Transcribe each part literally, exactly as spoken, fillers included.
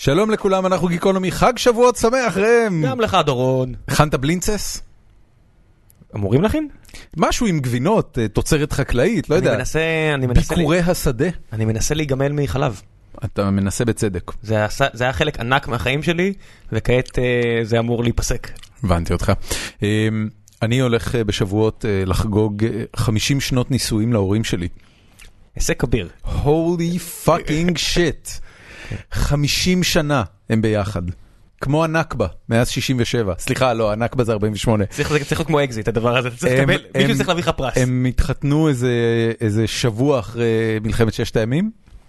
שלום לכולם, אנחנו גיקונומי, חג שבועות שמח, ראם. גם לך, דורון. הכנת בלינצס? אמורים להכין? משהו עם גבינות, תוצרת חקלאית, לא יודע. אני מנסה, אני מנסה... ביקורי השדה. אני מנסה להיגמל מחלב. אתה מנסה בצדק. זה, זה היה חלק ענק מהחיים שלי, וכעת זה אמור להיפסק. הבנתי אותך. אני הולך בשבועות לחגוג חמישים שנות נישואים להורים שלי. הישג כביר. Holy fucking shit. חמישים שנה הם ביחד. כמו הנקבה, מאז שישים ושבע. סליחה, לא, הנקבה זה ארבעים ושמונה. צריך להיות כמו אקזיט, הדבר הזה. אתה צריך לקבל, מישהו צריך להביא לך פרס. הם התחתנו איזה שבוע אחרי מלחמת ששת הימים,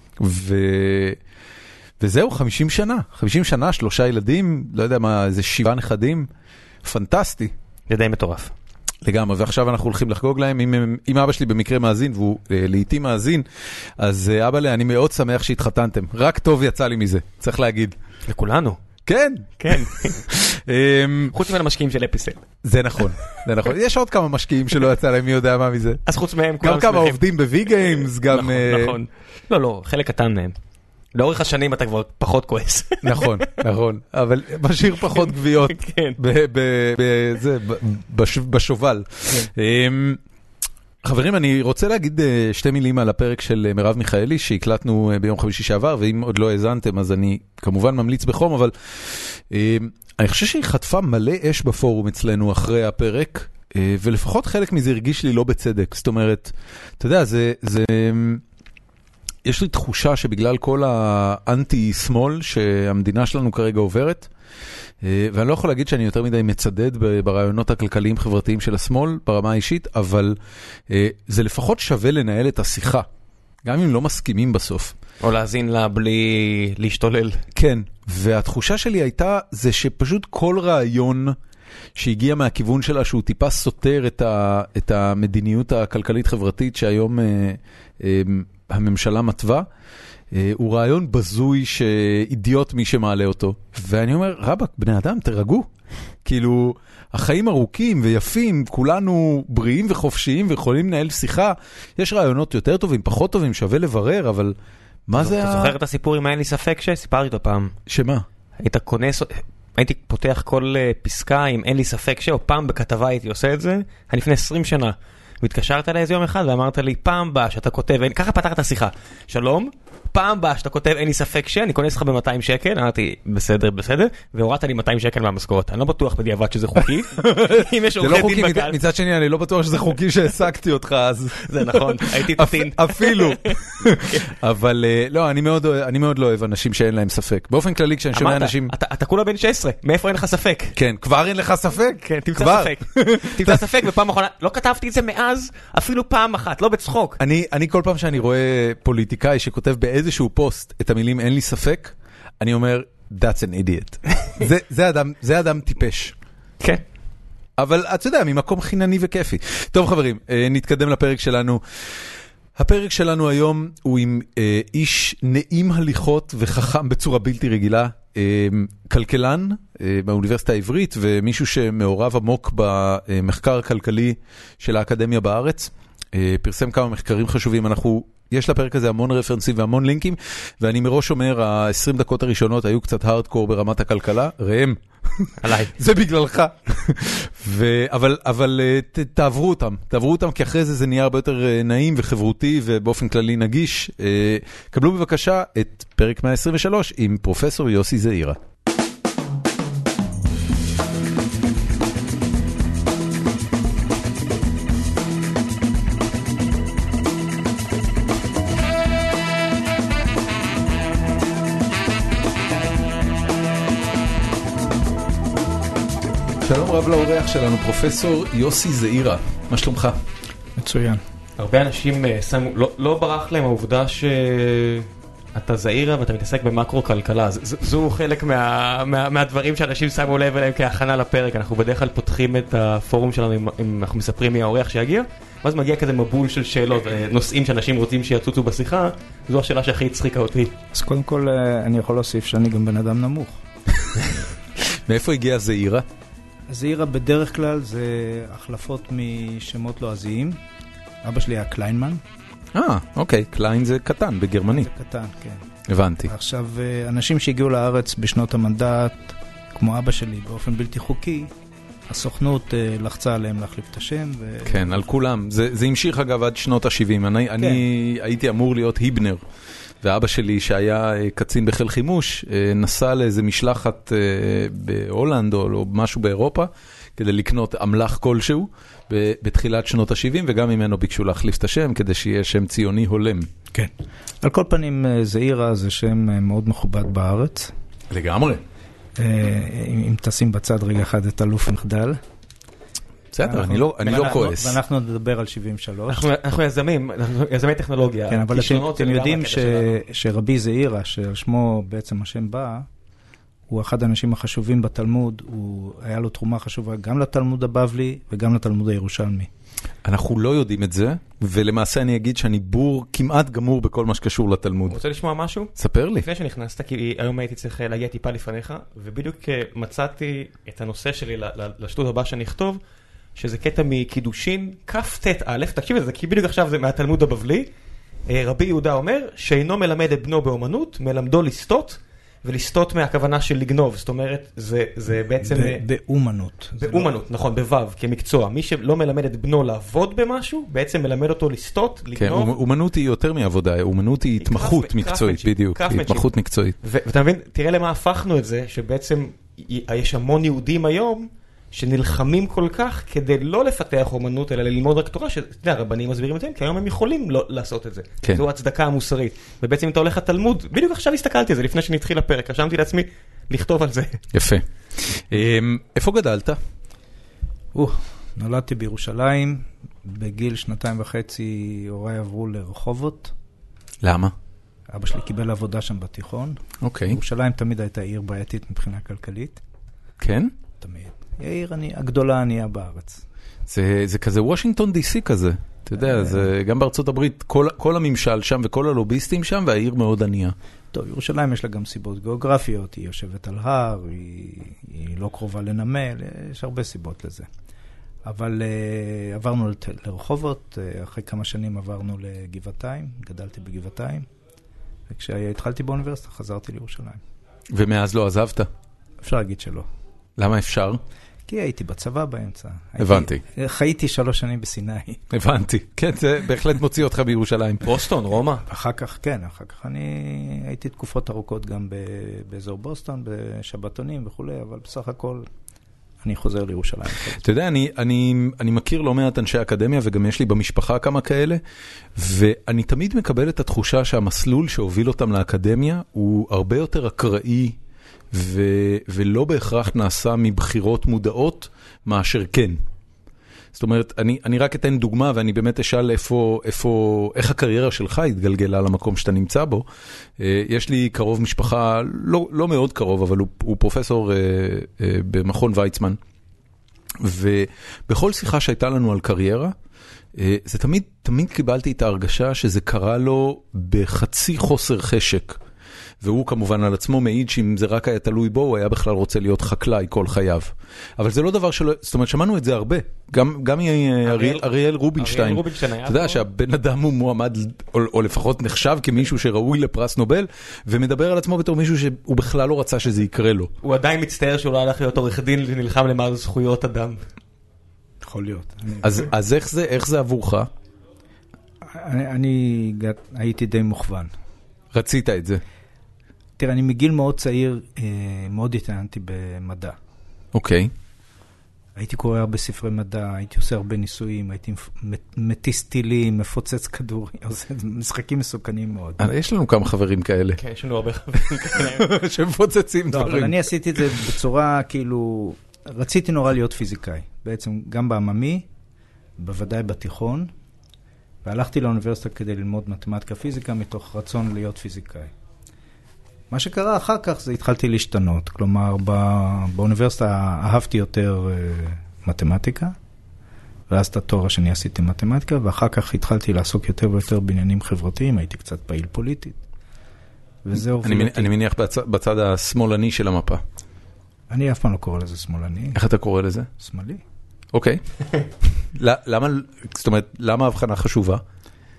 וזהו, חמישים שנה. חמישים שנה, שלושה ילדים, לא יודע מה, איזה שבעה נכדים. פנטסטי. זה די מטורף. לגמרי, ועכשיו אנחנו הולכים לחגוג להם, אם, אם אבא שלי במקרה מאזין, והוא לעתים מאזין, אז אבא לי, אני מאוד שמח שהתחתנתם. רק טוב יצא לי מזה, צריך להגיד. לכולנו. כן. כן. חוץ מן המשקיעים של אפיסל. זה נכון, זה נכון. יש עוד כמה משקיעים שלא יצא להם, מי יודע מה מזה. אז חוץ מהם, גם כמה עובדים ב-V Games, גם... נכון, נכון. לא, לא, חלק קטן מהם. לאורך השנים אתה כבר פחות כועס. נכון, נכון, אבל משאיר פחות גוויות בשובל. חברים, אני רוצה להגיד שתי מילים על הפרק של מרב מיכאלי, שהקלטנו ביום חמישי שעבר, ואם עוד לא האזנתם, אז אני כמובן ממליץ בחום, אבל אני חושב שהיא חטפה מלא אש בפורום אצלנו אחרי הפרק, ולפחות חלק מזה הרגיש לי לא בצדק. זאת אומרת, אתה יודע, זה... יש לי תחושה שבגלל כל האנטי-שמאל שהמדינה שלנו כרגע עוברת, ואני לא יכול להגיד שאני יותר מדי מצדד ברעיונות הכלכליים חברתיים של השמאל ברמה האישית, אבל זה לפחות שווה לנהל את השיחה, גם אם לא מסכימים בסוף. או להזין לה בלי להשתולל. כן, והתחושה שלי הייתה זה שפשוט כל רעיון שהגיע מהכיוון שלה שהוא טיפה סותר את, ה, את המדיניות הכלכלית חברתית שהיום הממשלה מטבע, הוא רעיון בזוי שאידיוט מי שמעלה אותו. ואני אומר, רבק, בני אדם, תרגעו. כאילו, החיים ארוכים ויפים, כולנו בריאים וחופשיים ויכולים לנהל שיחה. יש רעיונות יותר טובים, פחות טובים, שווה לברר, אבל מה זה... אתה זוכר את הסיפור אם אין לי ספק שסיפרתי אותו פעם? שמה? היית כונס... הייתי פותח כל פסקה אם אין לי ספק ש... או פעם בכתבה הייתי עושה את זה, אני לפני עשרים שנה. והתקשרת אליי איזה יום אחד ואמרת לי, פעם באה שאתה כותב, ככה פתחת השיחה, שלום, פעם באה שאתה כותב, אין לי ספק שאני קונס לך ב-מאתיים שקל, אמרתי, בסדר, בסדר, והורדת לי מאתיים שקל מהמשכורת. אני לא בטוח בדיעבד שזה חוקי, אם יש עורכי דין בגל. מצד שני, אני לא בטוח שזה חוקי שהעסקתי אותך אז. זה נכון, הייתי תתין. אפילו. אבל לא, אני מאוד לא אוהב אנשים שאין להם ספק. באופן כללי, כשאני שומע אנשים... אתה כולה בן שש עשרה, מאיפה אין לך ספק? כן, כבר אין לך ספק? כן, תמצא ספק. תמצא ספק, בפעם האחרונה, לא כתבתי את זה מאז, אפילו פעם אחת, לא בצחוק. אני, אני כל פעם שאני רואה פוליטיקאי שכותב באיזשהו פוסט את המילים אין לי ספק, אני אומר, that's an idiot. זה, זה אדם, זה אדם טיפש. כן. אבל אתה יודע, ממקום חינני וכיפי. טוב חברים, נתקדם לפרק שלנו. הפרק שלנו היום הוא עם אה, איש נעים הליכות וחכם בצורה בלתי רגילה, אה, כלכלן אה, באוניברסיטה העברית, ומישהו שמעורב עמוק במחקר הכלכלי של האקדמיה בארץ. אה, פרסם כמה מחקרים חשובים. אנחנו, יש לפרק הזה המון רפרנסים והמון לינקים, ואני מראש אומר, ה-עשרים דקות הראשונות היו קצת הארדקור ברמת הכלכלה. ראם, עליי. זה בגללך. ו... אבל, אבל ת, תעברו אותם, תעברו אותם, כי אחרי זה זה נהיה הרבה יותר נעים וחברותי ובאופן כללי נגיש. קבלו בבקשה את פרק מאה עשרים ושלוש עם פרופסור יוסי זעירה. שלום רב לאורח שלנו, פרופסור יוסי זעירה. מה שלומך? מצוין. הרבה אנשים שמו, לא, לא ברח להם העובדה שאתה זעירה ואתה מתעסק במקרו כלכלה. ז, זו חלק מה, מה, מהדברים שאנשים שמו לב אליהם כהכנה לפרק. אנחנו בדרך כלל פותחים את הפורום שלנו, אם, אם אנחנו מספרים מי האורח שיגיע, ואז מגיע כזה מבול של שאלות, נושאים שאנשים רוצים שיצוצו בשיחה. זו השאלה שהכי הצחיקה אותי. אז קודם כל אני יכול להוסיף שאני גם בן אדם נמוך. מאיפה הגיע זעירה? זעירה בדרך כלל זה החלפות משמות לועזיים. אבא שלי היה קליינמן. אה, אוקיי, קליין זה קטן בגרמנית. זה קטן, כן. הבנתי. עכשיו, אנשים שהגיעו לארץ בשנות המנדט, כמו אבא שלי, באופן בלתי חוקי, הסוכנות לחצה עליהם להחליף את השם. ו... כן, על כולם. זה, זה המשיך אגב עד שנות ה-שבעים. אני, כן. אני הייתי אמור להיות היבנר, ואבא שלי שהיה קצין בחיל חימוש, נסע לאיזה משלחת בהולנד או משהו באירופה, כדי לקנות אמל"ח כלשהו בתחילת שנות ה-שבעים, וגם ממנו ביקשו להחליף את השם, כדי שיהיה שם ציוני הולם. כן. על כל פנים, זעירה זה שם מאוד מכובד בארץ. לגמרי. אם תשים בצד רגע אחד את אלוף מחדל. בסדר, אני לא, אני לא כועס. ואנחנו נדבר על שבעים ושלוש. אנחנו יזמים, יזמי טכנולוגיה. כן, אבל אתם יודעים שרבי זעירה, שעל שמו בעצם השם בא, הוא אחד האנשים החשובים בתלמוד, הוא היה לו תרומה חשובה גם לתלמוד הבבלי וגם לתלמוד הירושלמי. אנחנו לא יודעים את זה, ולמעשה אני אגיד שאני בור כמעט גמור בכל מה שקשור לתלמוד. רוצה לשמוע משהו? ספר לי. לפני שנכנסת, כי היום הייתי צריך להגיע טיפה לפניך, ובדיוק מצאתי את הנושא שלי לשטות הבא שאני אכתוב, שזה קטע מקידושין, כף תת א', תקשיב את זה, כי בדיוק עכשיו זה מהתלמוד הבבלי, רבי יהודה אומר, שאינו מלמד את בנו באומנות, מלמדו לסטות, ולסטות מהכוונה של לגנוב, זאת אומרת, זה, זה בעצם... באומנות. באומנות, נכון, בוו, כמקצוע. מי שלא מלמד את בנו לעבוד במשהו, בעצם מלמד אותו לסטות, לגנוב. כן, אומנות היא יותר מעבודה, אומנות היא התמחות מקצועית, בדיוק, התמחות מקצועית. ואתה מבין, תראה למה הפכנו את זה, שבעצם יש המון יהודים היום, שנלחמים כל כך כדי לא לפתח אומנות, אלא ללמוד רק תורה, שאתה יודע, רבנים מסבירים את זה, כי היום הם יכולים לא לעשות את זה. כן. זו הצדקה המוסרית. ובעצם אתה הולך לתלמוד, בדיוק עכשיו הסתכלתי על זה, לפני שנתחיל הפרק, רשמתי לעצמי לכתוב על זה. יפה. איפה גדלת? או, נולדתי בירושלים, בגיל שנתיים וחצי הוריי עברו לרחובות. למה? אבא שלי קיבל עבודה שם בתיכון. אוקיי. ירושלים תמיד הייתה עיר בעייתית מבחינה כלכלית. כן? תמיד. היא העיר הגדולה הענייה בארץ. זה, זה כזה וושינגטון די סי כזה. אתה יודע, זה גם בארצות הברית, כל, כל הממשל שם וכל הלוביסטים שם, והעיר מאוד ענייה. טוב, ירושלים יש לה גם סיבות גיאוגרפיות, היא יושבת על הר, היא, היא לא קרובה לנמל, יש הרבה סיבות לזה. אבל uh, עברנו לרחובות, uh, אחרי כמה שנים עברנו לגבעתיים, גדלתי בגבעתיים, וכשהתחלתי באוניברסיטה חזרתי לירושלים. ומאז לא עזבת? אפשר להגיד שלא. למה אפשר? כי הייתי בצבא באמצע. הבנתי. הייתי, חייתי שלוש שנים בסיני. הבנתי. כן, זה בהחלט מוציא אותך בירושלים. בוסטון, רומא. אחר כך, כן, אחר כך אני הייתי תקופות ארוכות גם באזור בוסטון, בשבתונים וכו', אבל בסך הכל אני חוזר לירושלים. אתה יודע, אני, אני, אני מכיר לא מעט אנשי אקדמיה, וגם יש לי במשפחה כמה כאלה, ואני תמיד מקבל את התחושה שהמסלול שהוביל אותם לאקדמיה הוא הרבה יותר אקראי, ו- ולא בהכרח נעשה מבחירות מודעות מאשר כן. זאת אומרת, אני, אני רק אתן דוגמה, ואני באמת אשאל איפה, איפה, איך הקריירה שלך התגלגלה למקום שאתה נמצא בו. יש לי קרוב משפחה, לא, לא מאוד קרוב, אבל הוא, הוא פרופסור במכון ויצמן. ובכל שיחה שהייתה לנו על קריירה, זה תמיד, תמיד קיבלתי את ההרגשה שזה קרה לו בחצי חוסר חשק. והוא כמובן על עצמו מעיד שאם זה רק היה תלוי בו, הוא היה בכלל רוצה להיות חקלאי כל חייו. אבל זה לא דבר שלא, זאת אומרת, שמענו את זה הרבה. גם, גם אריאל רובינשטיין. אריאל רובינשטיין היה. אתה יודע שהבן אדם הוא מועמד, או, או לפחות נחשב כמישהו שראוי לפרס נובל, ומדבר על עצמו בתור מישהו שהוא בכלל לא רצה שזה יקרה לו. הוא עדיין מצטער שהוא לא הלך להיות עורך דין ונלחם למען זכויות אדם. יכול להיות. אז, אז איך זה, איך זה עבורך? אני, אני הייתי די מוכוון. רצית את זה? תראה, אני מגיל מאוד צעיר, מאוד התעניינתי במדע. אוקיי. הייתי קורא הרבה ספרי מדע, הייתי עושה הרבה ניסויים, הייתי מטיס טילים, מפוצץ כדורים, עושה משחקים מסוכנים מאוד. יש לנו כמה חברים כאלה. כן, יש לנו הרבה חברים כאלה. שמפוצצים דברים. לא, אבל אני עשיתי את זה בצורה, כאילו, רציתי נורא להיות פיזיקאי. בעצם גם בעממי, בוודאי בתיכון, והלכתי לאוניברסיטה כדי ללמוד מתמטיקה פיזיקה, מתוך רצון להיות פיזיקאי. מה שקרה אחר כך זה התחלתי להשתנות, כלומר באוניברסיטה אהבתי יותר מתמטיקה, ואז את התואר השני עשיתי מתמטיקה, ואחר כך התחלתי לעסוק יותר ויותר בעניינים חברתיים, הייתי קצת פעיל פוליטית, וזה הוביל אותי. אני מניח בצד השמאלני של המפה. אני אף פעם לא קורא לזה שמאלני. איך אתה קורא לזה? שמאלי. אוקיי. למה, זאת אומרת, למה ההבחנה חשובה?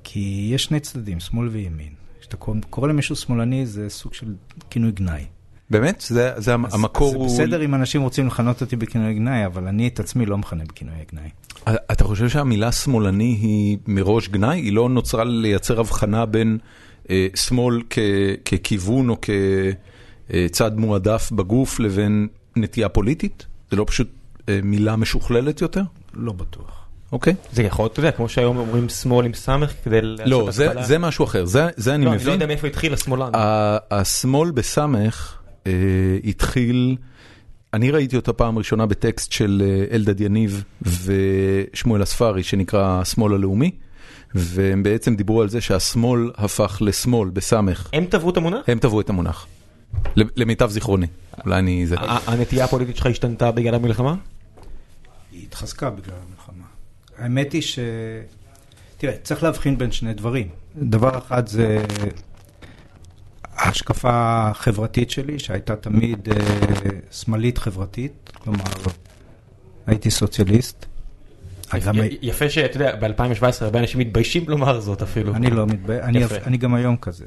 כי יש שני צדדים, שמאל וימין. כשאתה קורא למישהו שמאלני, זה סוג של כינוי גנאי. באמת? זה, זה אז, המקור אז הוא... זה בסדר אם אנשים רוצים לכנות אותי בכינוי גנאי, אבל אני את עצמי לא מכנה בכינוי גנאי. אתה חושב שהמילה שמאלני היא מראש גנאי? היא לא נוצרה לייצר הבחנה בין אה, שמאל כ, ככיוון או כצד מועדף בגוף לבין נטייה פוליטית? זה לא פשוט אה, מילה משוכללת יותר? לא בטוח. אוקיי. זה יכול, אתה יודע, כמו שהיום אומרים שמאל עם סמך כדי... לא, זה, זה משהו אחר, זה, זה אני לא, מבין. אני לא יודע מאיפה התחיל השמאלן. השמאל בסמך אה, התחיל, אני ראיתי אותה פעם ראשונה בטקסט של אלדד יניב ושמואל אספרי, שנקרא השמאל הלאומי, והם בעצם דיברו על זה שהשמאל הפך לשמאל בסמך. הם טבעו את המונח? הם טבעו את המונח. למיטב זיכרוני. אולי אני זה. הנטייה הפוליטית שלך השתנתה בגלל המלחמה? היא התחזקה בגלל המלחמה. האמת היא ש... תראה, צריך להבחין בין שני דברים. דבר אחד זה ההשקפה החברתית שלי, שהייתה תמיד אה, שמאלית חברתית, כלומר, הייתי סוציאליסט. יפה שאתה יודע, ב-אלפיים שבע עשרה הרבה אנשים מתביישים לומר זאת אפילו. אני לא מתבייש, אני, אני גם היום כזה.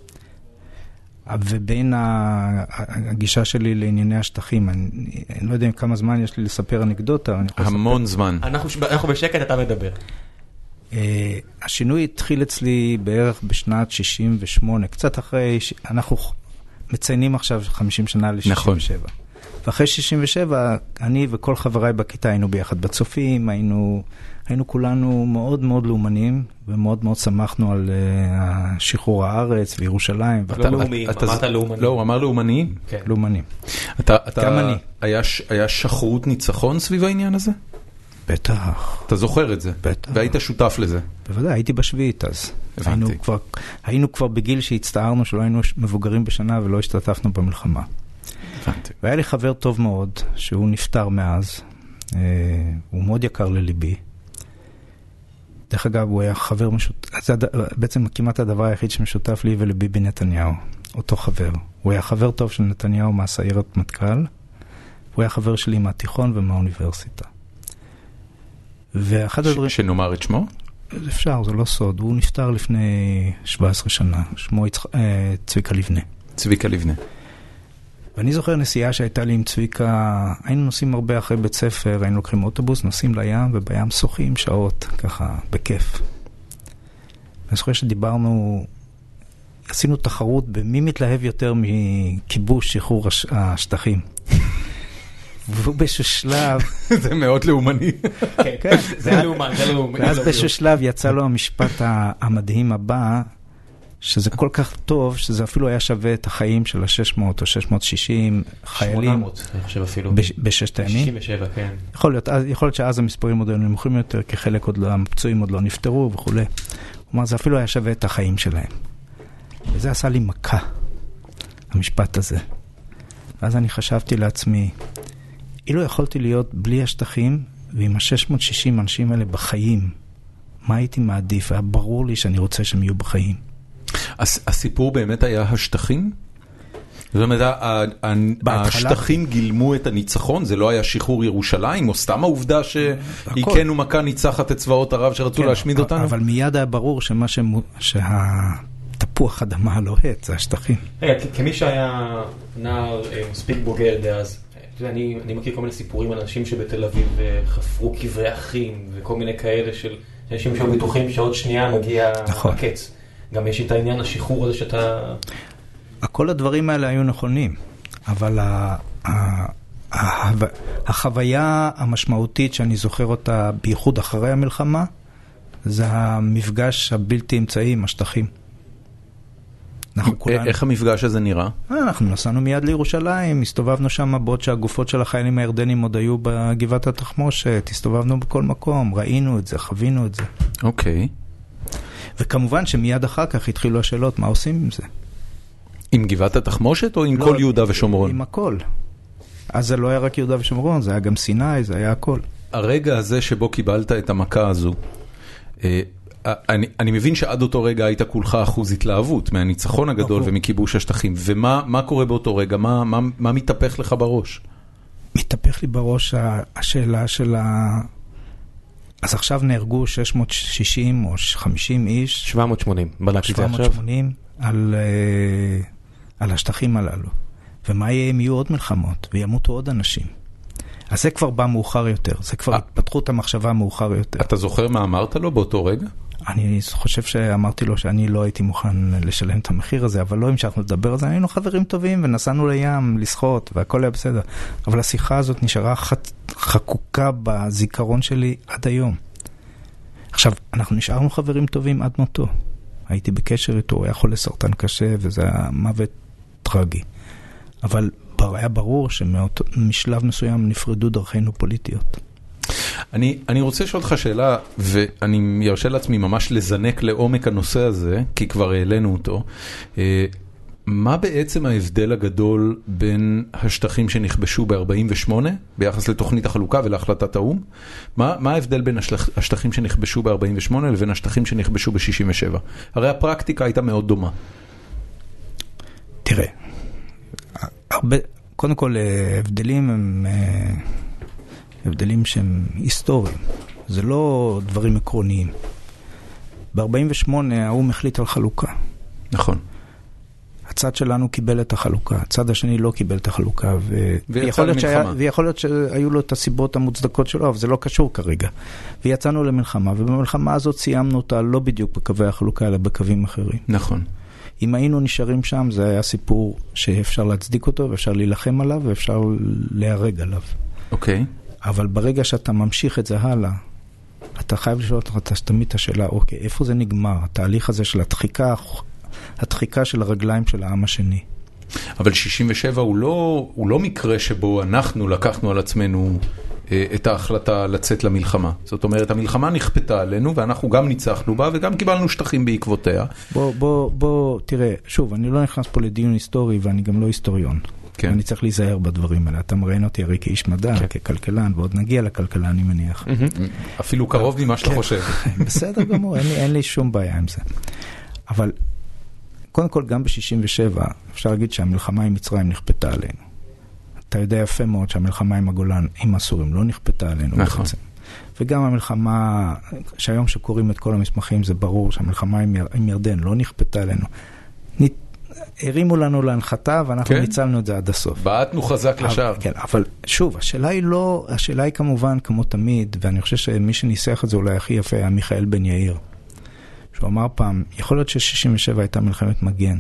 ובין הגישה שלי לענייני השטחים, אני, אני לא יודע כמה זמן יש לי לספר אנקדוטה. המון לספר. זמן. אנחנו, אנחנו בשקט, אתה מדבר. Uh, השינוי התחיל אצלי בערך בשנת שישים ושמונה, קצת אחרי, אנחנו מציינים עכשיו חמישים שנה ל-שישים ושבע. נכון. ואחרי שישים ושבע, אני וכל חבריי בכיתה היינו ביחד בצופים, היינו, היינו כולנו מאוד מאוד לאומנים, ומאוד מאוד שמחנו על uh, שחרור הארץ וירושלים. לא לאומיים, אמרת לאומנים. לא, הוא אמר לאומניים. כן. לאומנים. אתה, אתה, גם אני. היה, היה שחרות ניצחון סביב העניין הזה? בטח. אתה זוכר את זה? בטח. והיית שותף לזה? בוודאי, הייתי בשביעית אז. היינו כבר, היינו כבר בגיל שהצטערנו שלא היינו מבוגרים בשנה ולא השתתפנו במלחמה. הבנתי. והיה לי חבר טוב מאוד, שהוא נפטר מאז. אה, הוא מאוד יקר לליבי. דרך אגב, הוא היה חבר משותף, זה בעצם כמעט הדבר היחיד שמשותף לי ולביבי נתניהו. אותו חבר. הוא היה חבר טוב של נתניהו מהסיירת מטכ"ל. הוא היה חבר שלי מהתיכון ומהאוניברסיטה. ואחד הדברים... שנאמר את שמו? אפשר, זה לא סוד. הוא נפטר לפני שבע עשרה שנה. שמו צביקה לבנה. צביקה לבנה. ואני זוכר נסיעה שהייתה לי עם צביקה, היינו נוסעים הרבה אחרי בית ספר, היינו לוקחים אוטובוס, נוסעים לים, ובים שוחים שעות, ככה, בכיף. אני זוכר שדיברנו, עשינו תחרות במי מתלהב יותר מכיבוש שחרור השטחים. והוא באיזשהו שלב... זה מאוד לאומני. כן, זה לאומן, זה לאומן. ואז באיזשהו שלב יצא לו המשפט המדהים הבא, שזה כל כך טוב, שזה אפילו היה שווה את החיים של ה-שש מאות או שש מאות ושישים חיילים. שמונה מאות, אני חושב אפילו. בששת הימים. שישים ושבע, כן. יכול להיות, יכול להיות שאז המספרים עוד היו נמוכים יותר, כי חלק עוד לא, הפצועים עוד לא נפטרו וכו'. הוא אומר, זה אפילו היה שווה את החיים שלהם. וזה עשה לי מכה, המשפט הזה. ואז אני חשבתי לעצמי, אילו יכולתי להיות בלי השטחים, ועם ה-שש מאות ושישים אנשים האלה בחיים, מה הייתי מעדיף? היה ברור לי שאני רוצה שהם יהיו בחיים. הסיפור באמת היה השטחים? זאת אומרת, השטחים גילמו את הניצחון? זה לא היה שחרור ירושלים? או סתם העובדה שהיכנו מכה ניצחת את צבאות ערב שרצו להשמיד אותנו? אבל מיד היה ברור שמה שהתפוח אדמה הלוהט זה השטחים. כמי שהיה נער מספיק בוגר דאז, אני מכיר כל מיני סיפורים על אנשים שבתל אביב חפרו קברי אחים וכל מיני כאלה של אנשים שהיו בטוחים שעוד שנייה מגיע הקץ. גם יש את העניין השחרור הזה שאתה... כל הדברים האלה היו נכונים, אבל החוויה המשמעותית שאני זוכר אותה בייחוד אחרי המלחמה, זה המפגש הבלתי אמצעי עם השטחים. איך המפגש הזה נראה? אנחנו נסענו מיד לירושלים, הסתובבנו שם בעוד שהגופות של החיילים הירדנים עוד היו בגבעת התחמושת, הסתובבנו בכל מקום, ראינו את זה, חווינו את זה. אוקיי. וכמובן שמיד אחר כך התחילו השאלות, מה עושים עם זה? עם גבעת התחמושת או עם כל יהודה ושומרון? עם הכל. אז זה לא היה רק יהודה ושומרון, זה היה גם סיני, זה היה הכל. הרגע הזה שבו קיבלת את המכה הזו, אני, אני מבין שעד אותו רגע היית כולך אחוז התלהבות מהניצחון הגדול ומכיבוש השטחים. ומה, מה קורה באותו רגע? מה, מה, מה מתהפך לך בראש? מתהפך לי בראש השאלה של ה... אז עכשיו נהרגו שש מאות שישים או חמישים איש. שבע מאות שמונים, בדקתי את זה עכשיו. שבע מאות שמונים על, על השטחים הללו. ומה יהיה אם יהיו עוד מלחמות, וימותו עוד אנשים. אז זה כבר בא מאוחר יותר, זה כבר התפתחות המחשבה מאוחר יותר. אתה זוכר מה אמרת לו באותו רגע? אני חושב שאמרתי לו שאני לא הייתי מוכן לשלם את המחיר הזה, אבל לא המשכנו לדבר על זה, היינו חברים טובים ונסענו לים לשחות והכל היה בסדר. אבל השיחה הזאת נשארה חקוקה בזיכרון שלי עד היום. עכשיו, אנחנו נשארנו חברים טובים עד מותו. הייתי בקשר איתו, הוא היה חולה סרטן קשה וזה היה מוות טרגי. אבל היה ברור שמשלב מסוים נפרדו דרכינו פוליטיות. אני, אני רוצה לשאול אותך שאלה, ואני ירשה לעצמי ממש לזנק לעומק הנושא הזה, כי כבר העלינו אותו. מה בעצם ההבדל הגדול בין השטחים שנכבשו ב-ארבעים ושמונה, ביחס לתוכנית החלוקה ולהחלטת האום? מה, מה ההבדל בין השטח, השטחים שנכבשו ב-ארבעים ושמונה לבין השטחים שנכבשו ב-שישים ושבע? הרי הפרקטיקה הייתה מאוד דומה. תראה, הרבה, קודם כל, הבדלים הם הבדלים שהם היסטוריים. זה לא דברים עקרוניים. ב-ארבעים ושמונה האום החליט על חלוקה. נכון. הצד שלנו קיבל את החלוקה, הצד השני לא קיבל את החלוקה, ו... ויכול, להיות שהיה, ויכול להיות שהיו לו את הסיבות המוצדקות שלו, אבל זה לא קשור כרגע. ויצאנו למלחמה, ובמלחמה הזאת סיימנו אותה לא בדיוק בקווי החלוקה, אלא בקווים אחרים. נכון. אם היינו נשארים שם, זה היה סיפור שאפשר להצדיק אותו, ואפשר להילחם עליו, ואפשר להרג עליו. אוקיי. אבל ברגע שאתה ממשיך את זה הלאה, אתה חייב לשאול אותך תמיד את השאלה, אוקיי, איפה זה נגמר? התהליך הזה של הדחיקה, הדחיקה של הרגליים של העם השני. אבל שישים ושבע הוא לא, הוא לא מקרה שבו אנחנו לקחנו על עצמנו אה, את ההחלטה לצאת למלחמה. זאת אומרת, המלחמה נכפתה עלינו, ואנחנו גם ניצחנו בה, וגם קיבלנו שטחים בעקבותיה. בוא, בוא, בוא, תראה, שוב, אני לא נכנס פה לדיון היסטורי, ואני גם לא היסטוריון. כן. אני צריך להיזהר בדברים האלה. אתה מראיין אותי הרי כאיש מדע, כן. ככלכלן, ועוד נגיע לכלכלה, אני מניח. אפילו קרוב ממה שאתה חושב. בסדר גמור, אין לי, אין לי שום בעיה עם זה. אבל קודם כל, גם ב-שישים ושבע, אפשר להגיד שהמלחמה עם מצרים נכפתה עלינו. אתה יודע יפה מאוד שהמלחמה עם הגולן, עם הסורים, לא נכפתה עלינו. נכון. בעצם. וגם המלחמה, שהיום שקוראים את כל המסמכים, זה ברור שהמלחמה עם, יר, עם ירדן לא נכפתה עלינו. נת, הרימו לנו להנחתה, ואנחנו כן. ניצלנו את זה עד הסוף. בעטנו חזק לשער. כן, אבל שוב, השאלה היא לא, השאלה היא כמובן כמו תמיד, ואני חושב שמי שניסח את זה אולי הכי יפה, היה מיכאל בן יאיר. שהוא אמר פעם, יכול להיות ש-שישים ושבע הייתה מלחמת מגן,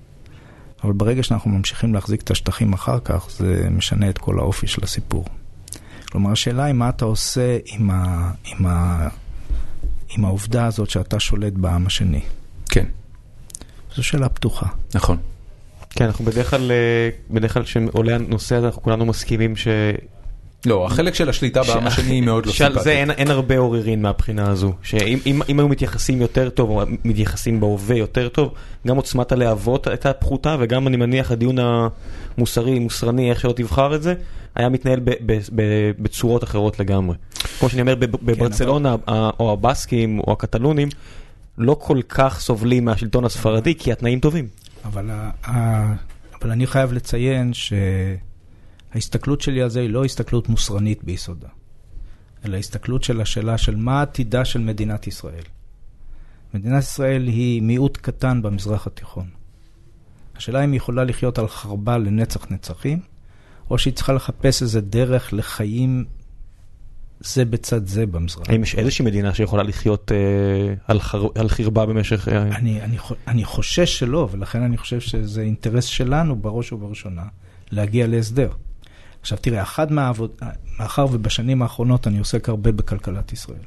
אבל ברגע שאנחנו ממשיכים להחזיק את השטחים אחר כך, זה משנה את כל האופי של הסיפור. כלומר, השאלה היא מה אתה עושה עם, ה, עם, ה, עם העובדה הזאת שאתה שולט בעם השני. כן. זו שאלה פתוחה. נכון. כן, אנחנו בדרך כלל, בדרך כלל שעולה הנושא הזה, אנחנו כולנו מסכימים ש... לא, החלק של השליטה בעם השני היא מאוד לא סימפטית. שעל זה אין, אין הרבה עוררין מהבחינה הזו. שאם אם, אם היו מתייחסים יותר טוב, או מתייחסים בהווה יותר טוב, גם עוצמת הלהבות הייתה פחותה, וגם אני מניח הדיון המוסרי, מוסרני, איך שלא תבחר את זה, היה מתנהל ב, ב, ב, בצורות אחרות לגמרי. כמו שאני אומר, בברצלונה, כן, אבל... או הבסקים, או הקטלונים, לא כל כך סובלים מהשלטון הספרדי, כי התנאים טובים. אבל, ה... אבל אני חייב לציין ש... ההסתכלות שלי על זה היא לא הסתכלות מוסרנית ביסודה, אלא הסתכלות של השאלה של מה העתידה של מדינת ישראל. מדינת ישראל היא מיעוט קטן במזרח התיכון. השאלה אם היא יכולה לחיות על חרבה לנצח נצחים, או שהיא צריכה לחפש איזה דרך לחיים זה בצד זה במזרח. האם יש איזושהי מדינה שיכולה לחיות אה, על, חר... על חרבה במשך... אה... אני, אני, אני חושש שלא, ולכן אני חושב שזה אינטרס שלנו בראש ובראשונה להגיע להסדר. עכשיו תראה, אחד מהעבוד, מאחר ובשנים האחרונות אני עוסק הרבה בכלכלת ישראל.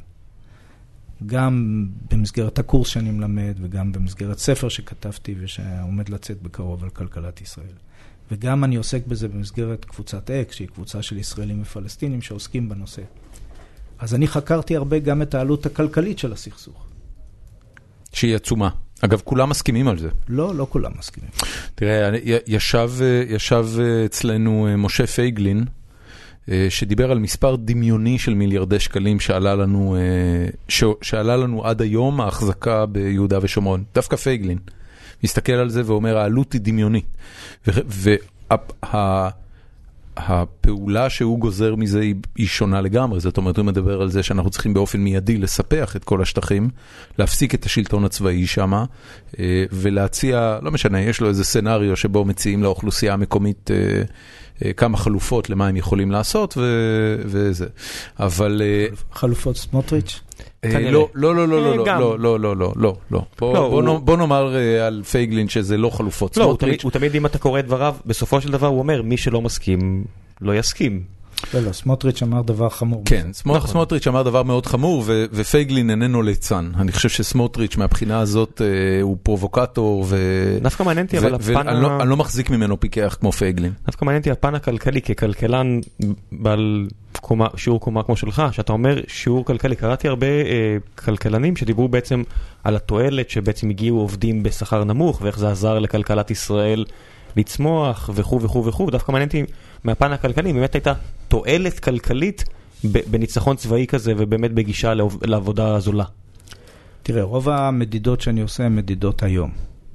גם במסגרת הקורס שאני מלמד, וגם במסגרת ספר שכתבתי ושעומד לצאת בקרוב על כלכלת ישראל. וגם אני עוסק בזה במסגרת קבוצת אקס, שהיא קבוצה של ישראלים ופלסטינים שעוסקים בנושא. אז אני חקרתי הרבה גם את העלות הכלכלית של הסכסוך. שהיא עצומה. אגב, כולם מסכימים על זה. לא, לא כולם מסכימים. תראה, ישב, ישב אצלנו משה פייגלין, שדיבר על מספר דמיוני של מיליארדי שקלים שעלה לנו, שעלה לנו עד היום ההחזקה ביהודה ושומרון. דווקא פייגלין מסתכל על זה ואומר, העלות היא דמיונית. הפעולה שהוא גוזר מזה היא שונה לגמרי. זאת אומרת, הוא מדבר על זה שאנחנו צריכים באופן מיידי לספח את כל השטחים, להפסיק את השלטון הצבאי שם, ולהציע, לא משנה, יש לו איזה סנריו שבו מציעים לאוכלוסייה המקומית כמה חלופות למה הם יכולים לעשות, וזה. אבל... חלופות סמוטריץ'? לא, לא, לא, לא, לא, לא, לא, לא, לא, לא. בוא נאמר על פייגלין שזה לא חלופות סמוטריץ'. הוא תמיד, אם אתה קורא את דבריו, בסופו של דבר הוא אומר, מי שלא מסכים, לא יסכים. לא, לא, סמוטריץ' אמר דבר חמור. כן, סמוטריץ' אמר דבר מאוד חמור, ופייגלין איננו ליצן. אני חושב שסמוטריץ' מהבחינה הזאת הוא פרובוקטור, דווקא מעניינתי, אבל הפן... אני לא מחזיק ממנו פיקח כמו פייגלין. דווקא מעניינתי הפן הכלכלי, ככלכלן בעל שיעור קומה כמו שלך, שאתה אומר שיעור כלכלי. קראתי הרבה כלכלנים שדיברו בעצם על התועלת, שבעצם הגיעו עובדים בשכר נמוך, ואיך זה עזר לכלכלת ישראל לצמוח וכו' וכו' וכו', ודווקא מעניינתי מהפן הכלכלי, באמת הייתה תועלת כלכלית בניצחון צבאי כזה, ובאמת בגישה לעבודה זולה. תראה, רוב המדידות שאני עושה הן מדידות היום.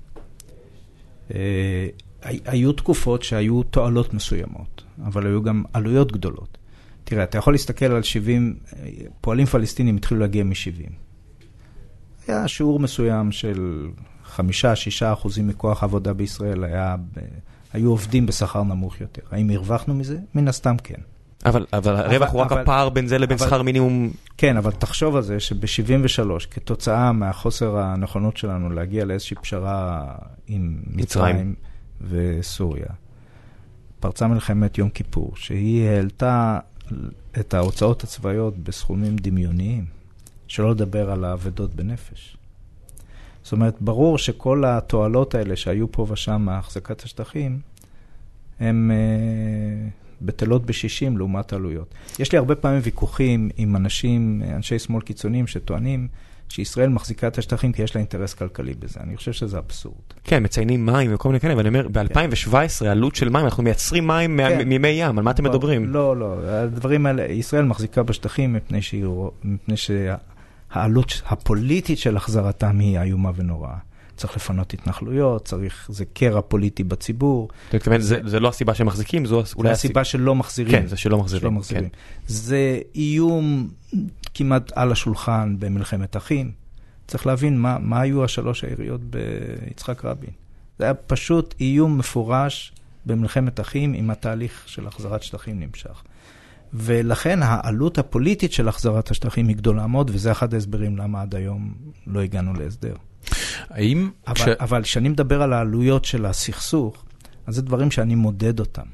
היו תקופות שהיו תועלות מסוימות, אבל היו גם עלויות גדולות. תראה, אתה יכול להסתכל על שבעים, פועלים פלסטינים התחילו להגיע מ-שבעים. היה שיעור מסוים של חמישה, שישה אחוזים מכוח העבודה בישראל היה, היו עובדים בשכר נמוך יותר. האם הרווחנו מזה? מן הסתם כן. אבל, אבל הרווח הוא רק הפער בין זה לבין שכר מינימום. כן, אבל תחשוב על זה שב-שבעים ושלוש, כתוצאה מהחוסר הנכונות שלנו להגיע לאיזושהי פשרה עם מצרים וסוריה, פרצה מלחמת יום כיפור, שהיא העלתה את ההוצאות הצבאיות בסכומים דמיוניים, שלא לדבר על העבדות בנפש. זאת אומרת, ברור שכל התועלות האלה שהיו פה ושם מהחזקת השטחים, הם אה, בטלות בשישים לעומת עלויות. יש לי הרבה פעמים ויכוחים עם אנשים, אנשי שמאל קיצוניים, שטוענים שישראל מחזיקה את השטחים כי יש לה אינטרס כלכלי בזה. אני חושב שזה אבסורד. כן, מציינים מים וכל מיני כאלה, ואני אומר, ב-אלפיים שבע עשרה, העלות של מים, אנחנו מייצרים מים ממי ים, על מה אתם מדברים? לא, לא, הדברים האלה, ישראל מחזיקה בשטחים מפני שהעלות הפוליטית של החזרתם היא איומה ונוראה. צריך לפנות התנחלויות, צריך, זה קרע פוליטי בציבור. אתה מתכוון, זה לא הסיבה שמחזיקים, זו אולי הסיבה שלא מחזירים. כן, זה שלא מחזירים. זה איום כמעט על השולחן במלחמת אחים. צריך להבין מה, מה היו השלוש העיריות ביצחק רבין. זה היה פשוט איום מפורש במלחמת אחים עם התהליך של החזרת שטחים נמשך. ולכן העלות הפוליטית של החזרת השטחים היא גדולה מאוד, וזה אחד ההסברים למה עד היום לא הגענו להסדר. האם... אבל, כש... אבל כשאני מדבר על העלויות של הסכסוך, אז זה דברים שאני מודד אותם.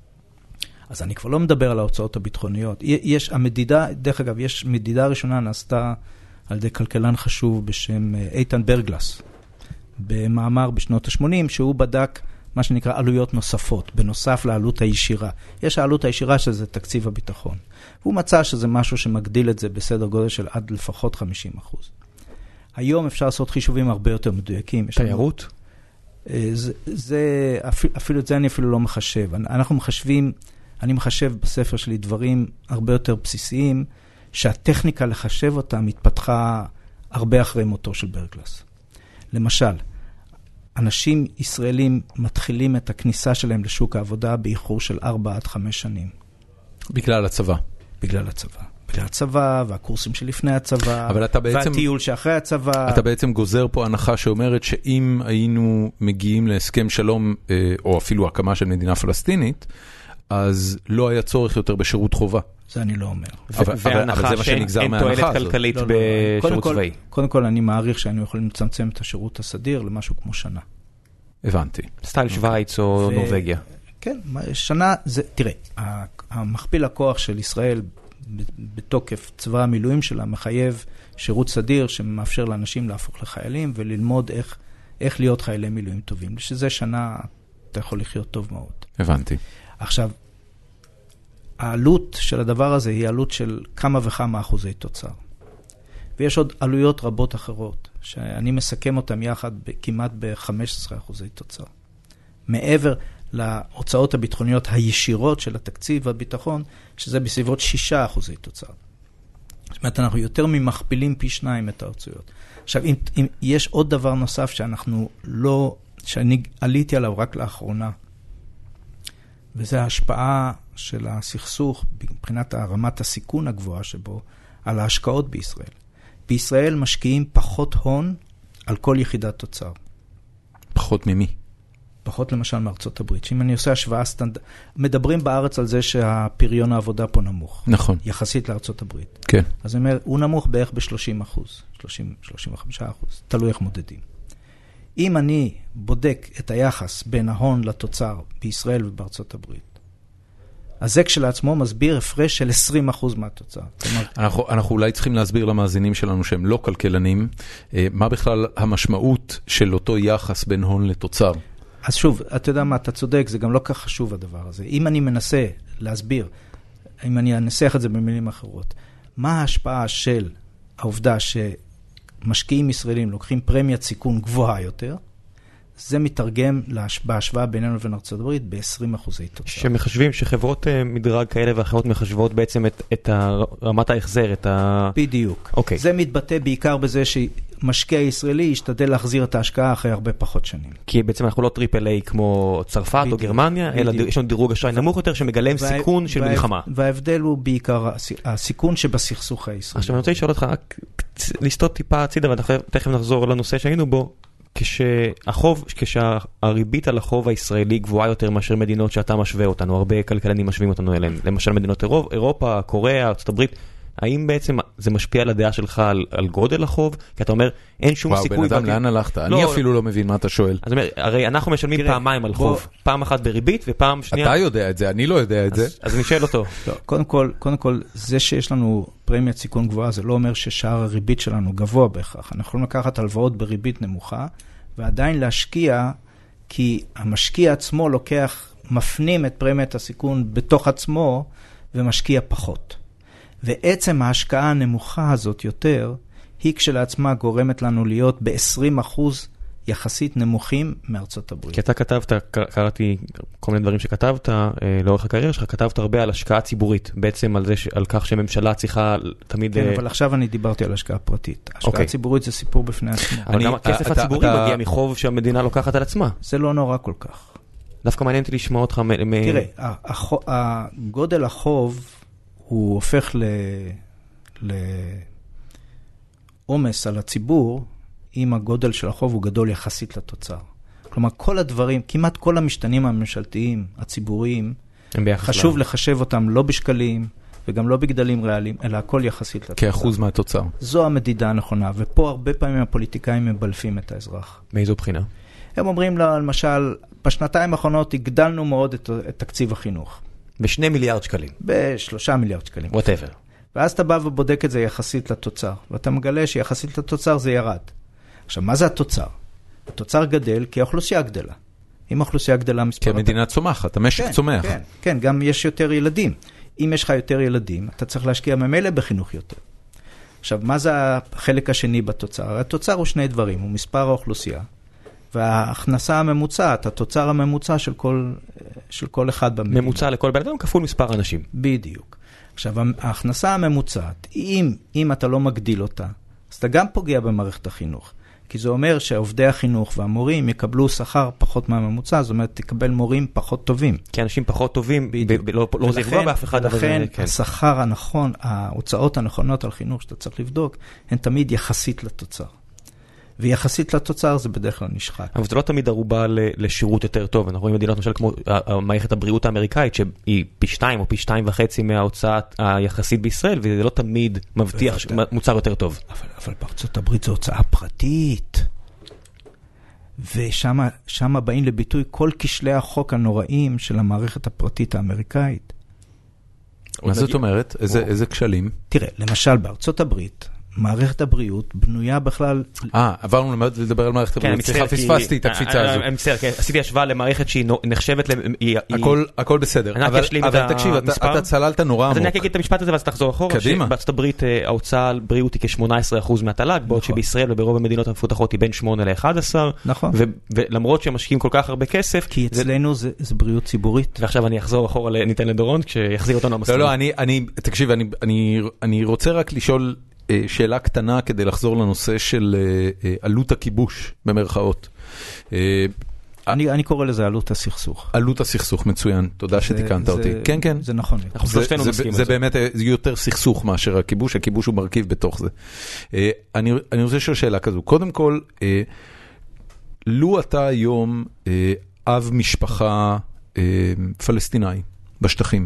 אז אני כבר לא מדבר על ההוצאות הביטחוניות. יש המדידה, דרך אגב, יש מדידה ראשונה נעשתה על ידי כלכלן חשוב בשם איתן ברגלס, במאמר בשנות ה-שמונים, שהוא בדק מה שנקרא עלויות נוספות, בנוסף לעלות הישירה. יש העלות הישירה שזה תקציב הביטחון. והוא מצא שזה משהו שמגדיל את זה בסדר גודל של עד לפחות חמישים אחוז. היום אפשר לעשות חישובים הרבה יותר מדויקים. תיירות? זה, זה, אפילו, אפילו את זה אני אפילו לא מחשב. אנחנו מחשבים, אני מחשב בספר שלי דברים הרבה יותר בסיסיים, שהטכניקה לחשב אותם התפתחה הרבה אחרי מותו של ברגלס. למשל, אנשים ישראלים מתחילים את הכניסה שלהם לשוק העבודה באיחור של ארבע עד חמש שנים. בגלל הצבא. בגלל הצבא. בגלל הצבא, והקורסים שלפני הצבא, אבל אתה בעצם, והטיול שאחרי הצבא. אתה בעצם גוזר פה הנחה שאומרת שאם היינו מגיעים להסכם שלום, או אפילו הקמה של מדינה פלסטינית, אז לא היה צורך יותר בשירות חובה. זה אני לא אומר. וההנחה שאין תועלת כלכלית בשירות צבאי. קודם כל, אני מעריך שהיינו יכולים לצמצם את השירות הסדיר למשהו כמו שנה. הבנתי. סטייל שוויץ או נורווגיה. כן, שנה, תראה, המכפיל הכוח של ישראל בתוקף צבא המילואים שלה מחייב שירות סדיר שמאפשר לאנשים להפוך לחיילים וללמוד איך, איך להיות חיילי מילואים טובים. שזה שנה אתה יכול לחיות טוב מאוד. הבנתי. עכשיו, העלות של הדבר הזה היא עלות של כמה וכמה אחוזי תוצר. ויש עוד עלויות רבות אחרות, שאני מסכם אותם יחד כמעט ב-חמישה עשר אחוזי תוצר. מעבר להוצאות הביטחוניות הישירות של התקציב והביטחון, שזה בסביבות שישה אחוזי תוצר. זאת אומרת, אנחנו יותר ממכפילים פי שניים את ההוצאות. עכשיו, אם, אם יש עוד דבר נוסף שאנחנו לא, שאני עליתי עליו רק לאחרונה, וזה ההשפעה של הסכסוך, מבחינת רמת הסיכון הגבוהה שבו, על ההשקעות בישראל. בישראל משקיעים פחות הון על כל יחידת תוצר. פחות ממי? פחות למשל מארצות הברית. שאם אני עושה השוואה סטנדרט, מדברים בארץ על זה שהפריון העבודה פה נמוך. נכון. יחסית לארצות הברית. כן. אז אני אומר, הוא נמוך בערך ב-שלושים אחוז, שלושים עד שלושים וחמישה אחוז, תלוי איך מודדים. אם אני בודק את היחס בין ההון לתוצר בישראל ובארצות הברית, אז זה כשלעצמו מסביר הפרש של עשרים אחוז מהתוצר. אנחנו, אנחנו אולי צריכים להסביר למאזינים שלנו שהם לא כלכלנים, מה בכלל המשמעות של אותו יחס בין הון לתוצר. אז שוב, אתה יודע מה, אתה צודק, זה גם לא כך חשוב הדבר הזה. אם אני מנסה להסביר, אם אני אנסח את זה במילים אחרות, מה ההשפעה של העובדה שמשקיעים ישראלים לוקחים פרמיית סיכון גבוהה יותר, זה מתרגם בהשוואה בינינו לבין ארצות הברית ב-עשרים אחוזי תוצר. שמחשבים, שחברות מדרג כאלה ואחרות מחשבות בעצם את, את רמת ההחזר, את ה... בדיוק. אוקיי. זה מתבטא בעיקר בזה שמשקיע ישראלי ישתדל להחזיר את ההשקעה אחרי הרבה פחות שנים. כי בעצם אנחנו לא טריפל איי כמו צרפת בדיוק, או גרמניה, בדיוק. אלא יש לנו דירוג אשראי נמוך יותר שמגלם וה... סיכון של וה... מלחמה. וההבדל הוא בעיקר הסיכון שבסכסוך הישראלי. עכשיו אני רוצה לשאול אותך, רק לסטות טיפה הצידה ותכף נחזור לנושא שהיינו בו. כשהחוב, כשהריבית על החוב הישראלי גבוהה יותר מאשר מדינות שאתה משווה אותנו, הרבה כלכלנים משווים אותנו אליהן, למשל מדינות אירופה, קוריאה, ארצות הברית, האם בעצם זה משפיע על הדעה שלך על, על גודל החוב? כי אתה אומר, אין שום וואו, סיכוי... וואו, בן אדם, לאן הלכת? לא, אני אפילו לא מבין מה אתה שואל. אז אומר, הרי אנחנו משלמים תראה, פעמיים על חוב, בוא... פעם אחת בריבית ופעם שנייה... אתה יודע את זה, אני לא יודע את אז, זה. אז אני שואל אותו. לא, קודם כל, קודם כל, זה שיש לנו פרמיית סיכון גבוהה, זה לא אומר ששאר הריבית שלנו גבוה בהכרח. אנחנו יכולים לקחת הלוואות בריבית נמוכה, ועדיין להשקיע, כי המשקיע עצמו לוקח, מפנים את פרמיית הסיכון בתוך עצמו, ומשקיע פחות. ועצם ההשקעה הנמוכה הזאת יותר, היא כשלעצמה גורמת לנו להיות ב-עשרים אחוז יחסית נמוכים מארצות הברית. כי אתה כתבת, קראתי כל מיני דברים שכתבת, לאורך הקריירה שלך, כתבת הרבה על השקעה ציבורית, בעצם על זה, על כך שממשלה צריכה תמיד... כן, אבל עכשיו אני דיברתי על השקעה פרטית. השקעה ציבורית זה סיפור בפני עצמו. אבל גם הכסף הציבורי מגיע מחוב שהמדינה לוקחת על עצמה. זה לא נורא כל כך. דווקא מעניין אותי לשמוע אותך... תראה, הגודל החוב הוא הופך לעומס על הציבור, אם הגודל של החוב הוא גדול יחסית לתוצר. כלומר, כל הדברים, כמעט כל המשתנים הממשלתיים, הציבוריים, חשוב לה. לחשב אותם לא בשקלים, וגם לא בגדלים ריאליים, אלא הכל יחסית לתוצר. כאחוז מהתוצר. זו המדידה הנכונה, ופה הרבה פעמים הפוליטיקאים מבלפים את האזרח. מאיזו בחינה? הם אומרים לה, למשל, בשנתיים האחרונות הגדלנו מאוד את, את תקציב החינוך. בשני מיליארד שקלים. בשלושה מיליארד שקלים. whatever. ואז אתה בא ובודק את זה יחסית לתוצר, ואתה מגלה שיחסית לתוצר זה ירד. עכשיו, מה זה התוצר? התוצר גדל כי האוכלוסייה גדלה. אם האוכלוסייה גדלה מספר... כי המדינה צומחת, המשק כן, צומח. כן, כן, גם יש יותר ילדים. אם יש לך יותר ילדים, אתה צריך להשקיע ממילא בחינוך יותר. עכשיו, מה זה החלק השני בתוצר? התוצר הוא שני דברים, הוא מספר האוכלוסייה, וההכנסה הממוצעת, התוצר הממוצע של כל, של כל אחד במדינה. ממוצע לכל בן אדם כפול מספר אנשים. בדיוק. עכשיו, ההכנסה הממוצעת, אם, אם אתה לא מגדיל אותה, אז אתה גם פוגע במערכת החינוך. כי זה אומר שעובדי החינוך והמורים יקבלו שכר פחות מהממוצע, זאת אומרת, תקבל מורים פחות טובים. כי אנשים פחות טובים, לא זה לפגוע באף אחד. ולכן השכר הנכון, ההוצאות הנכונות על חינוך שאתה צריך לבדוק, הן תמיד יחסית לתוצר. ויחסית לתוצר זה בדרך כלל נשחק. אבל זה לא תמיד ערובה לשירות יותר טוב. אנחנו רואים מדינות למשל כמו מערכת הבריאות האמריקאית, שהיא פי שתיים או פי שתיים וחצי מההוצאה היחסית בישראל, וזה לא תמיד מבטיח מוצר יותר טוב. אבל, אבל בארצות הברית זו הוצאה פרטית. ושם באים לביטוי כל כשלי החוק הנוראים של המערכת הפרטית האמריקאית. מה זאת אומרת? איזה, איזה כשלים? תראה, למשל בארצות הברית, מערכת הבריאות בנויה בכלל... אה, עברנו לדבר על מערכת הבריאות. סליחה, פספסתי את הקפיצה הזו. אני מצטער, עשיתי השוואה למערכת שהיא נחשבת... הכל בסדר. אבל תקשיב, אתה צללת נורא עמוק. אז אני אגיד את המשפט הזה ואז תחזור אחורה. קדימה. שבארצות הברית ההוצאה על בריאות היא כ-שמונה עשרה אחוז מהתל"ג, בעוד שבישראל וברוב המדינות המפותחות היא בין שמונה ל-אחד עשר. נכון. ולמרות שהם משקיעים כל כך הרבה כסף... כי אצלנו זה בריאות ציבורית. ועכשיו אני אחזור אחורה, ניתן לדורון, כשיחזיר אותנו המסלול. לא, לא, אני, תקשיב, אני רוצה רק לשאול שאלה קטנה כדי לחזור לנושא של עלות הכיבוש במרכאות. אני, אני קורא לזה עלות הסכסוך. עלות הסכסוך, מצוין. תודה שתיקנת אותי. כן, כן. זה נכון. אנחנו שלושתנו מסכים על זה. זה באמת יותר סכסוך מאשר הכיבוש, הכיבוש הוא מרכיב בתוך זה. אני, אני רוצה לשאול שאלה כזו. קודם כל, לו אתה היום אב משפחה פלסטיני בשטחים,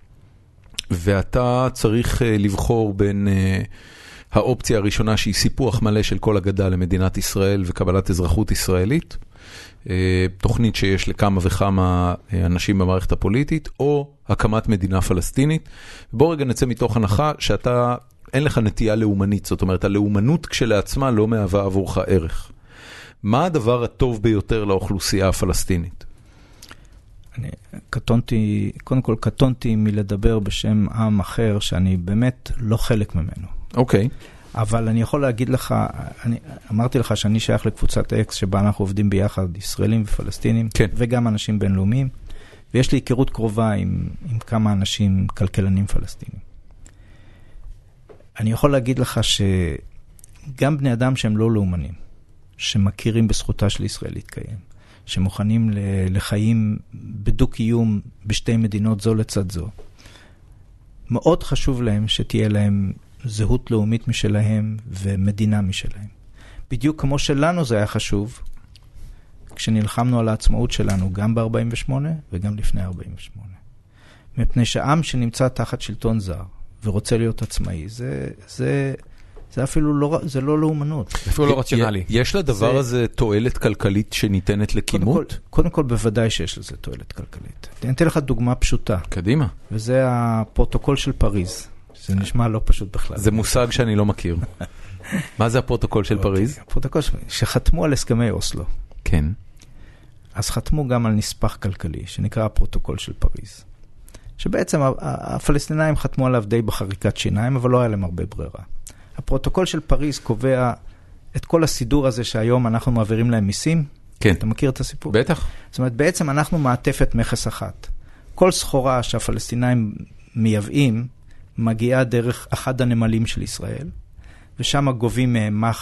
ואתה צריך לבחור בין האופציה הראשונה שהיא סיפוח מלא של כל הגדה למדינת ישראל וקבלת אזרחות ישראלית, תוכנית שיש לכמה וכמה אנשים במערכת הפוליטית, או הקמת מדינה פלסטינית. בוא רגע נצא מתוך הנחה שאתה, אין לך נטייה לאומנית, זאת אומרת, הלאומנות כשלעצמה לא מהווה עבורך ערך. מה הדבר הטוב ביותר לאוכלוסייה הפלסטינית? אני קטונתי, קודם כל קטונתי מלדבר בשם עם אחר, שאני באמת לא חלק ממנו. אוקיי. אבל אני יכול להגיד לך, אני אמרתי לך שאני שייך לקבוצת אקס שבה אנחנו עובדים ביחד, ישראלים ופלסטינים, כן. וגם אנשים בינלאומיים, ויש לי היכרות קרובה עם, עם כמה אנשים כלכלנים פלסטינים. אני יכול להגיד לך שגם בני אדם שהם לא לאומנים, שמכירים בזכותה של ישראל להתקיים, שמוכנים לחיים בדו-קיום בשתי מדינות זו לצד זו, מאוד חשוב להם שתהיה להם זהות לאומית משלהם ומדינה משלהם. בדיוק כמו שלנו זה היה חשוב, כשנלחמנו על העצמאות שלנו, גם ב-ארבעים ושמונה וגם לפני ארבעים ושמונה. מפני שעם שנמצא תחת שלטון זר ורוצה להיות עצמאי, זה, זה, זה אפילו לא, זה לא לאומנות. אפילו לא רציונלי. יש לדבר זה... הזה תועלת כלכלית שניתנת לכימות? קודם כל, קודם כל בוודאי שיש לזה תועלת כלכלית. אני אתן לך דוגמה פשוטה. קדימה. וזה הפרוטוקול של פריז. זה נשמע לא פשוט בכלל. זה מושג שאני לא מכיר. מה זה הפרוטוקול של פריז? הפרוטוקול שחתמו על הסכמי אוסלו. כן. אז חתמו גם על נספח כלכלי, שנקרא הפרוטוקול של פריז. שבעצם הפלסטינאים חתמו עליו די בחריקת שיניים, אבל לא היה להם הרבה ברירה. הפרוטוקול של פריז קובע את כל הסידור הזה שהיום אנחנו מעבירים להם מיסים. כן. אתה מכיר את הסיפור? בטח. זאת אומרת, בעצם אנחנו מעטפת מכס אחת. כל סחורה שהפלסטינאים מייבאים, מגיעה דרך אחד הנמלים של ישראל, ושם גובים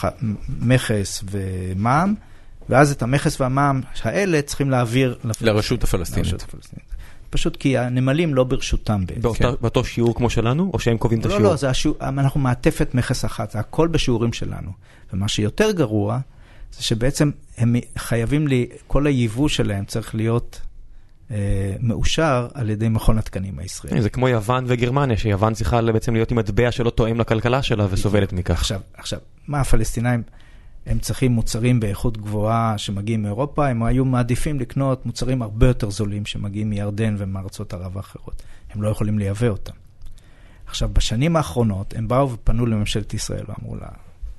מכס ומע"מ, ואז את המכס והמע"מ האלה צריכים להעביר לרשות הפלסטינית. לרשות הפלסטינית. פשוט כי הנמלים לא ברשותם בעצם. באותו שיעור כמו שלנו, או שהם קובעים את השיעור? לא, לא, זה השיעור, אנחנו מעטפת מכס אחת, זה הכל בשיעורים שלנו. ומה שיותר גרוע, זה שבעצם הם חייבים לי, כל היבוא שלהם צריך להיות מאושר על ידי מכון התקנים הישראלי. זה כמו יוון וגרמניה, שיוון צריכה בעצם להיות עם מטבע שלא תואם לכלכלה שלה וסובלת מכך. עכשיו, עכשיו, מה הפלסטינאים? הם צריכים מוצרים באיכות גבוהה שמגיעים מאירופה, הם היו מעדיפים לקנות מוצרים הרבה יותר זולים שמגיעים מירדן ומארצות ערב האחרות. הם לא יכולים לייבא אותם. עכשיו, בשנים האחרונות הם באו ופנו לממשלת ישראל ואמרו לה,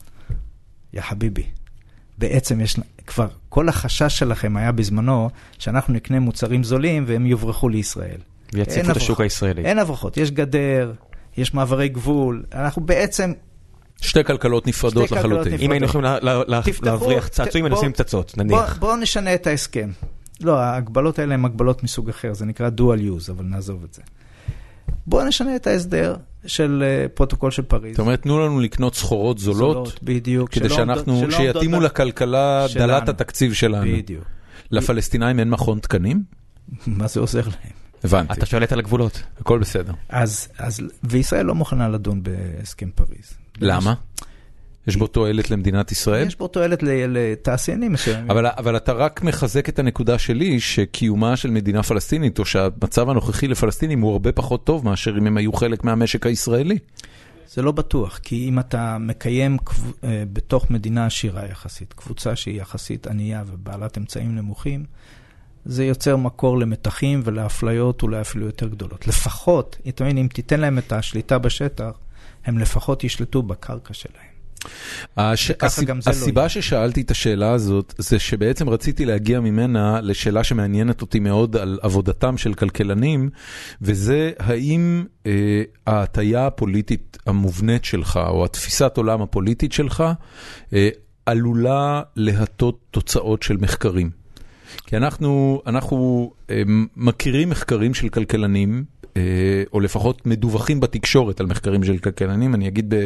יא חביבי, בעצם יש כבר, כל החשש שלכם היה בזמנו שאנחנו נקנה מוצרים זולים והם יוברחו לישראל. ויציפו את השוק הישראלי. אין הברחות, יש גדר, יש מעברי גבול, אנחנו בעצם... שתי כלכלות נפרדות לחלוטין. אם היינו יכולים להבריח צעצועים, נשים פצצות, נניח. בואו נשנה את ההסכם. לא, ההגבלות האלה הן הגבלות מסוג אחר, זה נקרא dual use, אבל נעזוב את זה. בואו נשנה את ההסדר של פרוטוקול של פריז. זאת אומרת, תנו לנו לקנות סחורות זולות, בדיוק, כדי שאנחנו, שיתאימו לכלכלה דלת התקציב שלנו. בדיוק. לפלסטינאים אין מכון תקנים? מה זה עוזר להם? הבנתי. אתה שואלת על הגבולות. הכל בסדר. אז, אז, וישראל לא מוכנה לדון בהסכם פריז. למה? יש בו תועלת למדינת ישראל? יש בו תועלת לתעשיינים מסוימים. אבל, אבל אתה רק מחזק את הנקודה שלי, שקיומה של מדינה פלסטינית, או שהמצב הנוכחי לפלסטינים הוא הרבה פחות טוב, מאשר אם הם היו חלק מהמשק הישראלי. זה לא בטוח, כי אם אתה מקיים בתוך מדינה עשירה יחסית, קבוצה שהיא יחסית ענייה ובעלת אמצעים נמוכים, זה יוצר מקור למתחים ולאפליות אולי אפילו יותר גדולות. לפחות, אם תיתן להם את השליטה בשטח, הם לפחות ישלטו בקרקע שלהם. הש... הסיב... הסיבה לא ששאלתי את השאלה הזאת, זה שבעצם רציתי להגיע ממנה לשאלה שמעניינת אותי מאוד על עבודתם של כלכלנים, וזה האם אה, ההטיה הפוליטית המובנית שלך, או התפיסת עולם הפוליטית שלך, אה, עלולה להטות תוצאות של מחקרים. כי אנחנו, אנחנו אה, מכירים מחקרים של כלכלנים, או לפחות מדווחים בתקשורת על מחקרים של כלכלנים. אני אגיד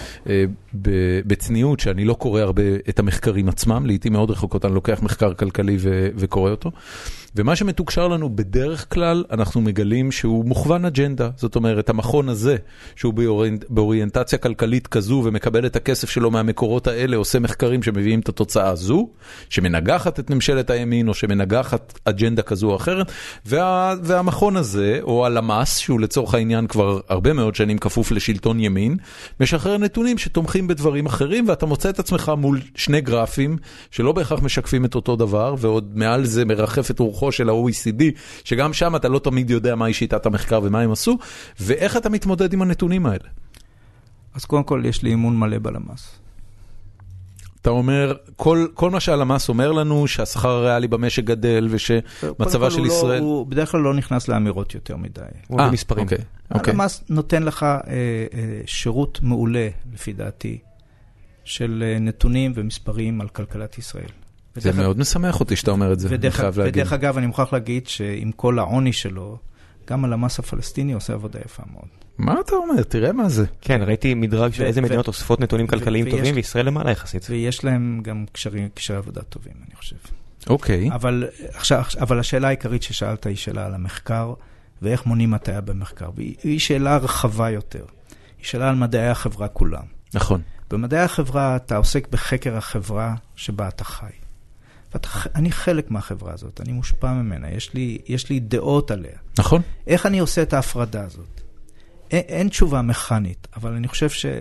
בצניעות שאני לא קורא הרבה את המחקרים עצמם, לעתים מאוד רחוקות אני לוקח מחקר כלכלי וקורא אותו. ומה שמתוקשר לנו בדרך כלל, אנחנו מגלים שהוא מוכוון אג'נדה. זאת אומרת, המכון הזה, שהוא באוריינטציה כלכלית כזו, ומקבל את הכסף שלו מהמקורות האלה, עושה מחקרים שמביאים את התוצאה הזו, שמנגחת את ממשלת הימין, או שמנגחת אג'נדה כזו או אחרת, וה, והמכון הזה, או הלמ"ס, שהוא לצורך העניין כבר הרבה מאוד שנים כפוף לשלטון ימין, משחרר נתונים שתומכים בדברים אחרים, ואתה מוצא את עצמך מול שני גרפים, שלא בהכרח משקפים את אותו דבר, ועוד מעל זה מרחף את רוחו של ה-או אי סי די, שגם שם אתה לא תמיד יודע מהי שיטת המחקר ומה הם עשו, ואיך אתה מתמודד עם הנתונים האלה? אז קודם כל יש לי אימון מלא בלמ"ס. אתה אומר, כל, כל מה שהלמ"ס אומר לנו, שהשכר הריאלי במשק גדל, ושמצבה של ישראל... לא, הוא בדרך כלל לא נכנס לאמירות יותר מדי. הוא במספרים. אוקיי, אוקיי. הלמ"ס נותן לך אה, אה, שירות מעולה, לפי דעתי, של אה, נתונים ומספרים על כלכלת ישראל. זה מאוד משמח אותי שאתה אומר את זה, אני חייב להגיד. ודרך אגב, אני מוכרח להגיד שעם כל העוני שלו, גם הלמ"ס הפלסטיני עושה עבודה יפה מאוד. מה אתה אומר? תראה מה זה. כן, ראיתי מדרג של איזה מדינות אוספות נתונים כלכליים טובים, וישראל למעלה יחסית. ויש להם גם קשרי עבודה טובים, אני חושב. אוקיי. אבל, עכשיו, אבל השאלה העיקרית ששאלת היא שאלה על המחקר, ואיך מונים הטעיה במחקר. והיא שאלה רחבה יותר. היא שאלה על מדעי החברה כולם. נכון. במדעי החברה אתה עוסק בחקר החברה שבה אתה חי. ואני חלק מהחברה הזאת, אני מושפע ממנה, יש לי, יש לי דעות עליה. נכון. איך אני עושה את ההפרדה הזאת? אין, אין תשובה מכנית, אבל אני חושב ש,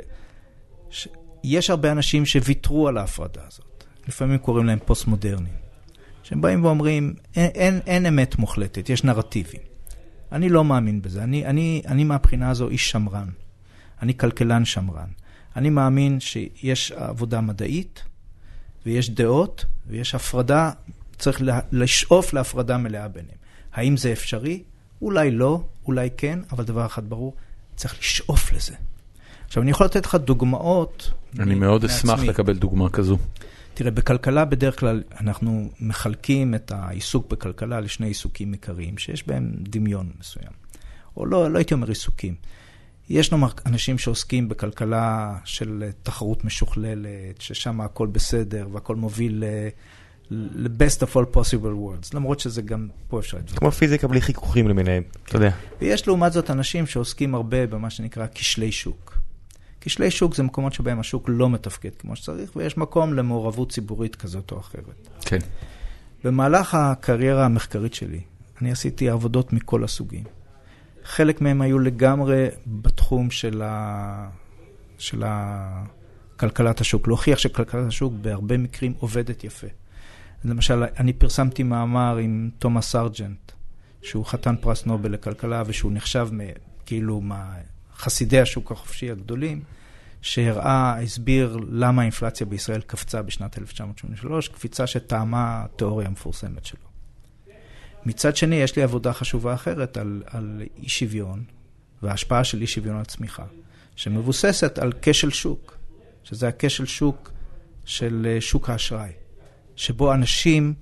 שיש הרבה אנשים שוויתרו על ההפרדה הזאת. לפעמים קוראים להם פוסט-מודרנים. שהם באים ואומרים, אין, אין, אין אמת מוחלטת, יש נרטיבים. אני לא מאמין בזה. אני, אני, אני מהבחינה הזו איש שמרן. אני כלכלן שמרן. אני מאמין שיש עבודה מדעית, ויש דעות, ויש הפרדה, צריך לשאוף להפרדה מלאה ביניהם. האם זה אפשרי? אולי לא, אולי כן, אבל דבר אחד ברור, צריך לשאוף לזה. עכשיו, אני יכול לתת לך דוגמאות. אני מאוד אשמח לקבל דוגמה כזו. תראה, בכלכלה בדרך כלל אנחנו מחלקים את העיסוק בכלכלה לשני עיסוקים עיקריים, שיש בהם דמיון מסוים. או לא, לא הייתי אומר עיסוקים. יש נאמר אנשים שעוסקים בכלכלה של תחרות משוכללת, ששם הכל בסדר, והכל מוביל ל-best of all possible worlds, למרות שזה גם פה אפשר לדבר. כמו פיזיקה בלי חיכוכים למיניהם, אתה יודע. ויש לעומת זאת אנשים שעוסקים הרבה במה שנקרא כשלי שוק. כשלי שוק זה מקומות שבהם השוק לא מתפקד כמו שצריך, ויש מקום למעורבות ציבורית כזאת או אחרת. כן. במהלך הקריירה המחקרית שלי, אני עשיתי עבודות מכל הסוגים. חלק מהם היו לגמרי בתחום של ה... של הכלכלת השוק. להוכיח שכלכלת השוק בהרבה מקרים עובדת יפה. למשל, אני פרסמתי מאמר עם תומאס סרג'נט, שהוא חתן פרס נובל לכלכלה, ושהוא נחשב כאילו מחסידי השוק החופשי הגדולים, שהראה, הסביר למה האינפלציה בישראל קפצה בשנת אלף תשע מאות שמונים ושלוש, קפיצה שטעמה התיאוריה המפורסמת שלו. מצד שני, יש לי עבודה חשובה אחרת על, על אי שוויון, וההשפעה של אי שוויון על צמיחה, שמבוססת על כשל שוק, שזה הכשל שוק של שוק האשראי, שבו אנשים,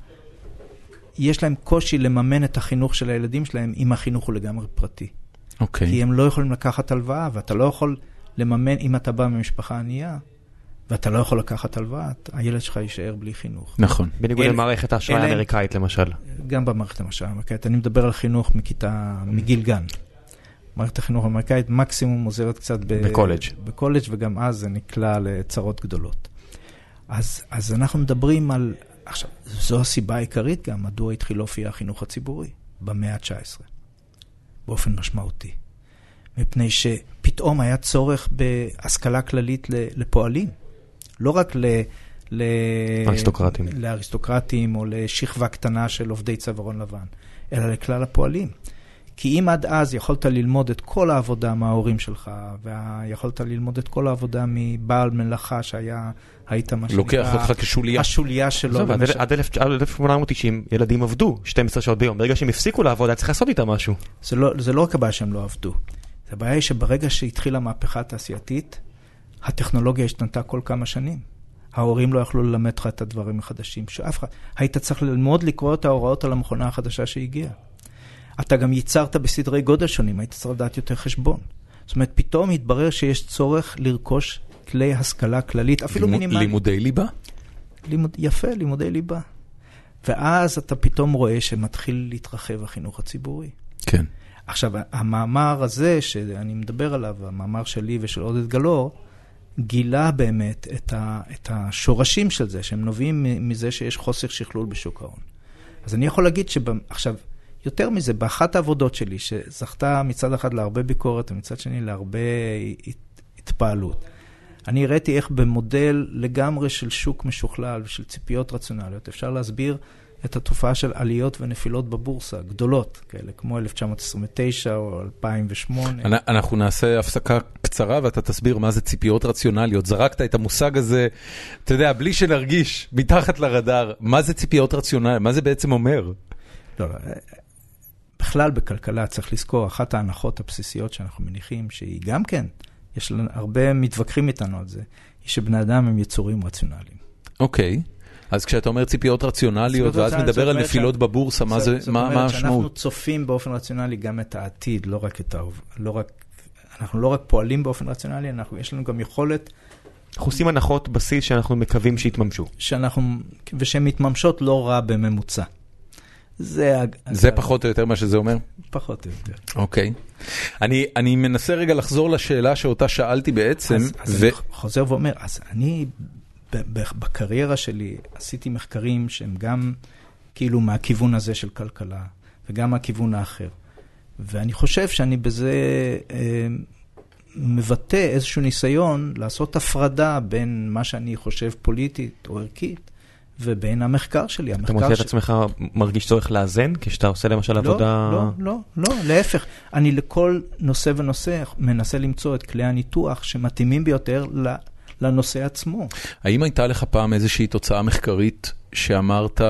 יש להם קושי לממן את החינוך של הילדים שלהם, אם החינוך הוא לגמרי פרטי. אוקיי. כי הם לא יכולים לקחת הלוואה, ואתה לא יכול לממן, אם אתה בא ממשפחה ענייה, ואתה לא יכול לקחת הלוואה, הילד שלך יישאר בלי חינוך. נכון. בניגוד למערכת האשראי האמריקאית למשל. גם במערכת האשראי האמריקאית. אני מדבר על חינוך מכיתה, מגיל גן. מערכת החינוך האמריקאית מקסימום עוזרת קצת בקולג'. בקולג' וגם אז זה נקלע לצרות גדולות. אז, אז אנחנו מדברים על, עכשיו, זו הסיבה העיקרית גם, מדוע התחיל להופיע החינוך הציבורי במאה ה-תשע עשרה. באופן משמעותי. מפני שפתאום היה צורך בהשכלה כללית לפועלים. לא רק ל... לאריסטוקרטים. לאריסטוקרטים או לשכבה קטנה של עובדי צווארון לבן, אלא לכלל הפועלים. כי אם עד אז יכולת ללמוד את כל העבודה מההורים שלך, ויכולת ללמוד את כל העבודה מבעל מלאכה שהיה, היית מה שנקרא... לוקח אותך כשוליה. השוליה שלו. עד אלף שמונה מאות תשעים ילדים עבדו שתים עשרה שעות ביום. ברגע שהם הפסיקו לעבוד, היה צריך לעשות איתם משהו. זה לא, זה לא רק הבעיה שהם לא עבדו. זה הבעיה היא שברגע שהתחילה המהפכה התעשייתית, הטכנולוגיה השתנתה כל כמה שנים. ההורים לא יכלו ללמד לך את הדברים החדשים. שאף אחד, היית צריך ללמוד לקרוא את ההוראות על המכונה החדשה שהגיעה. אתה גם ייצרת בסדרי גודל שונים, היית צריך לדעת יותר חשבון. זאת אומרת, פתאום התברר שיש צורך לרכוש כלי השכלה כללית, אפילו לימוד, מינימלי. לימודי ליבה? לימוד, יפה, לימודי ליבה. ואז אתה פתאום רואה שמתחיל להתרחב החינוך הציבורי. כן. עכשיו, המאמר הזה שאני מדבר עליו, המאמר שלי ושל עודד גלאור, גילה באמת את, ה, את השורשים של זה, שהם נובעים מזה שיש חוסר שכלול בשוק ההון. אז אני יכול להגיד שעכשיו, יותר מזה, באחת העבודות שלי, שזכתה מצד אחד להרבה ביקורת, ומצד שני להרבה התפעלות, אני הראיתי איך במודל לגמרי של שוק משוכלל ושל ציפיות רציונליות, אפשר להסביר את התופעה של עליות ונפילות בבורסה, גדולות כאלה, כמו אלף תשע מאות עשרים ותשע או אלפיים ושמונה. אנחנו נעשה הפסקה קצרה ואתה תסביר מה זה ציפיות רציונליות. זרקת את המושג הזה, אתה יודע, בלי שנרגיש, מתחת לרדאר, מה זה ציפיות רציונליות? מה זה בעצם אומר? לא, לא. בכלל בכלכלה צריך לזכור, אחת ההנחות הבסיסיות שאנחנו מניחים, שהיא גם כן, יש לנו הרבה מתווכחים איתנו על זה, היא שבני אדם הם יצורים רציונליים. אוקיי. אז כשאתה אומר ציפיות רציונליות, ואז מדבר על נפילות בבורסה, מה זה, מה המשמעות? שאנחנו צופים באופן רציונלי גם את העתיד, לא רק את ההווה, לא רק, אנחנו לא רק פועלים באופן רציונלי, אנחנו, יש לנו גם יכולת... אנחנו עושים הנחות בסיס שאנחנו מקווים שיתממשו. שאנחנו, ושהן מתממשות לא רע בממוצע. זה, זה פחות או יותר מה שזה אומר? פחות או יותר. אוקיי. אני, אני מנסה רגע לחזור לשאלה שאותה שאלתי בעצם. אז, אז אני חוזר ואומר, אז אני... בקריירה שלי עשיתי מחקרים שהם גם כאילו מהכיוון הזה של כלכלה, וגם מהכיוון האחר. ואני חושב שאני בזה אה, מבטא איזשהו ניסיון לעשות הפרדה בין מה שאני חושב פוליטית או ערכית, ובין המחקר שלי. אתה מוצא את עצמך מרגיש צורך לאזן, כשאתה עושה למשל עבודה... לא, לא, לא, להפך. אני לכל נושא ונושא מנסה למצוא את כלי הניתוח שמתאימים ביותר ל... לנושא עצמו. האם הייתה לך פעם איזושהי תוצאה מחקרית שאמרת,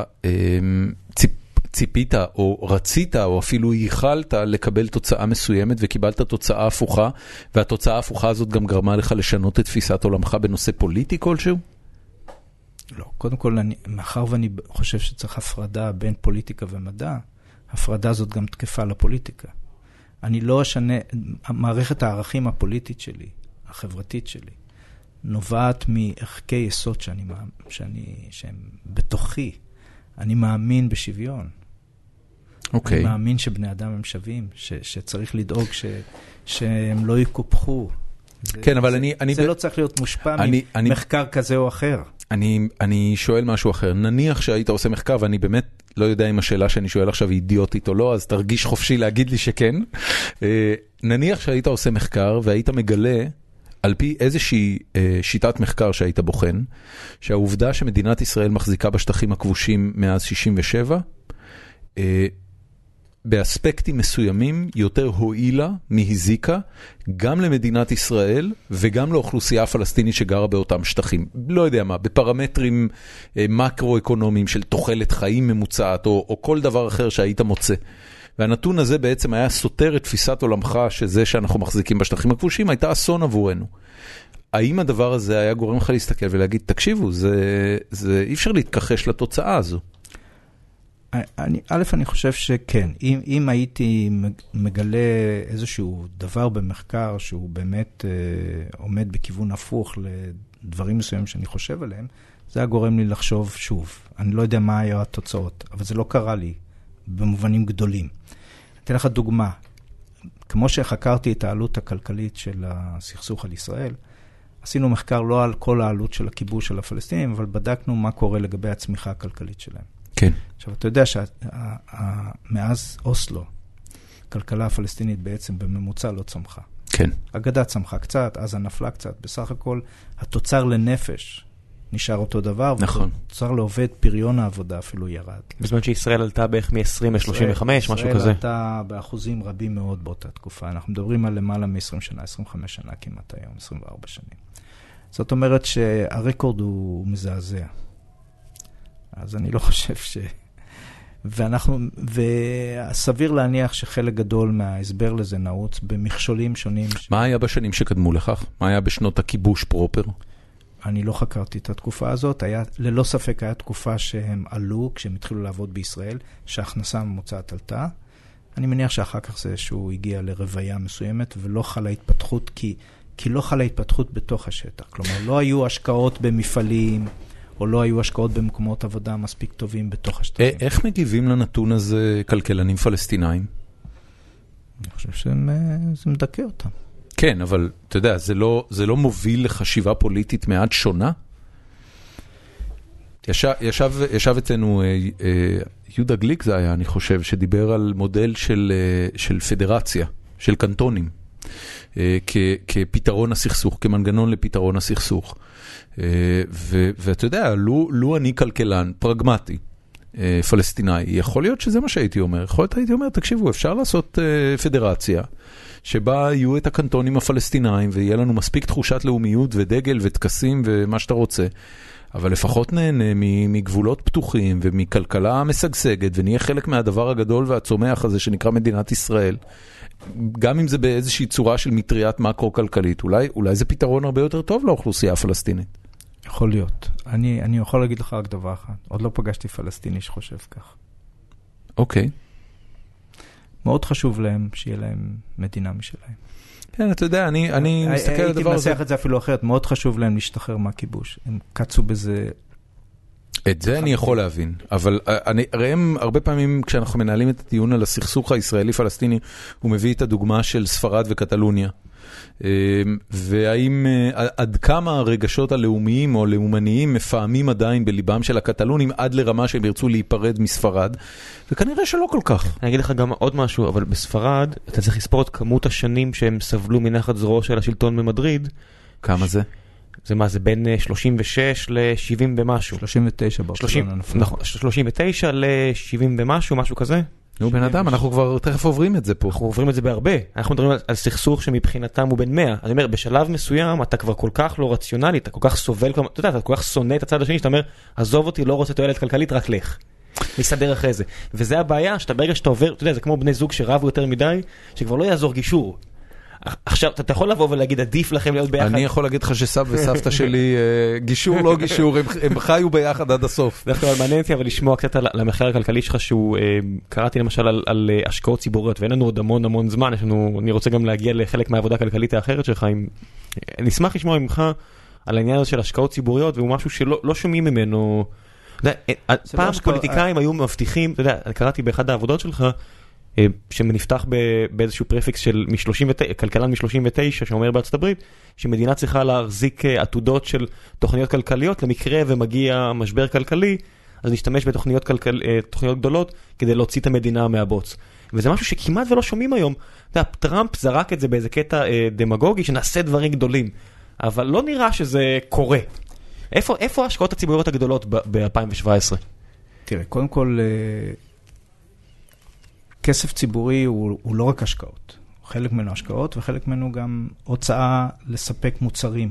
ציפ, ציפית או רצית או אפילו ייחלת לקבל תוצאה מסוימת וקיבלת תוצאה הפוכה, והתוצאה ההפוכה הזאת גם גרמה לך לשנות את תפיסת עולמך בנושא פוליטי כלשהו? לא, קודם כל, אני, מאחר ואני חושב שצריך הפרדה בין פוליטיקה ומדע, הפרדה הזאת גם תקפה לפוליטיקה. אני לא אשנה, מערכת הערכים הפוליטית שלי, החברתית שלי, נובעת מערכי יסוד שאני, שאני, שהם בתוכי. אני מאמין בשוויון. Okay. אני מאמין שבני אדם הם שווים, ש, שצריך לדאוג ש, שהם לא יקופחו. זה, כן, אבל זה, אני... אני זה ב... לא צריך להיות מושפע אני, ממחקר אני... כזה או אחר. אני, אני שואל משהו אחר. נניח שהיית עושה מחקר, ואני באמת לא יודע אם השאלה שאני שואל עכשיו היא אידיוטית או לא, אז תרגיש חופשי להגיד לי שכן. נניח שהיית עושה מחקר והיית מגלה... על פי איזושהי אה, שיטת מחקר שהיית בוחן, שהעובדה שמדינת ישראל מחזיקה בשטחים הכבושים מאז שישים ושבע, אה, באספקטים מסוימים יותר הועילה מהזיקה, גם למדינת ישראל וגם לאוכלוסייה הפלסטינית שגרה באותם שטחים. לא יודע מה, בפרמטרים אה, מקרו-אקונומיים של תוחלת חיים ממוצעת, או, או כל דבר אחר שהיית מוצא. והנתון הזה בעצם היה סותר את תפיסת עולמך, שזה שאנחנו מחזיקים בשטחים הכבושים, הייתה אסון עבורנו. האם הדבר הזה היה גורם לך להסתכל ולהגיד, תקשיבו, זה, זה אי אפשר להתכחש לתוצאה הזו? אני, א', אני חושב שכן. אם, אם הייתי מגלה איזשהו דבר במחקר, שהוא באמת אה, עומד בכיוון הפוך לדברים מסוימים שאני חושב עליהם, זה היה גורם לי לחשוב שוב. אני לא יודע מה היו התוצאות, אבל זה לא קרה לי. במובנים גדולים. אתן לך דוגמה. כמו שחקרתי את העלות הכלכלית של הסכסוך על ישראל, עשינו מחקר לא על כל העלות של הכיבוש של הפלסטינים, אבל בדקנו מה קורה לגבי הצמיחה הכלכלית שלהם. כן. עכשיו, אתה יודע שמאז אוסלו, הכלכלה הפלסטינית בעצם בממוצע לא צמחה. כן. אגדה צמחה קצת, עזה נפלה קצת. בסך הכל, התוצר לנפש נשאר אותו דבר, נכון. וצריך לעובד פריון העבודה אפילו ירד. בזמן שישראל עלתה בערך מ-עשרים ל-שלושים וחמש, משהו כזה. ישראל עלתה באחוזים רבים מאוד באותה תקופה. אנחנו מדברים על למעלה מ-עשרים שנה, עשרים וחמש שנה כמעט היום, עשרים וארבע שנים. זאת אומרת שהרקורד הוא מזעזע. אז אני לא חושב ש... ואנחנו, וסביר להניח שחלק גדול מההסבר לזה נעוץ במכשולים שונים. מה היה בשנים שקדמו לכך? מה היה בשנות הכיבוש פרופר? אני לא חקרתי את התקופה הזאת, היה, ללא ספק היה תקופה שהם עלו כשהם התחילו לעבוד בישראל, שההכנסה הממוצעת עלתה. אני מניח שאחר כך זה שהוא הגיע לרוויה מסוימת, ולא חלה התפתחות, כי, כי לא חלה התפתחות בתוך השטח. כלומר, לא היו השקעות במפעלים, או לא היו השקעות במקומות עבודה מספיק טובים בתוך השטחים. איך מגיבים לנתון הזה כלכלנים פלסטינאים? אני חושב שזה מדכא אותם. כן, אבל אתה יודע, זה לא, זה לא מוביל לחשיבה פוליטית מעט שונה? ישב, ישב, ישב אצלנו אה, אה, יהודה גליק זה היה, אני חושב, שדיבר על מודל של, אה, של פדרציה, של קנטונים, אה, כ, כפתרון הסכסוך, כמנגנון לפתרון הסכסוך. אה, ו, ואתה יודע, לו, לו אני כלכלן פרגמטי, אה, פלסטיני, יכול להיות שזה מה שהייתי אומר. יכול להיות הייתי אומר, תקשיבו, אפשר לעשות אה, פדרציה, שבה יהיו את הקנטונים הפלסטינאים, ויהיה לנו מספיק תחושת לאומיות ודגל וטקסים ומה שאתה רוצה. אבל לפחות נהנה מגבולות פתוחים ומכלכלה משגשגת, ונהיה חלק מהדבר הגדול והצומח הזה שנקרא מדינת ישראל, גם אם זה באיזושהי צורה של מטריית מקרו-כלכלית. אולי, אולי זה פתרון הרבה יותר טוב לאוכלוסייה הפלסטינית. יכול להיות. אני, אני יכול להגיד לך רק דבר אחד. עוד לא פגשתי פלסטיני שחושב כך. אוקיי. מאוד חשוב להם שיהיה להם מדינה משלהם. כן, אתה יודע, אני, אני מסתכל על הדבר הזה. הייתי מנסח את זה אפילו אחרת, מאוד חשוב להם להשתחרר מהכיבוש. הם קצו בזה... את זה אני יכול להבין, אבל אני, הרי הם הרבה פעמים כשאנחנו מנהלים את הדיון על הסכסוך הישראלי-פלסטיני, הוא מביא את הדוגמה של ספרד וקטלוניה. והאם עד כמה הרגשות הלאומיים או לאומניים מפעמים עדיין בליבם של הקטלונים עד לרמה שהם ירצו להיפרד מספרד, וכנראה שלא כל כך. אני אגיד לך גם עוד משהו, אבל בספרד אתה צריך לספור את כמות השנים שהם סבלו מנחת זרועו של השלטון במדריד. כמה זה? זה מה, זה בין שלושים ושש ל-שבעים ומשהו. שלושים ותשע ברצלונה. נכון, שלושים ותשע ל-שבעים ומשהו, משהו כזה. נו, בן אדם, אנחנו כבר תכף עוברים את זה פה. אנחנו עוברים את זה בהרבה. אנחנו מדברים על, על סכסוך שמבחינתם הוא בין מאה. אני אומר, בשלב מסוים אתה כבר כל כך לא רציונלי, אתה כל כך סובל, אתה יודע, אתה כל כך שונא את הצד השני, שאתה אומר, עזוב אותי, לא רוצה תועלת כלכלית, רק לך. נסתדר אחרי זה. וזה הבעיה, שאתה ברגע שאתה עובר, אתה יודע, זה כמו בני זוג שרבו יותר מדי, שכבר לא יעזור גישור. עכשיו, אתה יכול לבוא ולהגיד, עדיף לכם להיות ביחד. אני יכול להגיד לך שסב וסבתא שלי, גישור לא גישור, הם חיו ביחד עד הסוף. זה יכול מעניין אותי, אבל לשמוע קצת על המחקר הכלכלי שלך, שהוא, קראתי למשל על השקעות ציבוריות, ואין לנו עוד המון המון זמן, אני רוצה גם להגיע לחלק מהעבודה הכלכלית האחרת שלך. נשמח לשמוע ממך על העניין הזה של השקעות ציבוריות, והוא משהו שלא שומעים ממנו. פעם פוליטיקאים היו מבטיחים, אתה יודע, קראתי באחד העבודות שלך, שנפתח באיזשהו פרפיקס של כלכלן מ-שלושים ותשע שאומר בארצות הברית שמדינה צריכה להחזיק עתודות של תוכניות כלכליות למקרה ומגיע משבר כלכלי, אז נשתמש בתוכניות כלכל, תוכניות גדולות כדי להוציא את המדינה מהבוץ. וזה משהו שכמעט ולא שומעים היום. אתה יודע, טראמפ זרק את זה באיזה קטע דמגוגי שנעשה דברים גדולים, אבל לא נראה שזה קורה. איפה, איפה ההשקעות הציבוריות הגדולות ב-אלפיים שבע עשרה? תראה, קודם כל כסף ציבורי הוא, הוא לא רק השקעות, הוא חלק ממנו השקעות וחלק ממנו גם הוצאה לספק מוצרים.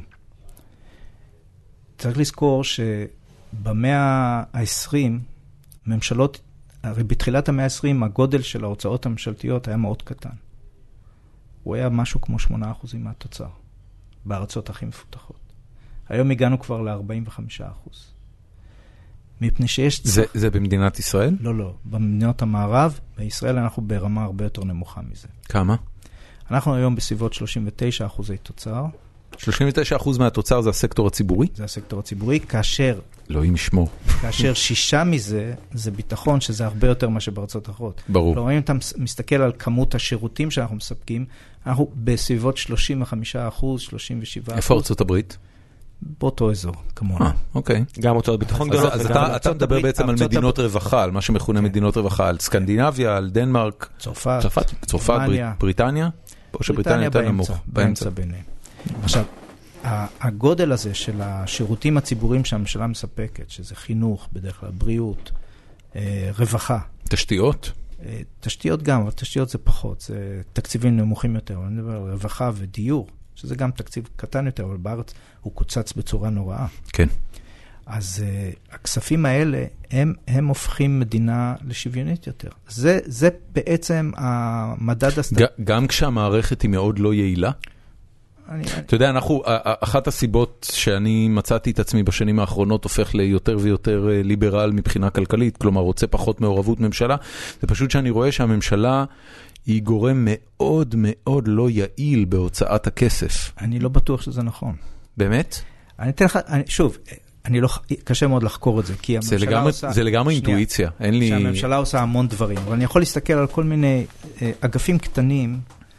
צריך לזכור שבמאה ה-עשרים, ממשלות, הרי בתחילת המאה ה-עשרים הגודל של ההוצאות הממשלתיות היה מאוד קטן. הוא היה משהו כמו שמונה אחוז מהתוצר, בארצות הכי מפותחות. היום הגענו כבר ל-ארבעים וחמישה אחוז. מפני שיש... זה, זה במדינת ישראל? לא, לא. במדינות המערב, בישראל אנחנו ברמה הרבה יותר נמוכה מזה. כמה? אנחנו היום בסביבות שלושים ותשעה אחוזי תוצר. שלושים ותשעה אחוז מהתוצר זה הסקטור הציבורי? זה הסקטור הציבורי, כאשר... לא, אם ישמור. כאשר שישה מזה, זה ביטחון, שזה הרבה יותר מה שבארצות אחרות. ברור. כלומר, אם אתה מסתכל על כמות השירותים שאנחנו מספקים, אנחנו בסביבות שלושים וחמישה אחוז, שלושים ושבעה אחוז. איפה ארצות הברית? באותו אזור, כמונו. אה, אוקיי. גם הוצאות ביטחון גדולות. אז אתה מדבר בעצם על מדינות רווחה, על מה שמכונה מדינות רווחה, על סקנדינביה, על דנמרק, צרפת, צרפת, בריטניה, או שבריטניה יותר נמוך. באמצע ביניהם. עכשיו, הגודל הזה של השירותים הציבוריים שהממשלה מספקת, שזה חינוך, בדרך כלל בריאות, רווחה. תשתיות? תשתיות גם, אבל תשתיות זה פחות, זה תקציבים נמוכים יותר, אני מדבר על רווחה ודיור. שזה גם תקציב קטן יותר, אבל בארץ הוא קוצץ בצורה נוראה. כן. אז uh, הכספים האלה, הם, הם הופכים מדינה לשוויונית יותר. זה, זה בעצם המדד הסטטיסטי. גם כשהמערכת היא מאוד לא יעילה? אתה יודע, אנחנו, אחת הסיבות שאני מצאתי את עצמי בשנים האחרונות הופך ליותר ויותר ליברל מבחינה כלכלית, כלומר רוצה פחות מעורבות ממשלה, זה פשוט שאני רואה שהממשלה היא גורם מאוד מאוד לא יעיל בהוצאת הכסף. אני לא בטוח שזה נכון. באמת? אני אתן לך, אני, שוב, אני לא, קשה מאוד לחקור את זה, כי הממשלה זה לגמרי, עושה... זה לגמרי אינטואיציה, אין לי... שהממשלה עושה המון דברים, אבל אני יכול להסתכל על כל מיני אה, אגפים קטנים,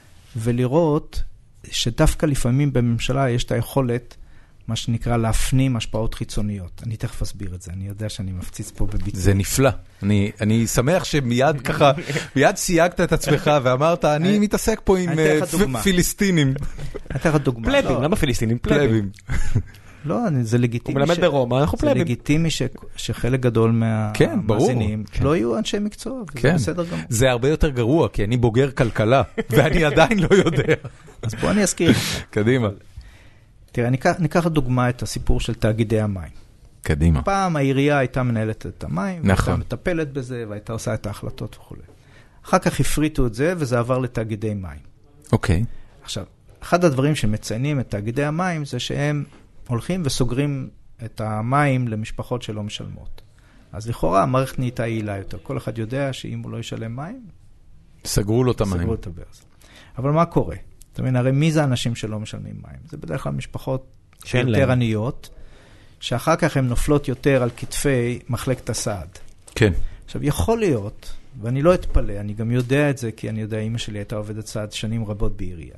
ולראות שדווקא לפעמים בממשלה יש את היכולת, מה שנקרא להפנים השפעות חיצוניות. אני תכף אסביר את זה, אני יודע שאני מפציץ פה בביטוי. זה נפלא. אני, אני שמח שמיד ככה, מיד סייגת את עצמך ואמרת, אני מתעסק פה עם פיליסטינים. אני אתן לך דוגמה. פלבים, למה פיליסטינים? פלבים. לא, זה לגיטימי. הוא מלמד ברומא, אנחנו פלבים. זה לגיטימי שחלק גדול מהמאזינים לא יהיו אנשי מקצוע, וזה בסדר גמור. זה הרבה יותר גרוע, כי אני בוגר כלכלה, ואני עדיין לא יודע. אז פה אני אזכיר. קדימה. תראה, ניקח דוגמה את הסיפור של תאגידי המים. קדימה. פעם העירייה הייתה מנהלת את המים, נכון. והייתה מטפלת בזה, והייתה עושה את ההחלטות וכו'. אחר כך הפריטו את זה, וזה עבר לתאגידי מים. אוקיי. עכשיו, אחד הדברים שמציינים את תאגידי המים, זה שהם הולכים וסוגרים את המים למשפחות שלא משלמות. אז לכאורה, המערכת נהייתה יעילה יותר. כל אחד יודע שאם הוא לא ישלם מים, סגרו לו את המים. סגרו את הברז. אבל מה קורה? אתה מבין, הרי מי זה האנשים שלא משלמים מים? זה בדרך כלל משפחות יותר עניות, שאחר כך הן נופלות יותר על כתפי מחלקת הסעד. כן. עכשיו, יכול להיות, ואני לא אתפלא, אני גם יודע את זה, כי אני יודע, אמא שלי הייתה עובדת סעד שנים רבות בעירייה,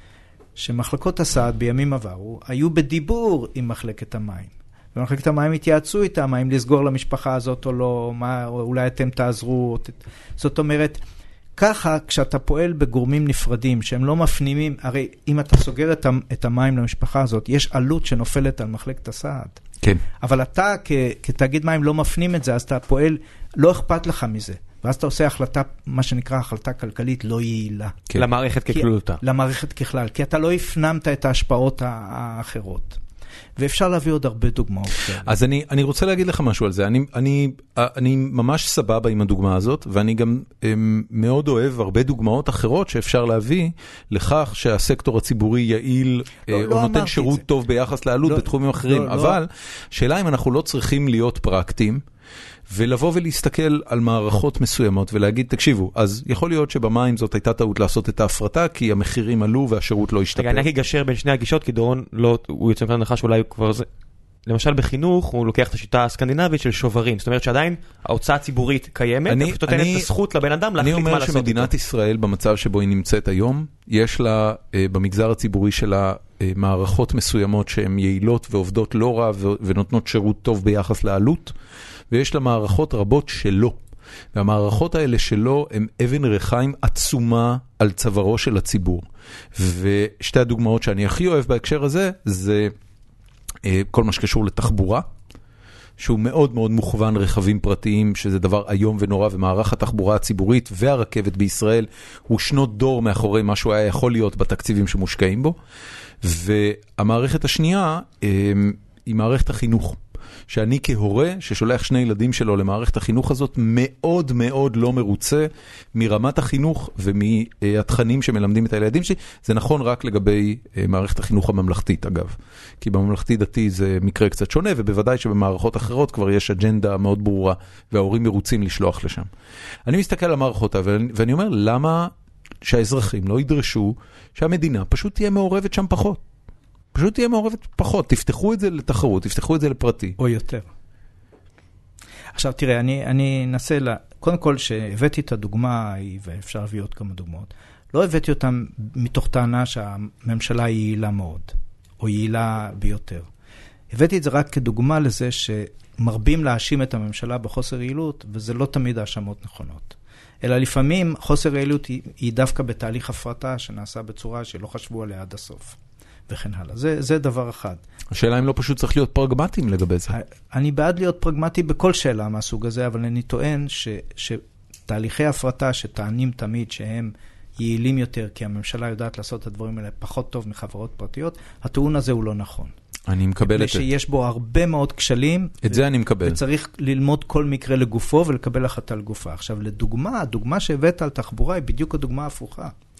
שמחלקות הסעד בימים עברו, היו בדיבור עם מחלקת המים. ומחלקת המים התייעצו איתם, האם לסגור למשפחה הזאת או לא, מה, או אולי אתם תעזרו. זאת אומרת, ככה, כשאתה פועל בגורמים נפרדים, שהם לא מפנימים, הרי אם אתה סוגר את, את המים למשפחה הזאת, יש עלות שנופלת על מחלקת הסעד. כן. אבל אתה כ, כתאגיד מים לא מפנים את זה, אז אתה פועל, לא אכפת לך מזה. ואז אתה עושה החלטה, מה שנקרא החלטה כלכלית, לא יעילה. כן. למערכת ככלולתה. למערכת ככלל, כי אתה לא הפנמת את ההשפעות האחרות. ואפשר להביא עוד הרבה דוגמאות. אז אני, אני רוצה להגיד לך משהו על זה. אני, אני, אני ממש סבבה עם הדוגמה הזאת, ואני גם מאוד אוהב הרבה דוגמאות אחרות שאפשר להביא לכך שהסקטור הציבורי יעיל, לא, או לא נותן שירות טוב ביחס לעלות לא, בתחומים אחרים. לא, אבל לא. שאלה אם אנחנו לא צריכים להיות פרקטיים, ולבוא ולהסתכל על מערכות מסוימות ולהגיד, תקשיבו, אז יכול להיות שבמים זאת הייתה טעות לעשות את ההפרטה, כי המחירים עלו והשירות לא השתפר. רגע, אני אגשר בין שני הגישות, כי דורון לא, הוא יוצא מכאן הנחה שאולי הוא כבר זה. למשל בחינוך, הוא לוקח את השיטה הסקנדינבית של שוברים. זאת אומרת שעדיין ההוצאה הציבורית קיימת, אני פשוט נותנת את הזכות לבן אדם להחליט מה לעשות. אני אומר שמדינת ישראל, במצב שבו היא נמצאת היום, יש לה במגזר הציבורי שלה מערכות מסוימות שהן יעילות ועובדות לא רע ונותנות שירות טוב ביחס לעלות. ויש לה מערכות רבות שלא. והמערכות האלה שלא הן אבן רחיים עצומה על צווארו של הציבור. ושתי הדוגמאות שאני הכי אוהב בהקשר הזה, זה כל מה שקשור לתחבורה, שהוא מאוד מאוד מוכוון רכבים פרטיים, שזה דבר היום ונורא, ומערך התחבורה הציבורית והרכבת בישראל הוא שנות דור מאחורי מה שהוא היה יכול להיות בתקציבים שמושקעים בו. והמערכת השנייה היא מערכת החינוך. שאני כהורה ששולח שני ילדים שלו למערכת החינוך הזאת מאוד מאוד לא מרוצה מרמת החינוך ומהתכנים שמלמדים את הילדים שלי. זה נכון רק לגבי מערכת החינוך הממלכתית אגב. כי בממלכתי דתי זה מקרה קצת שונה, ובוודאי שבמערכות אחרות כבר יש אג'נדה מאוד ברורה וההורים מרוצים לשלוח לשם. אני מסתכל על המערכות האלה ואני אומר למה שהאזרחים לא ידרשו שהמדינה פשוט תהיה מעורבת שם פחות. פשוט תהיה מעורבת פחות, תפתחו את זה לתחרות, תפתחו את זה לפרטי. או יותר. עכשיו תראה, אני, אני אנסה, לה... קודם כל שהבאתי את הדוגמה, ואפשר להביא עוד כמה דוגמאות, לא הבאתי אותם מתוך טענה שהממשלה היא יעילה מאוד, או יעילה ביותר. הבאתי את זה רק כדוגמה לזה שמרבים להאשים את הממשלה בחוסר יעילות, וזה לא תמיד האשמות נכונות. אלא לפעמים חוסר יעילות היא, היא דווקא בתהליך הפרטה שנעשה בצורה שלא חשבו עליה עד הסוף. וכן הלאה. זה, זה דבר אחד. השאלה אם לא פשוט צריך להיות פרגמטיים לגבי זה. אני בעד להיות פרגמטי בכל שאלה מהסוג הזה, אבל אני טוען ש, שתהליכי הפרטה שטענים תמיד שהם יעילים יותר, כי הממשלה יודעת לעשות את הדברים האלה פחות טוב מחברות פרטיות, הטיעון הזה הוא לא נכון. אני מקבל את זה. שיש בו הרבה מאוד כשלים. את זה אני מקבל. וצריך ללמוד כל מקרה לגופו ולקבל החלטה לגופה. עכשיו, לדוגמה, הדוגמה שהבאת על תחבורה היא בדיוק הדוגמה ההפוכה.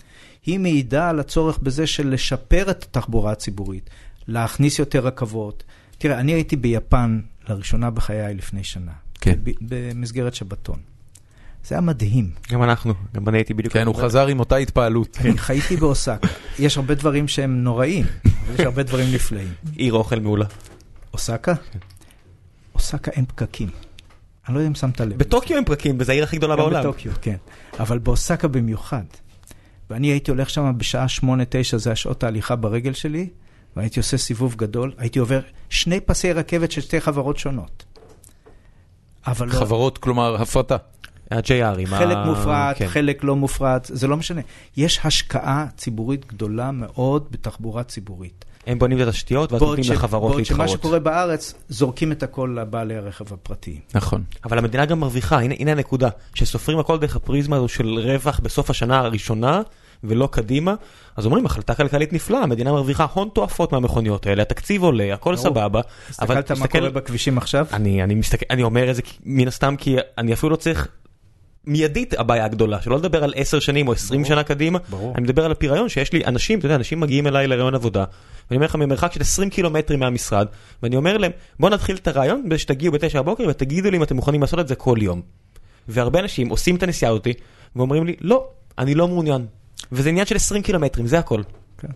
היא מעידה על הצורך בזה של לשפר את התחבורה הציבורית, להכניס יותר רכבות. תראה, אני הייתי ביפן לראשונה בחיי לפני שנה, כן. במסגרת שבתון. זה היה מדהים. גם אנחנו, גם אני הייתי בדיוק... כן, הוא חזר עם אותה התפעלות. אני חייתי באוסקה. יש הרבה דברים שהם נוראים, אבל יש הרבה דברים נפלאים. עיר אוכל מעולה. אוסקה? אוסקה אין פקקים. אני לא יודע אם שמת לב. בטוקיו אין פקקים, וזה העיר הכי גדולה בעולם. גם בטוקיו, כן. אבל באוסקה במיוחד. ואני הייתי הולך שם בשעה שמונה תשע, זה השעות ההליכה ברגל שלי, והייתי עושה סיבוב גדול, הייתי עובר שני פסי רכבת של שתי חברות שונות. חברות, כלומר, הפרטה. ה-ג'יי אר. חלק מופרט, חלק לא מופרט, זה לא משנה. יש השקעה ציבורית גדולה מאוד בתחבורה ציבורית. הם בונים את התשתיות, ואז נותנים לחברות להתחרות. בעוד שמה שקורה בארץ, זורקים את הכל לבעלי הרכב הפרטי. נכון. אבל המדינה גם מרוויחה, הנה, הנה הנקודה, שסופרים הכל דרך הפריזמה הזו של רווח בסוף השנה הראשונה, ולא קדימה, אז אומרים, החלטה כלכלית נפלאה, המדינה מרוויחה הון תועפות מהמכוניות האלה, התקציב עולה, הכל סבבה. הסתכלת מה קורה בכבישים עכשיו? אני, אני מסתכל, אני אומר את זה מן הסתם, כי אני אפילו לא צריך מיידית הבעיה הגדולה, שלא לדבר על עשר שנים או עשרים שנה קדימה, אני מדבר על הפיריון שיש לי אנשים, אתה יודע, אנשים מגיעים אליי לרעיון עבודה, ואני אומר לך ממרחק של עשרים קילומטרים מהמשרד, ואני אומר להם, בוא נתחיל את הרעיון, שתגיעו בתשע הבוקר ותגידו לי אם אתם מוכנים לעשות את זה כל יום. והרבה אנשים עושים את הנסיעה אותי, ואומרים לי, לא, אני לא מעוניין. וזה עניין של עשרים קילומטרים, זה הכל. כן.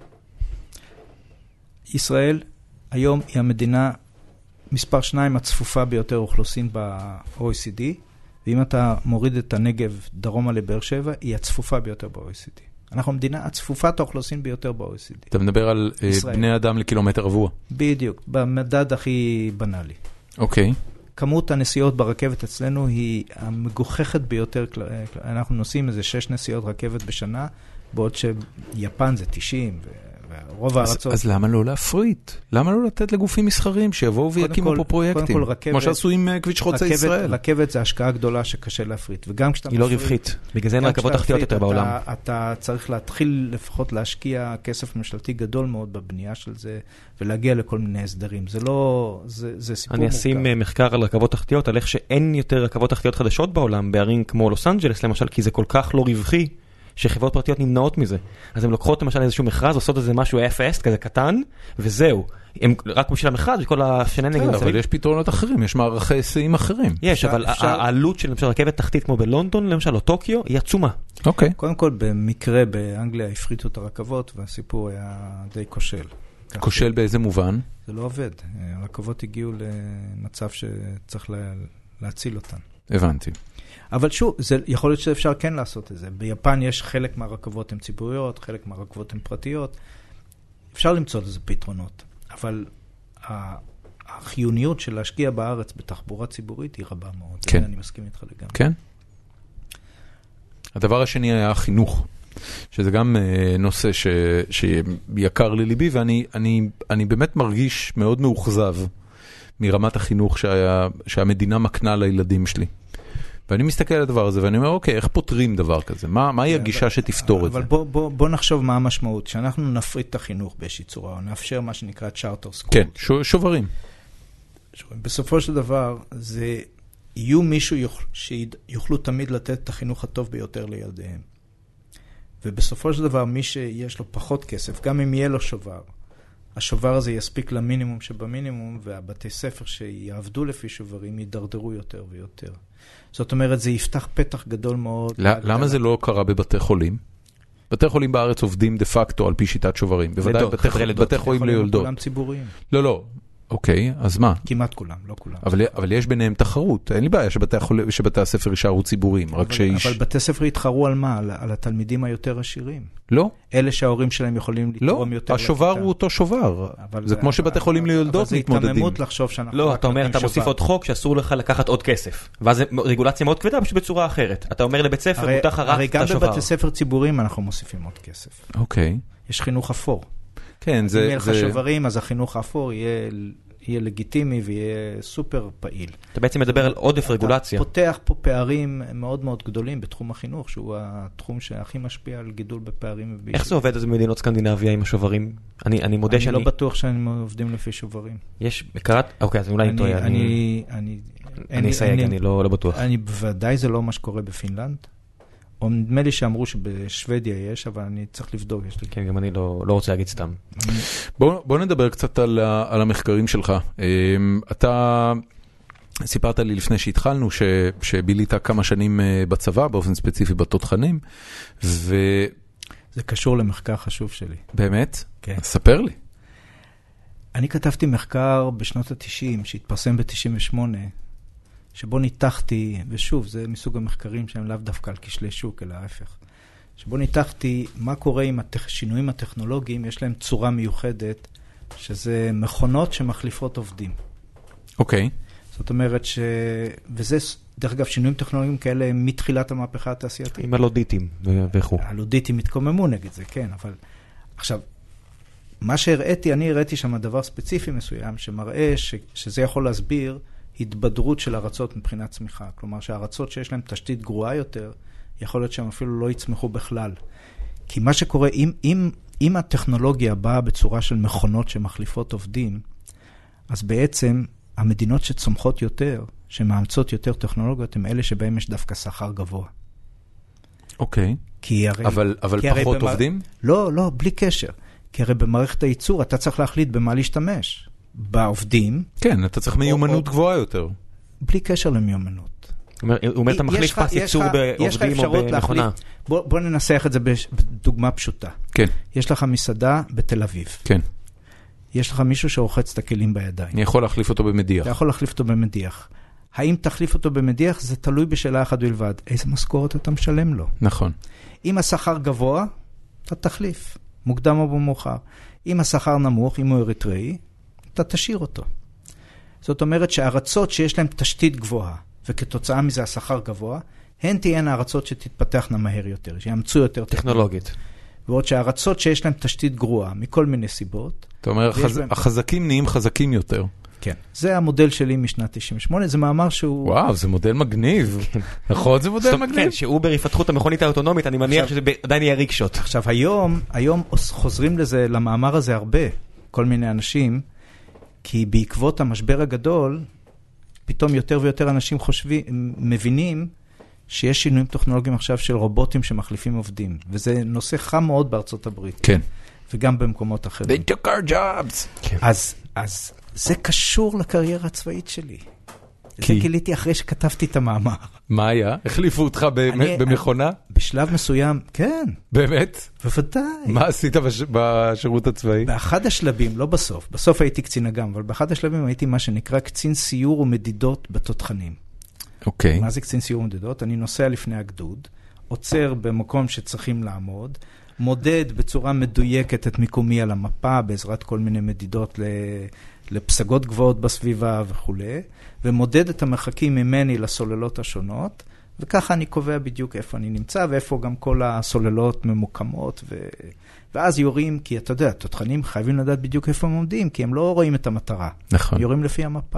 ישראל היום היא המדינה מספר שניים הצפופה ביותר אוכלוסין ב-או אי סי די, ואם אתה מוריד את הנגב דרומה לבאר שבע, היא הצפופה ביותר ב-או אי סי די. אנחנו המדינה הצפופת האוכלוסין ביותר ב-או אי סי די. אתה מדבר על ישראל. בני אדם לקילומטר רבוע. בדיוק, במדד הכי בנאלי. אוקיי. כמות הנסיעות ברכבת אצלנו היא המגוחכת ביותר. אנחנו נוסעים איזה שש נסיעות רכבת בשנה, בעוד שיפן זה תשעים, ורוב הארצות... אז למה לא להפריט? למה לא לתת לגופים מסחרים שיבואו ויקימו פה פרויקטים? כמו שעשו עם כביש חוצה ישראל. רכבת זה השקעה גדולה שקשה להפריט. וגם כשאתה היא לא רווחית. בגלל זה אין רכבות תחתיות יותר בעולם. אתה צריך להתחיל לפחות להשקיע כסף ממשלתי גדול מאוד בבנייה של זה, ולהגיע לכל מיני הסדרים. זה לא... זה סיפור מורכב. אני אשים מחקר על רכבות תחתיות, על איך שאין יותר רכבות תחתיות חדשות בעולם, בערים כמו לוס אנג'לס למשל, כי זה כל כך לא רווחי. שחברות פרטיות נמנעות מזה. אז הן לוקחות למשל איזשהו מכרז, עושות איזה משהו אפס, כזה קטן, וזהו. הם רק בשביל המכרז, וכל השננגים. אבל יש פתרונות אחרים, יש מערכי היסעים אחרים. יש, אבל העלות של למשל רכבת תחתית כמו בלונדון, למשל, או טוקיו, היא עצומה. אוקיי. קודם כל, במקרה באנגליה הפריטו את הרכבות, והסיפור היה די כושל. כושל באיזה מובן? זה לא עובד. הרכבות הגיעו למצב שצריך להציל אותן. הבנתי. אבל שוב, זה, יכול להיות שאפשר כן לעשות את זה. ביפן יש חלק מהרכבות הן ציבוריות, חלק מהרכבות הן פרטיות. אפשר למצוא לזה פתרונות. אבל החיוניות של להשקיע בארץ בתחבורה ציבורית היא רבה מאוד. כן. אני מסכים איתך לגמרי. כן. הדבר השני היה החינוך, שזה גם נושא ש, שיקר לליבי, ואני אני, אני באמת מרגיש מאוד מאוכזב מרמת החינוך שהיה, שהמדינה מקנה לילדים שלי. ואני מסתכל על הדבר הזה, ואני אומר, אוקיי, איך פותרים דבר כזה? מה, מהי הגישה שתפתור את זה? אבל בוא, בוא, בוא נחשוב מה המשמעות. שאנחנו נפריט את החינוך באיזושהי צורה, או נאפשר מה שנקרא צ'ארטר סקול. כן, שוברים. בסופו של דבר, זה יהיו מישהו שיוכלו תמיד לתת את החינוך הטוב ביותר לילדיהם. ובסופו של דבר, מי שיש לו פחות כסף, גם אם יהיה לו שובר, השובר הזה יספיק למינימום שבמינימום, והבתי ספר שיעבדו לפי שוברים יידרדרו יותר ויותר. זאת אומרת, זה יפתח פתח גדול מאוד. למה זה לא קרה בבתי חולים? בתי חולים בארץ עובדים דה פקטו על פי שיטת שוברים. בוודאי בתי חולים ליולדות. כולם ציבוריים. לא, לא. אוקיי, אז מה? כמעט כולם, לא כולם. אבל, אבל יש ביניהם תחרות. אין לי בעיה שבתי, החול... שבתי הספר יישארו ציבוריים. רק אבל, שיש... אבל בתי ספר יתחרו על מה? על, על התלמידים היותר עשירים. לא. אלה שההורים שלהם יכולים לתרום לא, יותר. לא, השובר הוא אותו שובר. זה, זה כמו שבתי חולים ליולדות מתמודדים. אבל זה התאממות לחשוב שאנחנו... לא, אתה אומר, אתה מוסיף עוד חוק שאסור לך לקחת עוד כסף. ואז זה רגולציה מאוד כבדה, פשוט בצורה אחרת. אתה אומר לבית ספר, הרי, מותר לך רק את השובר. הרי גם בבתי ספר ציבוריים אנחנו מוסיפים עוד כסף. אוקיי. יש חינוך אפור. כן, זה... אם יהיה לך זה... שוברים, אז החינוך האפור יהיה... יהיה לגיטימי ויהיה סופר פעיל. אתה בעצם מדבר על עודף רגולציה. אתה פותח פה פערים מאוד מאוד גדולים בתחום החינוך, שהוא התחום שהכי משפיע על גידול בפערים. איך זה עובד אז במדינות סקנדינביה עם השוברים? אני, אני מודה אני שאני... אני לא בטוח שאני עובדים לפי שוברים. יש, קראת? אוקיי, אז אולי אני טועה. אני... אני... אני אסייג, אני לא, לא בטוח. אני בוודאי זה לא מה שקורה בפינלנד, או נדמה לי שאמרו שבשוודיה יש, אבל אני צריך לבדוק. יש לי... כן, גם אני לא, לא רוצה להגיד סתם. בוא, בוא נדבר קצת על, על המחקרים שלך. אתה סיפרת לי לפני שהתחלנו, ש, שבילית כמה שנים בצבא, באופן ספציפי בתותחנים, ו... זה קשור למחקר חשוב שלי. באמת? כן. ספר לי. אני כתבתי מחקר בשנות ה-תשעים, שהתפרסם ב-תשעים ושמונה, שבו ניתחתי, ושוב, זה מסוג המחקרים שהם לאו דווקא על כשלי שוק, אלא ההפך. שבו ניתחתי מה קורה עם השינויים הטכנולוגיים, יש להם צורה מיוחדת, שזה מכונות שמחליפות עובדים. אוקיי. Okay. זאת אומרת ש... וזה, דרך אגב, שינויים טכנולוגיים כאלה מתחילת המהפכה התעשייתית. עם הלודיטים וכו'. הלודיטים התקוממו נגד זה, כן, אבל... עכשיו, מה שהראיתי, אני הראיתי שם דבר ספציפי מסוים, שמראה ש... שזה יכול להסביר התבדרות של ארצות מבחינת צמיחה. כלומר, שהארצות שיש להן תשתית גרועה יותר, יכול להיות שהם אפילו לא יצמחו בכלל. כי מה שקורה, אם, אם, אם הטכנולוגיה באה בצורה של מכונות שמחליפות עובדים, אז בעצם המדינות שצומחות יותר, שמאמצות יותר טכנולוגיות, הם אלה שבהם יש דווקא שכר גבוה. אוקיי. כי הרי, אבל, אבל כי פחות במע... עובדים? לא, לא, בלי קשר. כי הרי במערכת הייצור אתה צריך להחליט במה להשתמש. בעובדים. כן, אתה צריך מיומנות או, גבוהה יותר. בלי קשר למיומנות. הוא אומר, אתה מחליף פס ייצור בעובדים או במכונה. בוא, בוא ננסח את זה בדוגמה פשוטה. כן. יש לך מסעדה בתל אביב. כן. יש לך מישהו שרוחץ את הכלים בידיים. אני יכול להחליף אותו במדיח. אתה יכול להחליף אותו במדיח. האם תחליף אותו במדיח? זה תלוי בשאלה אחת בלבד. איזה משכורת אתה משלם לו? נכון. אם השכר גבוה, אתה תחליף. מוקדם או במאוחר. אם השכר נמוך, אם הוא אריתראי, אתה תשאיר אותו. זאת אומרת שהארצות שיש להן תשתית גבוהה, וכתוצאה מזה השכר גבוה, הן תהייין הארצות שתתפתחנה מהר יותר, שיאמצו יותר טכנולוגית. ועוד שהארצות שיש להן תשתית גרועה, מכל מיני סיבות. אתה אומר, החז... בהם... החזקים נהיים חזקים יותר. כן. זה המודל שלי משנת תשעים ושמונה, זה מאמר שהוא... וואו, זה מודל מגניב. נכון, זה מודל מגניב. כן, שאובר יפתחו את המכונית האוטונומית, אני מניח שזה עדיין יהיה ריקשות. עכשיו, היום, היום חוזרים לזה, למאמר הזה הרבה, כל מיני אנשים, כי בעקבות המשבר הגדול, פתאום יותר ויותר אנשים חושבים, מבינים שיש שינויים טכנולוגיים עכשיו של רובוטים שמחליפים עובדים, וזה נושא חם מאוד בארצות הברית. כן. וגם במקומות אחרים. They took our jobs. כן. אז, אז זה קשור לקריירה הצבאית שלי. כי? זה גיליתי אחרי שכתבתי את המאמר. מה היה? החליפו אותך אני, במכונה? אני, בשלב מסוים, כן. באמת? בוודאי. מה עשית בש... בשירות הצבאי? באחד השלבים, לא בסוף, בסוף הייתי קצין אג"ם, אבל באחד השלבים הייתי מה שנקרא קצין סיור ומדידות בתותחנים. אוקיי. מה זה קצין סיור ומדידות? אני נוסע לפני הגדוד, עוצר במקום שצריכים לעמוד, מודד בצורה מדויקת את מיקומי על המפה, בעזרת כל מיני מדידות לפסגות גבוהות בסביבה וכו', ומודד את המרחקים ממני לסוללות השונות, וככה אני קובע בדיוק איפה אני נמצא, ואיפה גם כל הסוללות ממוקמות, ו... ואז יורים, כי אתה יודע, תותחנים חייבים לדעת בדיוק איפה הם עומדים, כי הם לא רואים את המטרה. נכון. יורים לפי המפה.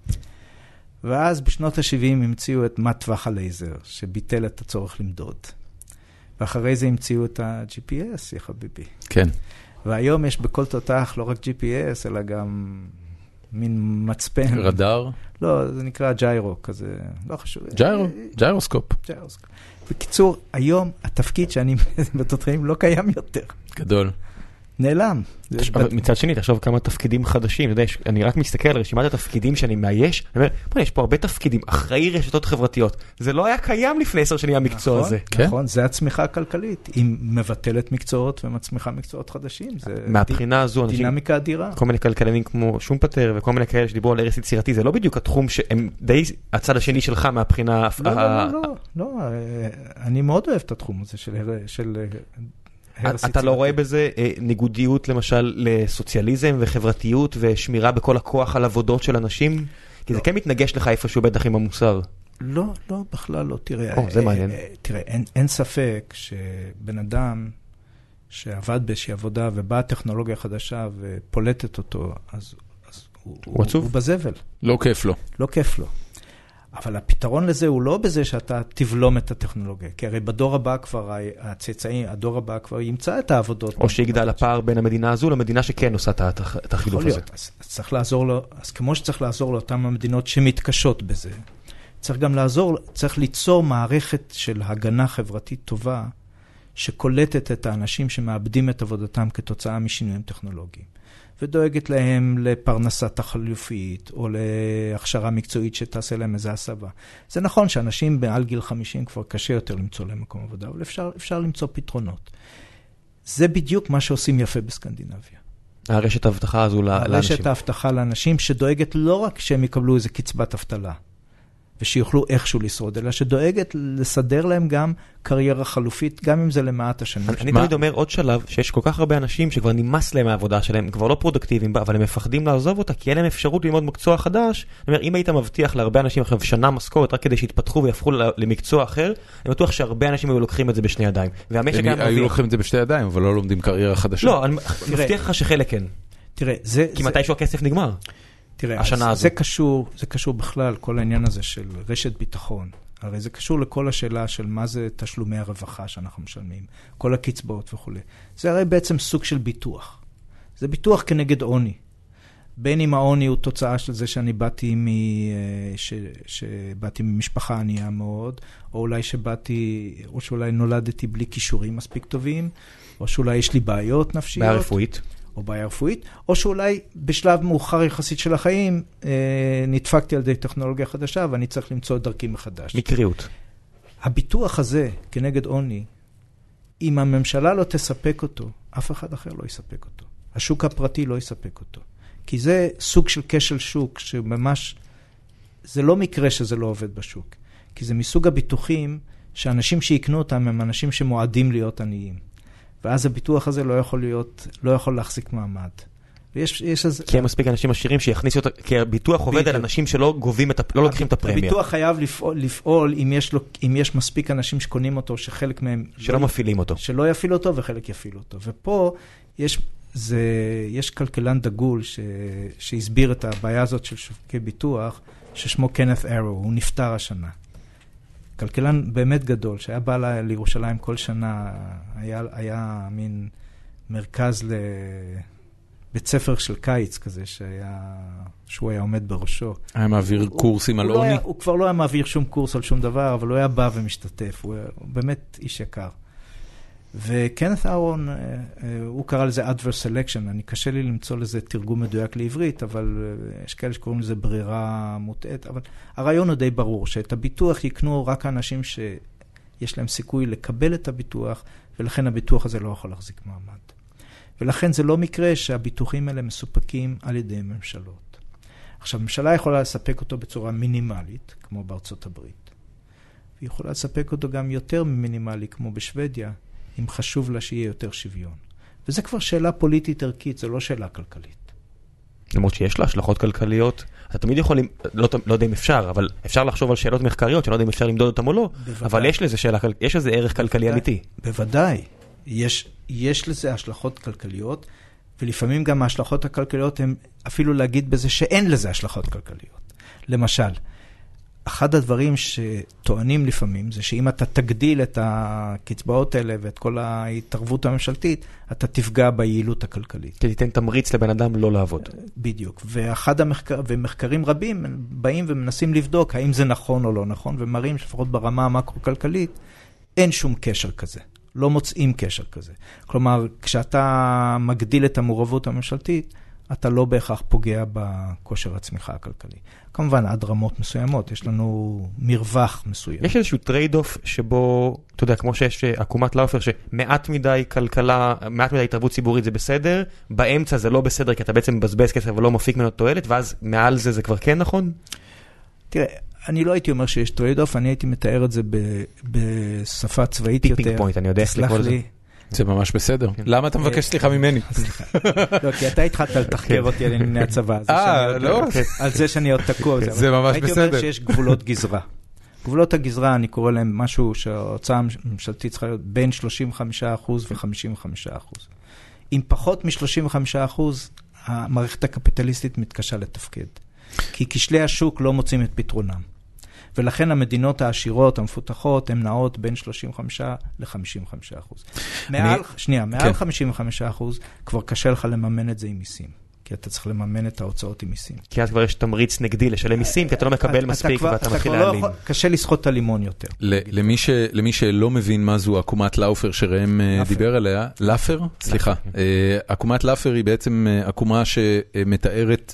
ואז בשנות ה-שבעים המציאו את מה טווח הלייזר, שביטל את הצורך למדוד. ואחרי זה המציאו את ה-ג'י פי אס, יא חביבי. כן. והיום יש בכל תותח לא רק ג'י פי אס, אלא גם מין מצפן. רדאר? לא, זה נקרא ג'יירו, כזה, לא חשוב. ג'יירו, ג'יירוסקופ. ג'יירוסקופ. בקיצור, היום התפקיד שאני בתותחנים לא קיים יותר. גדול. נעלם. אבל מצד שני, תחשוב כמה תפקידים חדשים, אני רק מסתכל על רשימת התפקידים שאני מאייש, אני אומר, יש פה הרבה תפקידים, אחראי רשתות חברתיות, זה לא היה קיים לפני עשר שנים המקצוע הזה. נכון, זה הצמיחה הכלכלית, היא מבטלת מקצועות ומצמיחה מקצועות חדשים, מהבחינה הזו, דינמיקה אדירה. כל מיני כלכלנים כמו שומפטר וכל מיני כאלה שדיברו על הרס יצירתי, זה לא בדיוק התחום שהם די הצד השני שלך מהבחינה... לא, לא, לא, לא, אני מאוד אוהב את התחום הזה של... אתה לא רואה בזה ניגודיות למשל לסוציאליזם וחברתיות ושמירה בכל הכוח על עבודות של אנשים? כי זה כן מתנגש לך איפשהו בטח עם המוסר. לא, לא, בכלל לא. תראה, זה מעניין. תראה, אין ספק שבן אדם שעבד באיזושהי עבודה ובאה טכנולוגיה חדשה ופולטת אותו, אז הוא בזבל. לא כיף לו. לא כיף לו. אבל הפתרון לזה הוא לא בזה שאתה תבלום את הטכנולוגיה, כי הרי בדור הבא כבר, הצאצאים, הדור הבא כבר ימצא את העבודות. או שיגדל הפער בין המדינה הזו למדינה שכן עושה את החילוף הזה. אז צריך לעזור לו, אז כמו שצריך לעזור לאותן המדינות שמתקשות בזה, צריך גם לעזור, צריך ליצור מערכת של הגנה חברתית טובה, שקולטת את האנשים שמאבדים את עבודתם כתוצאה משינויים טכנולוגיים, ודואגת להם לפרנסה תחלופית, או להכשרה מקצועית שתעשה להם איזה הסבה. זה נכון שאנשים מעל גיל חמישים כבר קשה יותר למצוא להם מקום עבודה, אבל אפשר, אפשר למצוא פתרונות. זה בדיוק מה שעושים יפה בסקנדינביה. הרשת ההבטחה הזו לאנשים. הרשת ההבטחה לאנשים שדואגת לא רק שהם יקבלו איזה קצבת אבטלה, ושיוכלו איכשהו לשרוד, אלא שדואגת לסדר להם גם קריירה חלופית, גם אם זה למעט השנים. אני תמיד אומר עוד שלב, שיש כל כך הרבה אנשים שכבר נמאס להם מהעבודה שלהם, כבר לא פרודקטיביים, אבל הם מפחדים לעזוב אותה, כי אין להם אפשרות ללמוד מקצוע חדש. אני אומר, אם היית מבטיח להרבה אנשים עכשיו שנה משכורת, רק כדי שיתפתחו ויהפכו למקצוע אחר, אני בטוח שהרבה אנשים היו לוקחים את זה בשני ידיים. והמשק היה היו לוקחים את זה בשתי ידיים, אבל לא לומדים קריירה חדשה. לא, אני מבטיח לך שחלק כן. תראה, זה... כי מתישהו הכסף נגמר. תראה, השנה זה קשור, זה קשור בכלל, כל העניין הזה של רשת ביטחון. הרי זה קשור לכל השאלה של מה זה תשלומי הרווחה שאנחנו משלמים, כל הקצבאות וכו'. זה הרי בעצם סוג של ביטוח. זה ביטוח כנגד עוני. בין אם העוני הוא תוצאה של זה שאני באתי, מ... ש... שבאתי ממשפחה ענייה מאוד, או אולי שבאתי, או שאולי נולדתי בלי כישורים מספיק טובים, או שאולי יש לי בעיות נפשיות. בעיה רפואית. או בעיה רפואית, או שאולי בשלב מאוחר יחסית של החיים, אה, נדפקתי על ידי טכנולוגיה חדשה, ואני צריך למצוא את דרכי מחדש. מקריות. הביטוח הזה, כנגד עוני, אם הממשלה לא תספק אותו, אף אחד אחר לא יספק אותו. השוק הפרטי לא יספק אותו. כי זה סוג של כשל שוק, שממש, זה לא מקרה שזה לא עובד בשוק. כי זה מסוג הביטוחים, שאנשים שיקנו אותם, הם אנשים שמועדים להיות עניים. ואז הביטוח הזה לא יכול להיות, לא יכול להחזיק מעמד. ויש, יש איזה... כי הם מספיק אנשים עשירים שיכניסו אותה, כי הביטוח עובד על אנשים שלא גובים את, לא לוקחים את הפרמיה. הביטוח חייב לפעול, לפעול אם יש לו, אם יש מספיק אנשים שקונים אותו, שחלק מהם... שלא מפעילים אותו. שלא יפעיל אותו וחלק יפעיל אותו. ופה יש, זה, יש כלכלן דגול ש, שהסביר את הבעיה הזאת של שוקי ביטוח, ששמו קנת ארו, הוא נפטר השנה. כלכלן באמת גדול, שהיה בא לירושלים כל שנה, היה, היה מין מרכז לבית ספר של קיץ כזה, שהיה, שהוא היה עומד בראשו. היה מעביר הוא, קורסים הוא, על הוא עוני? לא היה, הוא כבר לא היה מעביר שום קורס על שום דבר, אבל הוא היה בא ומשתתף, הוא, הוא באמת איש יקר. וקנת אהרון, הוא קרא לזה adverse selection, אני קשה לי למצוא לזה תרגום מדויק לעברית, אבל יש כאלה שקוראים לזה ברירה מוטעת, אבל הרעיון הוא די ברור, שאת הביטוח יקנו רק האנשים שיש להם סיכוי לקבל את הביטוח, ולכן הביטוח הזה לא יכול להחזיק מעמד. ולכן זה לא מקרה שהביטוחים האלה מסופקים על ידי ממשלות. עכשיו, ממשלה יכולה לספק אותו בצורה מינימלית, כמו בארצות הברית, והיא יכולה לספק אותו גם יותר מינימלי, כמו בשוודיה, אם חשוב לה שיהיה יותר שוויון. וזה כבר שאלה פוליטית ערכית, זה לא שאלה כלכלית. למרות שיש לה השלכות כלכליות, אתה תמיד יכול, לא, לא יודע אם אפשר, אבל אפשר לחשוב על שאלות מחקריות, שלא יודע אם אפשר למדוד אותם או לא, בוודאי. אבל יש לזה שאלה, יש לזה ערך כלכלי בוודאי, אמיתי. בוודאי. יש, יש לזה השלכות כלכליות, ולפעמים גם ההשלכות הכלכליות הם אפילו להגיד בזה שאין לזה השלכות כלכליות. למשל, אחד הדברים שטוענים לפעמים זה שאם אתה תגדיל את הקצבאות האלה ואת כל ההתערבות הממשלתית, אתה תפגע ביעילות הכלכלית. כי תיתן תמריץ לבן אדם לא לעבוד. בדיוק. ואחד המחקר, ומחקרים רבים באים ומנסים לבדוק האם זה נכון או לא נכון, ומראים שלפחות ברמה המקרו-כלכלית אין שום קשר כזה. לא מוצאים קשר כזה. כלומר, כשאתה מגדיל את המעורבות הממשלתית, אתה לא בהכרח פוגע בכושר הצמיחה הכלכלי. כמובן, עד רמות מסוימות, יש לנו מרווח מסוים. יש איזשהו טרייד-אוף שבו, אתה יודע, כמו שיש עקומת לאופר, שמעט מדי כלכלה, מעט מדי התערבות ציבורית זה בסדר, באמצע זה לא בסדר, כי אתה בעצם מבזבז כסף ולא מפיק ממנו תועלת, ואז מעל זה זה כבר כן נכון? תראה, אני לא הייתי אומר שיש טרייד-אוף, אני הייתי מתאר את זה בשפה צבאית יותר. טיפינג פוינט, אני יודע איך לקרוא לזה. זה ממש בסדר. למה אתה מבקש סליחה ממני? לא, כי אתה התחלת לתחקר אותי על ענייני הצבא. אה, לא? על זה שאני עוד תקוע. זה ממש בסדר. הייתי אומר שיש גבולות גזרה. גבולות הגזרה, אני קורא להם משהו שההוצאה הממשלתית צריכה להיות בין שלושים וחמישה אחוז ו-חמישים וחמישה אחוז. אם פחות מ-שלושים וחמישה אחוז, המערכת הקפיטליסטית מתקשה לתפקד. כי כשלי השוק לא מוצאים את פתרונם. ולכן המדינות העשירות, המפותחות, הן נעות בין שלושים וחמישה ל-חמישים וחמישה אחוז. מעל, שנייה, מעל חמישים וחמישה אחוז כבר קשה לך לממן את זה עם מיסים. כי אתה צריך לממן את ההוצאות עם מיסים. כי אז כבר יש תמריץ נגדי לשלם מיסים, כי אתה לא מקבל מספיק ואתה מתחיל להעלים. קשה לשחוט את הלימון יותר. למי שלא מבין מה זו עקומת לאופר שראם דיבר עליה, לאפר, סליחה, עקומת לאפר היא בעצם עקומה שמתארת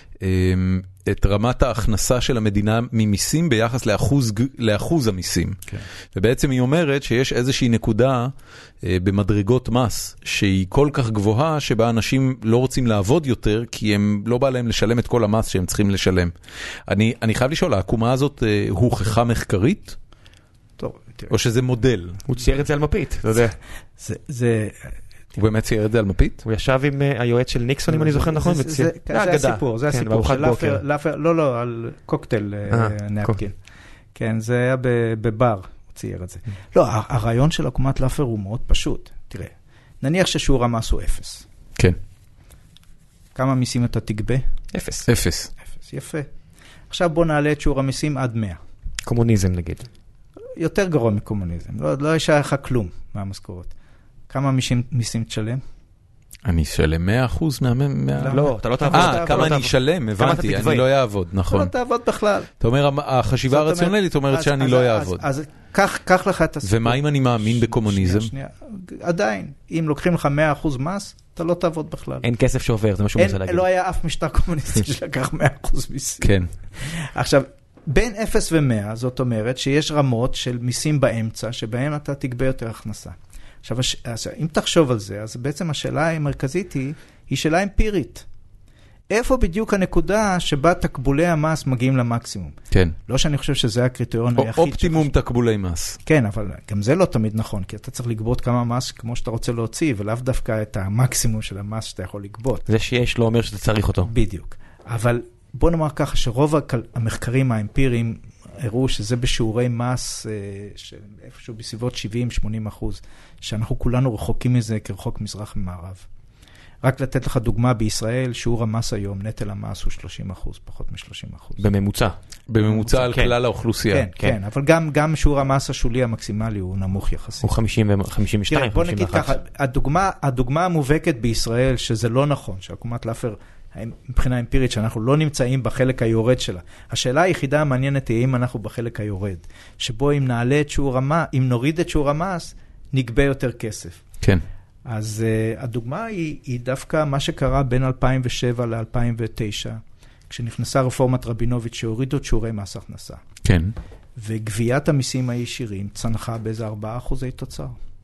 את רמת ההכנסה של המדינה ממיסים ביחס לאחוז, לאחוז המיסים. כן. ובעצם היא אומרת שיש איזושהי נקודה אה, במדרגות מס, שהיא כל כך גבוהה, שבה אנשים לא רוצים לעבוד יותר, כי הם לא בא להם לשלם את כל המס שהם צריכים לשלם. אני, אני חייב לשאול, העקומה הזאת אה, הוכחה מחקרית? טוב, תראה. או שזה מודל? הוא צייר את זה על מפית, אתה יודע. זה... זה... הוא באמת צייר את זה על מפית? הוא ישב עם היועץ של ניקסון, אם אני זוכר נכון, זה הסיפור, זה הסיפור של לאפר, לא, לא, על קוקטייל נפקין. כן, זה היה בבר, הוא צייר את זה. לא, הרעיון של עקומת לאפר הוא מאוד פשוט. תראה, נניח ששיעור המס הוא אפס. כן. כמה מיסים אתה תגבה? אפס. אפס. אפס, יפה. עכשיו בוא נעלה את שיעור המיסים עד מאה. קומוניזם נגיד. יותר גרוע מקומוניזם, לא ישאר לך כלום מהמשכורות. כמה מיסים תשלם? אני אשלם מאה אחוז מה... לא, אתה לא תעבוד. אה, כמה אני אשלם, הבנתי, אני לא אעבוד, נכון. אתה לא תעבוד בכלל. אתה אומר, החשיבה הרציונלית אומרת שאני לא אעבוד. אז קח לך את הסיפור. ומה אם אני מאמין בקומוניזם? עדיין, אם לוקחים לך מאה אחוז מס, אתה לא תעבוד בכלל. אין כסף שעובר, זה מה שהוא מנסה להגיד. לא היה אף משטר קומוניסטי שלקח מאה אחוז מיסים. כן. עכשיו, בין אפס ומאה, זאת אומרת שיש רמות של מיסים באמצע, שבהם אתה תגבה יותר הכנסה. עכשיו, אם תחשוב על זה, אז בעצם השאלה המרכזית היא, היא שאלה אמפירית. איפה בדיוק הנקודה שבה תקבולי המס מגיעים למקסימום? כן. לא שאני חושב שזה הקריטריון היחיד. אופטימום תקבולי מס. כן, אבל גם זה לא תמיד נכון, כי אתה צריך לגבות כמה מס כמו שאתה רוצה להוציא, ולאו דווקא את המקסימום של המס שאתה יכול לגבות. זה שיש לא אומר שאתה צריך אותו. בדיוק. אבל בוא נאמר ככה, שרוב המחקרים האמפיריים הראו שזה בשיעורי מס איפשהו בסביבות שבעים שמונים אחוז, שאנחנו כולנו רחוקים מזה כרחוק מזרח ממערב. רק לתת לך דוגמה, בישראל שיעור המס היום, נטל המס הוא שלושים אחוז, פחות מ-שלושים אחוז. בממוצע. בממוצע על כלל האוכלוסייה. כן, כן, אבל גם, גם שיעור המס השולי המקסימלי הוא נמוך יחסית. הוא חמישים ושתיים, בוא נגיד ככה, הדוגמה, הדוגמה המובהקת בישראל, שזה לא נכון, שעקומת לאפר, מבחינה אמפירית, שאנחנו לא נמצאים בחלק היורד שלה. השאלה היחידה המעניינת היא אם אנחנו בחלק היורד, שבו אם נעלה את שיעור המס, אם נוריד את שיעור המס, נגבה יותר כסף. כן. אז uh, הדוגמה היא, היא דווקא מה שקרה בין אלפיים ושבע ל-אלפיים ותשע, כשנכנסה רפורמת רבינוביץ' שהורידו את שיעורי מס הכנסה. כן. וגביית המיסים הישירים צנחה באיזה ארבעה אחוזי תוצר.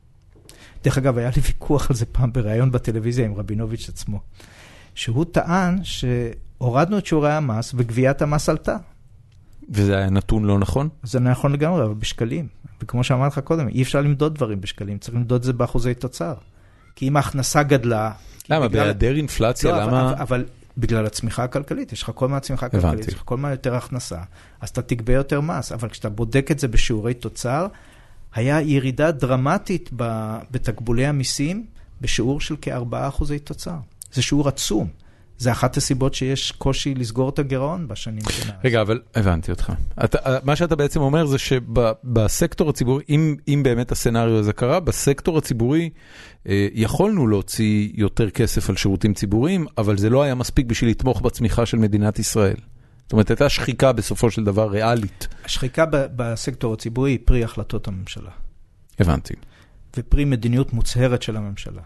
דרך אגב, היה לי ויכוח על זה פעם בראיון בטלוויזיה עם רבינוביץ' עצמו, שהוא טען שהורדנו את שיעורי המס וגביית המס עלתה. וזה היה נתון לא נכון? זה נכון לגמרי, אבל בשקלים. וכמו שאמרתי לך קודם, אי אפשר למדוד דברים בשקלים, צריך למדוד זה באחוזי תוצר. כי אם ההכנסה גדלה... למה? בהיעדר אינפלציה, למה... אבל בגלל הצמיחה הכלכלית, יש לך כל מה הצמיחה הכלכלית, יש לך כל מה יותר הכנסה, אז אתה תגבה יותר מס, אבל כשאתה בודק את זה בשיעורי תוצר, היה ירידה דרמטית בתקבולי המיסים, בשיעור של כארבעה אחוזי תוצר. זה שיעור עצום. זה אחת הסיבות שיש קושי לסגור את הגירעון בשנים שנה. רגע, אבל הבנתי אותך. אתה, מה שאתה בעצם אומר זה שבסקטור הציבורי, אם, אם באמת הסצנריו הזה קרה, בסקטור הציבורי אה, יכולנו להוציא יותר כסף על שירותים ציבוריים, אבל זה לא היה מספיק בשביל לתמוך בצמיחה של מדינת ישראל. זאת אומרת, הייתה שחיקה בסופו של דבר ריאלית. השחיקה ב- בסקטור הציבורי היא פרי החלטות הממשלה. הבנתי. ופרי מדיניות מוצהרת של הממשלה,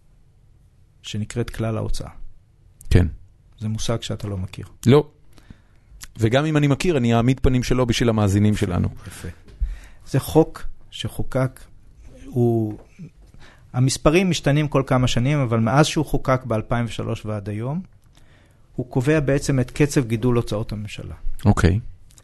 שנקראת כלל ההוצאה. כן. זה מושג שאתה לא מכיר. לא. וגם אם אני מכיר, אני אעמיד פנים שלו בשביל המאזינים שלנו. יפה. זה חוק שחוקק, הוא... המספרים משתנים כל כמה שנים, אבל מאז שהוא חוקק ב-אלפיים ושלוש ועד היום, הוא קובע בעצם את קצב גידול הוצאות הממשלה. אוקיי.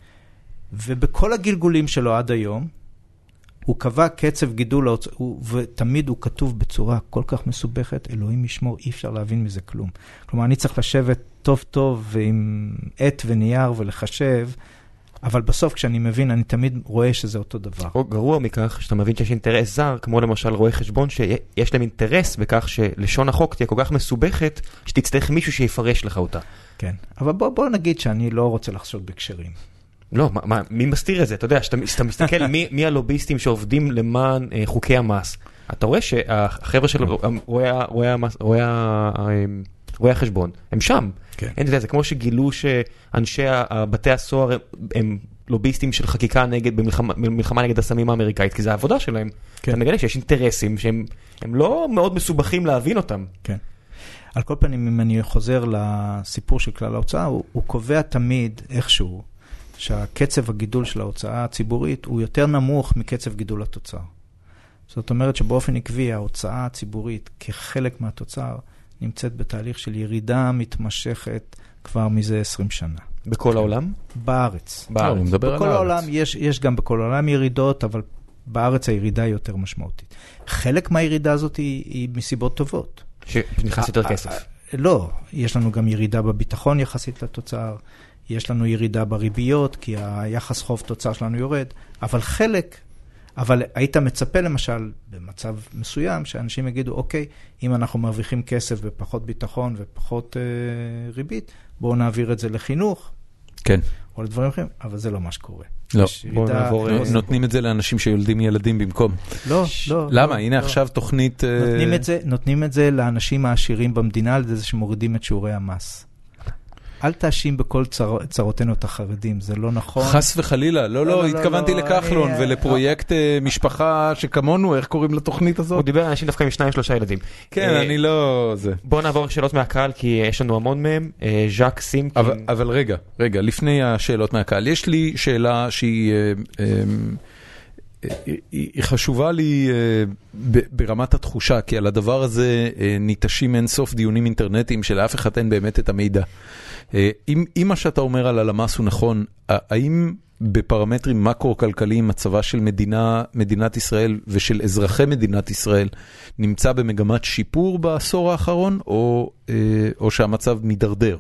ובכל הגלגולים שלו עד היום, הוא קבע קצב גידול ההוצאות, ותמיד הוא כתוב בצורה כל כך מסובכת, אלוהים ישמור, אי אפשר להבין מזה כלום. כלומר, אני צריך לשבת טוב טוב עם עט ונייר ולחשב, אבל בסוף כשאני מבין, אני תמיד רואה שזה אותו דבר. או גרוע מכך, שאתה מבין שיש אינטרס זר, כמו למשל רואי חשבון, שיש להם אינטרס בכך שלשון החוק תהיה כל כך מסובכת, שתצטרך מישהו שיפרש לך אותה. כן, אבל בוא, בוא נגיד שאני לא רוצה לחשוד בקשרים. לא, מה, מה, מי מסתיר את זה? אתה יודע, שאתה, שאתה מסתכל מי, מי הלוביסטים שעובדים למען אה, חוקי המס. אתה רואה שהחבר'ה של רואי, רואי המס, רואי רואי החשבון, הם שם. כן. אין, אתה יודע, זה כמו שגילו שאנשי בתי הסוהר הם לוביסטים של חקיקה נגד, במלחמה, במלחמה נגד הסמים האמריקאית, כי זה העבודה שלהם. כן. אתה מגלה שיש אינטרסים שהם הם לא מאוד מסובכים להבין אותם. כן. על כל פנים, אם אני חוזר לסיפור של כלל ההוצאה, הוא, הוא קובע תמיד איכשהו שהקצב הגידול של ההוצאה הציבורית הוא יותר נמוך מקצב גידול התוצר. זאת אומרת שבאופן עקבי ההוצאה הציבורית כחלק מהתוצר נמצאת בתהליך של ירידה מתמשכת כבר מזה עשרים שנה. בכל העולם? בארץ. בארץ. הוא מדבר על הארץ. בכל העולם יש, יש גם בכל העולם ירידות, אבל בארץ הירידה היא יותר משמעותית. חלק מהירידה הזאת היא, היא מסיבות טובות. שנכנס יותר כסף. לא, יש לנו גם ירידה בביטחון יחסית לתוצר, יש לנו ירידה בריביות, כי היחס חוב תוצר שלנו יורד, אבל חלק, אבל היית מצפה למשל, במצב מסוים, שאנשים יגידו, אוקיי, אם אנחנו מרוויחים כסף בפחות ביטחון ופחות אה, ריבית, בואו נעביר את זה לחינוך, כן. או לדברים אחרים, אבל זה לא מה שקורה. לא, בואו נעבור... נותנים את זה לאנשים שיולדים ילדים במקום. לא, לא. למה? הנה עכשיו תוכנית... נותנים את זה, נותנים את זה לאנשים העשירים במדינה, על זה שמורידים את שיעורי המס. אל תאשים בכל צרותינו את החרדים, זה לא נכון. חס וחלילה, לא, לא, התכוונתי לכחלון ולפרויקט משפחה שכמונו, איך קוראים לתוכנית הזאת? הוא דיבר על אנשים דווקא עם שניים, שלושה ילדים. כן, אני לא... בואו נעבור שאלות מהקהל, כי יש לנו המון מהם. ז'אק סימקין. אבל רגע, רגע, לפני השאלות מהקהל, יש לי שאלה שהיא... היא חשובה לי ברמת התחושה, כי על הדבר הזה ניטשים אין סוף דיונים אינטרנטיים שלאף אחד אין באמת את המידע. אם, אם מה שאתה אומר על הלמ"ס הוא נכון, האם בפרמטרים מקרו-כלכליים מצבה של מדינה, מדינת ישראל ושל אזרחי מדינת ישראל נמצא במגמת שיפור בעשור האחרון, או, או שהמצב מדרדר?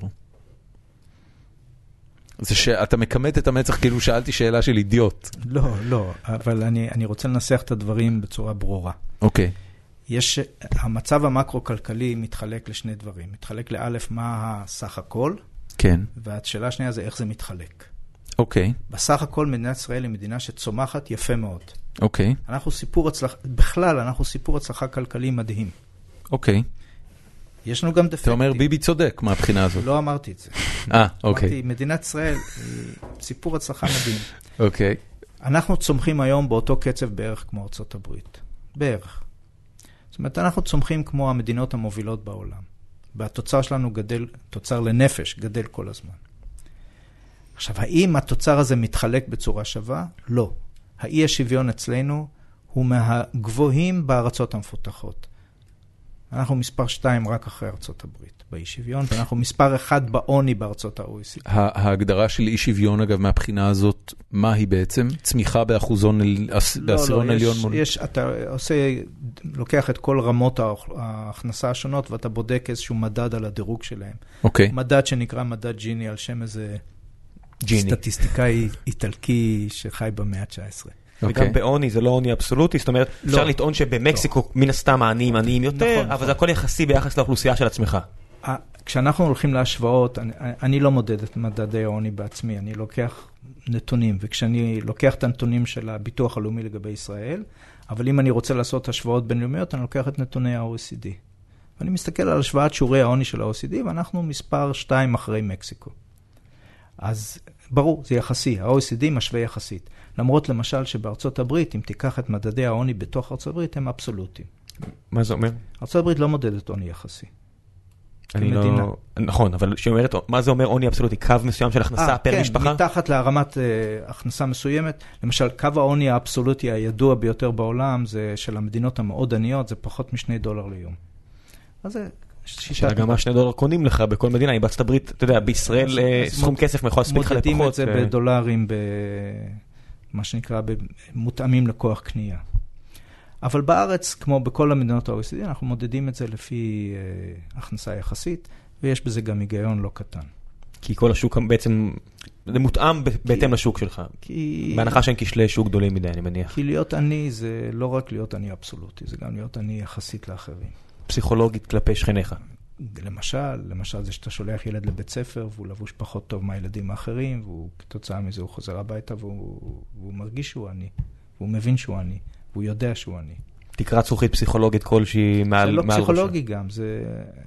זה שאתה מקמת את המצח כאילו שאלתי שאלה של אידיוט. לא, לא, אבל אני, אני רוצה לנסח את הדברים בצורה ברורה. אוקיי. יש, המצב המקרו-כלכלי מתחלק לשני דברים. מתחלק לאלף מה הסך הכל, כן. והשאלה השנייה זה איך זה מתחלק. אוקיי. בסך הכל מדינת ישראל היא מדינה שצומחת יפה מאוד. אוקיי. אנחנו סיפור הצלחה, בכלל אנחנו סיפור הצלחה כלכלי מדהים. אוקיי. יש לנו גם דפקטים. אתה אומר ביבי צודק מהבחינה הזאת. לא אמרתי את זה. אה, אוקיי. אמרתי, מדינת ישראל היא סיפור הצלחה מדהים. אוקיי. אנחנו צומחים היום באותו קצב בערך כמו ארצות הברית. בערך. זאת אומרת, אנחנו צומחים כמו המדינות המובילות בעולם. והתוצר שלנו גדל, תוצר לנפש, גדל כל הזמן. עכשיו, האם התוצר הזה מתחלק בצורה שווה? לא. האי השוויון אצלנו הוא מהגבוהים בארצות המפותחות. אנחנו מספר שתיים רק אחרי ארצות הברית באי שוויון, ואנחנו מספר אחד בעוני בארצות ה-או אי סי די. ההגדרה של אי שוויון, אגב, מהבחינה הזאת, מה היא בעצם? צמיחה באחוזון, בעשירון עליון? לא, לא, יש, אתה עושה, לוקח את כל רמות ההכנסה השונות, ואתה בודק איזשהו מדד על הדירוג שלהם. אוקיי. מדד שנקרא מדד ג'יני, על שם איזה סטטיסטיקאי איטלקי שחי במאה ה-תשע עשרה. וגם בעוני זה לא עוני אבסולוטי, זאת אומרת, אפשר לטעון שבמקסיקו מן הסתם העניים עניים יותר, אבל זה הכל יחסי ביחס לאוכלוסייה של עצמך. כשאנחנו הולכים להשוואות, אני לא מודד את מדדי העוני בעצמי, אני לוקח נתונים, וכשאני לוקח את הנתונים של הביטוח הלאומי לגבי ישראל, אבל אם אני רוצה לעשות השוואות בינלאומיות, אני לוקח את נתוני ה-או אי סי די. ואני מסתכל על השוואת שיעורי העוני של ה-או אי סי די, ואנחנו מספר שתיים אחרי מקסיקו. אז ברור, זה יחסי, ה-או אי סי די משווה יחסית. למרות למשל שבארצות הברית, אם תיקח את מדדי העוני בתוך ארצות הברית, הם אבסולוטיים. מה זה אומר? ארצות הברית לא מודדת עוני יחסי. אני לא... נכון, אבל שאומרת, מה זה אומר עוני אבסולוטי? קו מסוים של הכנסה פר משפחה? כן, מתחת לרמת הכנסה מסוימת. למשל, קו העוני האבסולוטי הידוע ביותר בעולם, זה של המדינות המאוד עניות, זה פחות משני דולר ליום. אז זה... שאלה גם מה שני דולר קונים לך בכל מדינה, אם בארצות הברית, אתה יודע, בישראל סכום כסף יכול להספיק לך לפחות. מודדים את זה בדולרים, מה שנקרא, מותאמים לכוח קנייה. אבל בארץ, כמו בכל המדינות ה-או אי סי די, אנחנו מודדים את זה לפי הכנסה יחסית, ויש בזה גם היגיון לא קטן. כי כל השוק בעצם, זה מותאם בהתאם לשוק שלך. בהנחה שאין כשלי שוק גדולים מדי, אני מניח. כי להיות עני זה לא רק להיות עני אבסולוטי, זה גם להיות עני יחסית לאחרים. פסיכולוגית כלפי שכניך. למשל, למשל זה שאתה שולח ילד לבית ספר, והוא לבוש פחות טוב מהילדים האחרים, והוא כתוצאה מזה הוא חוזר הביתה, והוא, והוא מרגיש שהוא עני, והוא מבין שהוא עני, והוא יודע שהוא עני. תקרת זכוכית פסיכולוגית כלשהי מעל ראשה. זה לא פסיכולוגי גם, זה...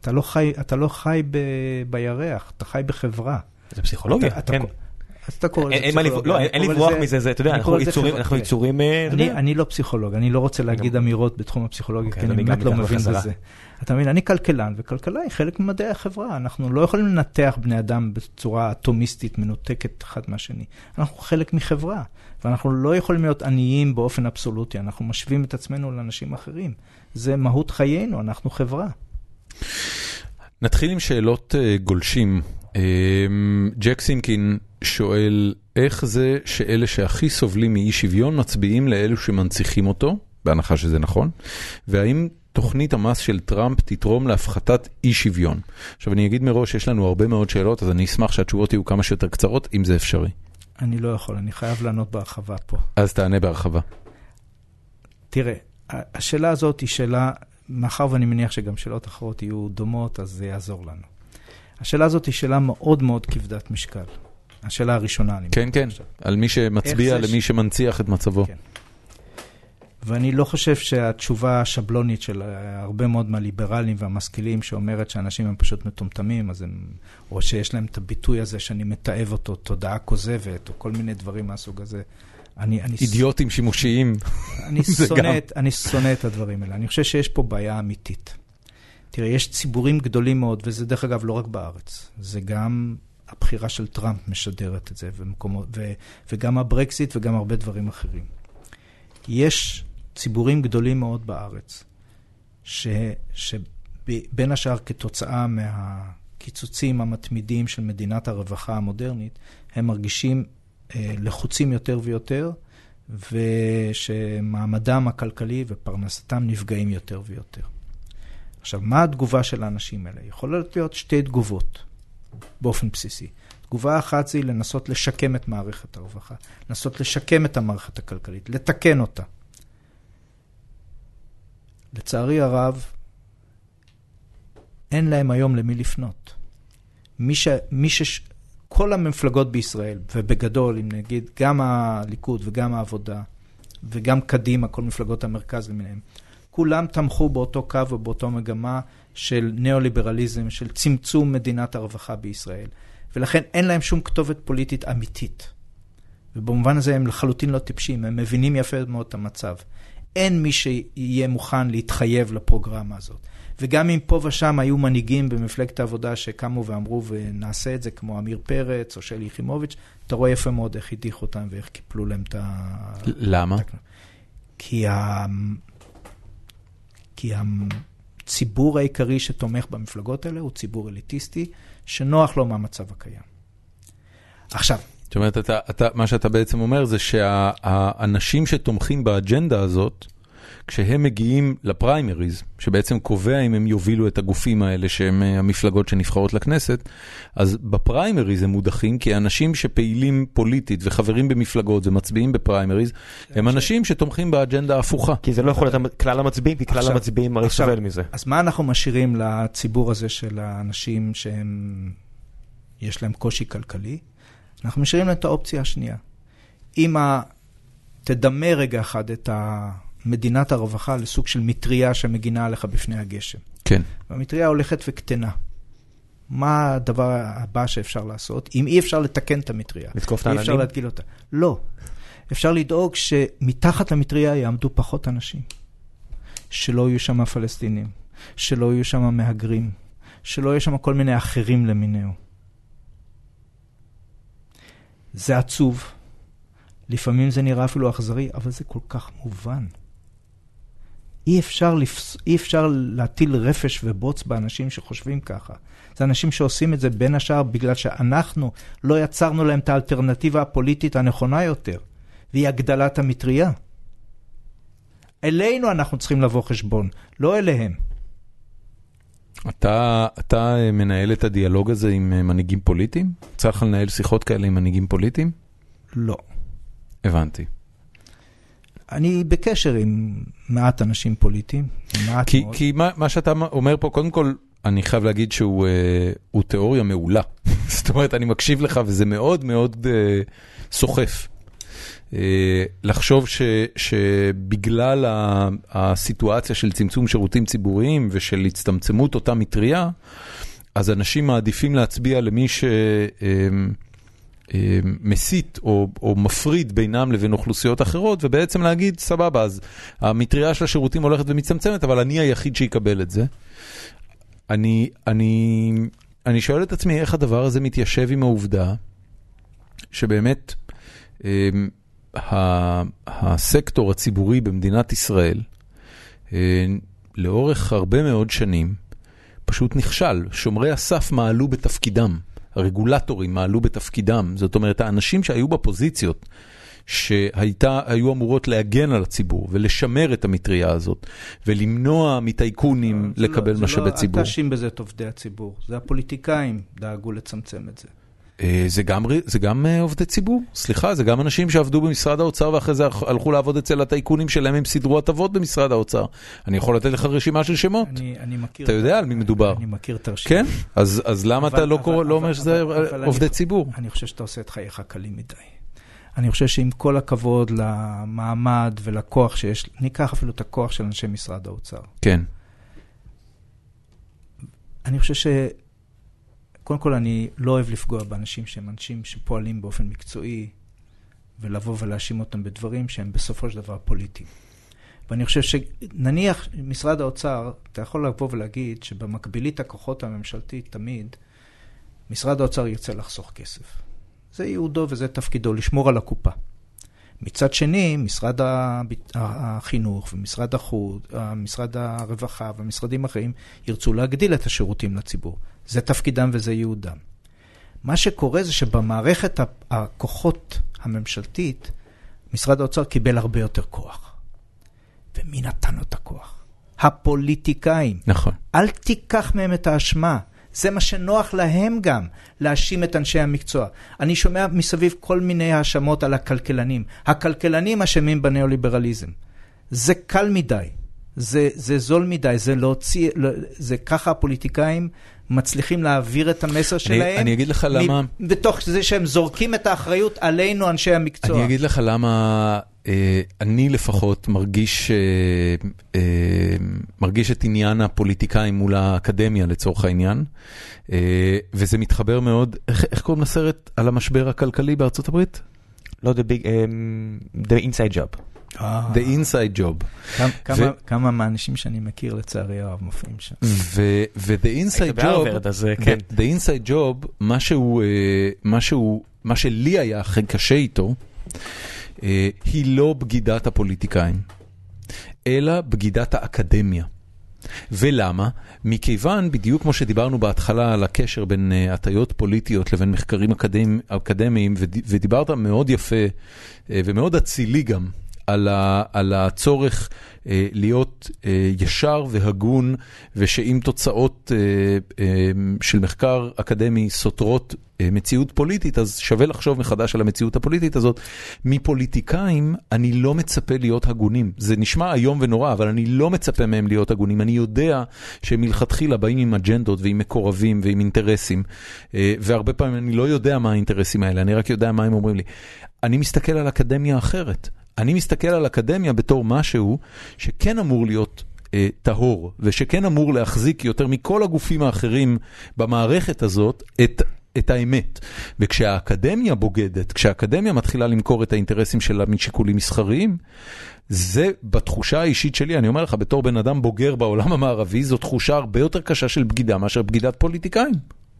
אתה לא חי, אתה לא חי ב, בירח, אתה חי בחברה. זה פסיכולוגיה, אתה, כן. אתה, אז אתה קורא לזה אין, פסיכולוגיה. לא, אין לברוח מזה, זה, אתה יודע, אנחנו יצורים, אנחנו יצורים, אני, אני לא פסיכולוג, אני לא רוצה להגיד אמירות בתחום הפסיכולוגיה, אוקיי, כי אני באמת לא מבין בחזרה. בזה. אתה מבין, אני כלכלן, וכלכלה היא חלק ממדעי החברה. אנחנו לא יכולים לנתח בני אדם בצורה אטומיסטית, מנותקת אחד מהשני. אנחנו חלק מחברה, ואנחנו לא יכולים להיות עניים באופן אבסולוטי. אנחנו משווים את עצמנו לאנשים אחרים. זה מהות חיינו, אנחנו חברה. נתחיל עם שאלות גולשים. ג'ק סימקין שואל, איך זה שאלה שהכי סובלים מאי שוויון מצביעים לאלו שמנציחים אותו, בהנחה שזה נכון, והאם תוכנית המס של טראמפ תתרום להפחתת אי שוויון? עכשיו אני אגיד מראש, יש לנו הרבה מאוד שאלות, אז אני אשמח שהתשובות יהיו כמה שיותר קצרות, אם זה אפשרי. אני לא יכול, אני חייב לענות בהרחבה פה. אז תענה בהרחבה. תראה, השאלה הזאת היא שאלה, מאחר ואני מניח שגם שאלות אחרות יהיו דומות, אז זה יעזור לנו. השאלה הזאת היא שאלה מאוד מאוד כבדת משקל. השאלה הראשונה. כן, כן, על מי שמצביע, למי שמנציח את מצבו. כן. ואני לא חושב שהתשובה השבלונית של הרבה מאוד מהליברלים והמשכילים שאומרת שאנשים הם פשוט מטומטמים, אז הם, או שיש להם את הביטוי הזה שאני מתאב אותו, תודעה כוזבת, או כל מיני דברים מהסוג הזה. אני, אני אידיוטים ס... שימושיים. אני שונא, אני שונא את הדברים האלה. אני חושב שיש פה בעיה אמיתית. תראה, יש ציבורים גדולים מאוד, וזה דרך אגב לא רק בארץ. זה גם הבחירה של טראמפ משדרת את זה, ומקומות, ו, וגם הברקסיט וגם הרבה דברים אחרים. יש ציבורים גדולים מאוד בארץ, ש, שבין השאר כתוצאה מהקיצוצים המתמידים של מדינת הרווחה המודרנית, הם מרגישים אה, לחוצים יותר ויותר, ושמעמדם הכלכלי ופרנסתם נפגעים יותר ויותר. עכשיו, מה התגובה של האנשים האלה? יכולות להיות שתי תגובות באופן בסיסי. תגובה אחת זה לנסות לשקם את מערכת הרווחה, לנסות לשקם את המערכת הכלכלית, לתקן אותה. לצערי הרב, אין להם היום למי לפנות. מי ש... מי ש... כל המפלגות בישראל, ובגדול, אם נגיד, גם הליכוד וגם העבודה, וגם קדימה, כל מפלגות המרכז למיניהם, כולם תמכו באותו קו ובאותו מגמה של ניאו-ליברליזם, של צמצום מדינת הרווחה בישראל. ולכן אין להם שום כתובת פוליטית אמיתית. ובמובן הזה הם לחלוטין לא טיפשים, הם מבינים יפה מאוד את המצב. אין מי שיהיה מוכן להתחייב לפרוגרמה הזאת. וגם אם פה ושם היו מנהיגים במפלגת העבודה שקמו ואמרו ונעשה את זה, כמו אמיר פרץ או שלי יחימוביץ', אתה רואה יפה מאוד איך הדיחו אותם ואיך קיפלו להם את ה... למה? כי ה... כי הציבור העיקרי שתומך במפלגות האלה הוא ציבור אליטיסטי, שנוח לו מהמצב הקיים. עכשיו, זאת אומרת, אתה, אתה, מה שאתה בעצם אומר זה שהאנשים שתומכים באג'נדה הזאת, כשהם מגיעים לפריימריז, שבעצם קובע אם הם יובילו את הגופים האלה שהם המפלגות שנבחרות לכנסת, אז בפריימריז הם מודחים, כי האנשים שפעילים פוליטית וחברים במפלגות ומצביעים בפריימריז, הם אנשים שתומכים באג'נדה ההפוכה. כי זה לא יכול להיות כלל המצביעים, כי כלל המצביעים הרי סובל מזה. אז מה אנחנו משאירים לציבור הזה של האנשים שהם, יש להם קושי כלכלי? אנחנו משאירים להם את האופציה השנייה. אם תדמה רגע אחד את מדינת הרווחה לסוג של מטריה שמגינה עליך בפני הגשם. כן. והמטריה הולכת וקטנה. מה הדבר הבא שאפשר לעשות? אם אי אפשר לתקן את המטריה. לתקוף את האנשים? אי אפשר להתגיל אותה. לא. אפשר לדאוג שמתחת למטריה יעמדו פחות אנשים. שלא יהיו שם פלסטינים. שלא יהיו שם מהגרים. שלא יהיו שם כל מיני אחרים למיניהו. זה עצוב. לפעמים זה נראה אפילו אכזרי, אבל זה כל כך מובן. אי אפשר, לפס... אי אפשר להטיל רפש ובוץ באנשים שחושבים ככה. זה אנשים שעושים את זה בין השאר בגלל שאנחנו לא יצרנו להם את האלטרנטיבה הפוליטית הנכונה יותר, והיא הגדלת המטריה. אלינו אנחנו צריכים לבוא חשבון, לא אליהם. אתה, אתה מנהל את הדיאלוג הזה עם מנהיגים פוליטיים? צריך לנהל שיחות כאלה עם מנהיגים פוליטיים? לא. הבנתי. אני בקשר עם מעט אנשים פוליטיים, מעט כי, מאוד. כי מה, מה שאתה אומר פה, קודם כל, אני חייב להגיד שהוא הוא תיאוריה מעולה. זאת אומרת, אני מקשיב לך וזה מאוד מאוד uh, סוחף. Uh, לחשוב ש, שבגלל הסיטואציה של צמצום שירותים ציבוריים ושל הצטמצמות אותה מטריה, אז אנשים מעדיפים להצביע למי שמסית או, או מפריד בינם לבין אוכלוסיות אחרות, ובעצם להגיד, סבבה, אז המטריה של השירותים הולכת ומצטמצמת, אבל אני היחיד שיקבל את זה. אני, אני, אני שואל את עצמי איך הדבר הזה מתיישב עם העובדה, שבאמת הסקטור הציבורי במדינת ישראל, לאורך הרבה מאוד שנים, פשוט נכשל. שומרי הסף מעלו בתפקידם, הרגולטורים מעלו בתפקידם, זאת אומרת, האנשים שהיו בפוזיציות, שהיו אמורות להגן על הציבור, ולשמר את המטריה הזאת, ולמנוע מטייקונים לקבל משאבי ציבור. אל תאשים בזה את עובדי הציבור, זה הפוליטיקאים דאגו לצמצם את זה. זה גם, זה גם עובדי ציבור, סליחה, זה גם אנשים שעבדו במשרד האוצר ואחרי זה הלכו לעבוד אצל הטייקונים שלהם, הם סידרו הטבות במשרד האוצר. אני יכול לתת לך רשימה של שמות. אני, אני מכיר. אתה יודע על מי מדובר. אני מכיר את הרשימה. כן? אז, אז למה אתה לא קורא, לא אומר שזה עובדי ציבור? אני חושב שאתה עושה את חייך קלים מדי. אני חושב שעם כל הכבוד למעמד ולכוח שיש, ניקח אפילו את הכוח של אנשי משרד האוצר. כן. אני חושב ש... קודם כל, אני לא אוהב לפגוע באנשים שהם אנשים שפועלים באופן מקצועי, ולבוא ולהאשים אותם בדברים שהם בסופו של דבר פוליטיים. ואני חושב שנניח משרד האוצר, אתה יכול לבוא ולהגיד שבמקבילית הכוחות הממשלתית תמיד, משרד האוצר יוצא לחסוך כסף. זה ייעודו וזה תפקידו, לשמור על הקופה. מצד שני, משרד החינוך ומשרד החוץ, משרד הרווחה ומשרדים אחרים ירצו להגדיל את השירותים לציבור. זה תפקידם וזה ייעודם. מה שקורה זה שבמערכת הכוחות הממשלתית, משרד האוצר קיבל הרבה יותר כוח. ומי נתן לו את הכוח? הפוליטיקאים. נכון. אל תיקח מהם את האשמה. זה מה שנוח להם גם, להאשים את אנשי המקצוע. אני שומע מסביב כל מיני האשמות על הכלכלנים. הכלכלנים אשמים בניאו-ליברליזם. זה קל מדי. זה, זה זול מדי. זה להוציא, זה ככה הפוליטיקאים מצליחים להעביר את המסר שלהם. אני, אני אגיד לך למה... בתוך זה שהם זורקים את האחריות עלינו, אנשי המקצוע. אני אגיד לך למה... אני לפחות מרגיש, מרגיש את עניין הפוליטיקאים מול האקדמיה לצורך העניין, וזה מתחבר מאוד, איך, איך קוראים לסרט על המשבר הכלכלי בארצות הברית? לא, the big, um, the inside job. The inside job. כמה, כמה מהאנשים שאני מכיר לצערי הרב מופיעים שם. ו-the inside job, the inside job, משהו, משהו, מה שלי היה הכי קשה איתו, היא לא בגידת הפוליטיקאים, אלא בגידת האקדמיה. ולמה? מכיוון, בדיוק כמו שדיברנו בהתחלה על הקשר בין הטיות פוליטיות לבין מחקרים אקדמיים, אקדמיים ודיברת מאוד יפה ומאוד אצילי גם על, ה, על הצורך אה, להיות אה, ישר והגון, ושאם תוצאות אה, אה, של מחקר אקדמי סותרות אה, מציאות פוליטית, אז שווה לחשוב מחדש על המציאות הפוליטית הזאת. מפוליטיקאים אני לא מצפה להיות הגונים. זה נשמע היום ונורא, אבל אני לא מצפה מהם להיות הגונים. אני יודע שהם מלכתחילה באים עם אג'נדות ועם מקורבים ועם אינטרסים, אה, והרבה פעמים אני לא יודע מה האינטרסים האלה, אני רק יודע מה הם אומרים לי. אני מסתכל על אקדמיה אחרת. אני מסתכל על אקדמיה בתור משהו שכן אמור להיות אה, טהור, ושכן אמור להחזיק יותר מכל הגופים האחרים במערכת הזאת את, את האמת. וכשהאקדמיה בוגדת, כשהאקדמיה מתחילה למכור את האינטרסים שלה משיקולים מסחריים, זה בתחושה האישית שלי, אני אומר לך, בתור בן אדם בוגר בעולם המערבי, זו תחושה הרבה יותר קשה של בגידה מאשר בגידת פוליטיקאים.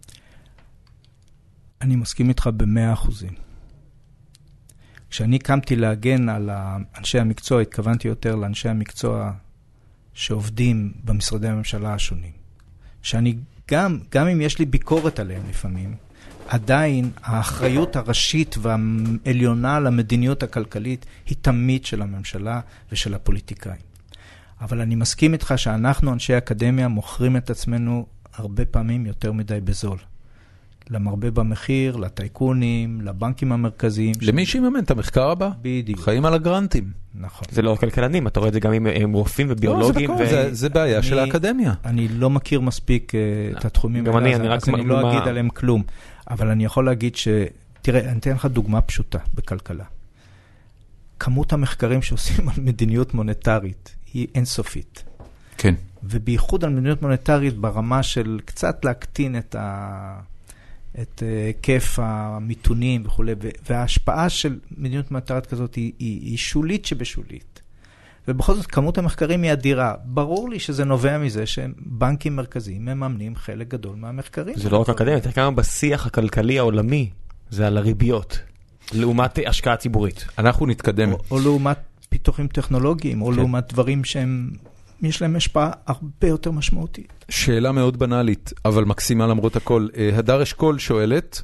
אני מסכים איתך במאה אחוזים. כשאני קמתי להגן על אנשי המקצוע, התכוונתי יותר לאנשי המקצוע שעובדים במשרדי הממשלה השונים. שאני גם, גם אם יש לי ביקורת עליהם לפעמים, עדיין האחריות הראשית והעליונה למדיניות הכלכלית היא תמיד של הממשלה ושל הפוליטיקאים. אבל אני מסכים איתך שאנחנו, אנשי האקדמיה, מוכרים את עצמנו הרבה פעמים יותר מדי בזול. למרבה במחיר, לטייקונים, לבנקים המרכזיים. למי שיממן את המחקר הבא? בדיוק. חיים על הגרנטים. נכון. זה לא כלכלנים, אתה רואה את זה גם עם רופאים וביולוגים. לא, זה, ו... זה בעיה אני, של האקדמיה. אני לא מכיר מספיק uh, את התחומים גם האלה, אני, אז, אני, אז אני לא אגיד עליהם כלום. אבל אני יכול להגיד ש... תראה, אני אתן לך דוגמה פשוטה בכלכלה. כמות המחקרים שעושים על מדיניות מוניטרית היא אינסופית. כן. ובייחוד על מדיניות מוניטרית ברמה של קצת להקטין את ה... את היקף המיתונים וכו'. וההשפעה של מדיניות מוניטרית כזאת היא, היא, היא שולית שבשולית. ובכל זאת, כמות המחקרים היא אדירה. ברור לי שזה נובע מזה שבנקים מרכזיים מממנים חלק גדול מהמחקרים. זה לא רק אקדמיה, יותר כמה בשיח הכלכלי העולמי, זה על הריביות, לעומת השקעה ציבורית. אנחנו נתקדם. או, או לעומת פיתוחים טכנולוגיים, או כן. לעומת דברים שהם... יש להם השפעה הרבה יותר משמעותית. שאלה מאוד בנאלית, אבל מקסימה למרות הכל. הדר אשכול שואלת,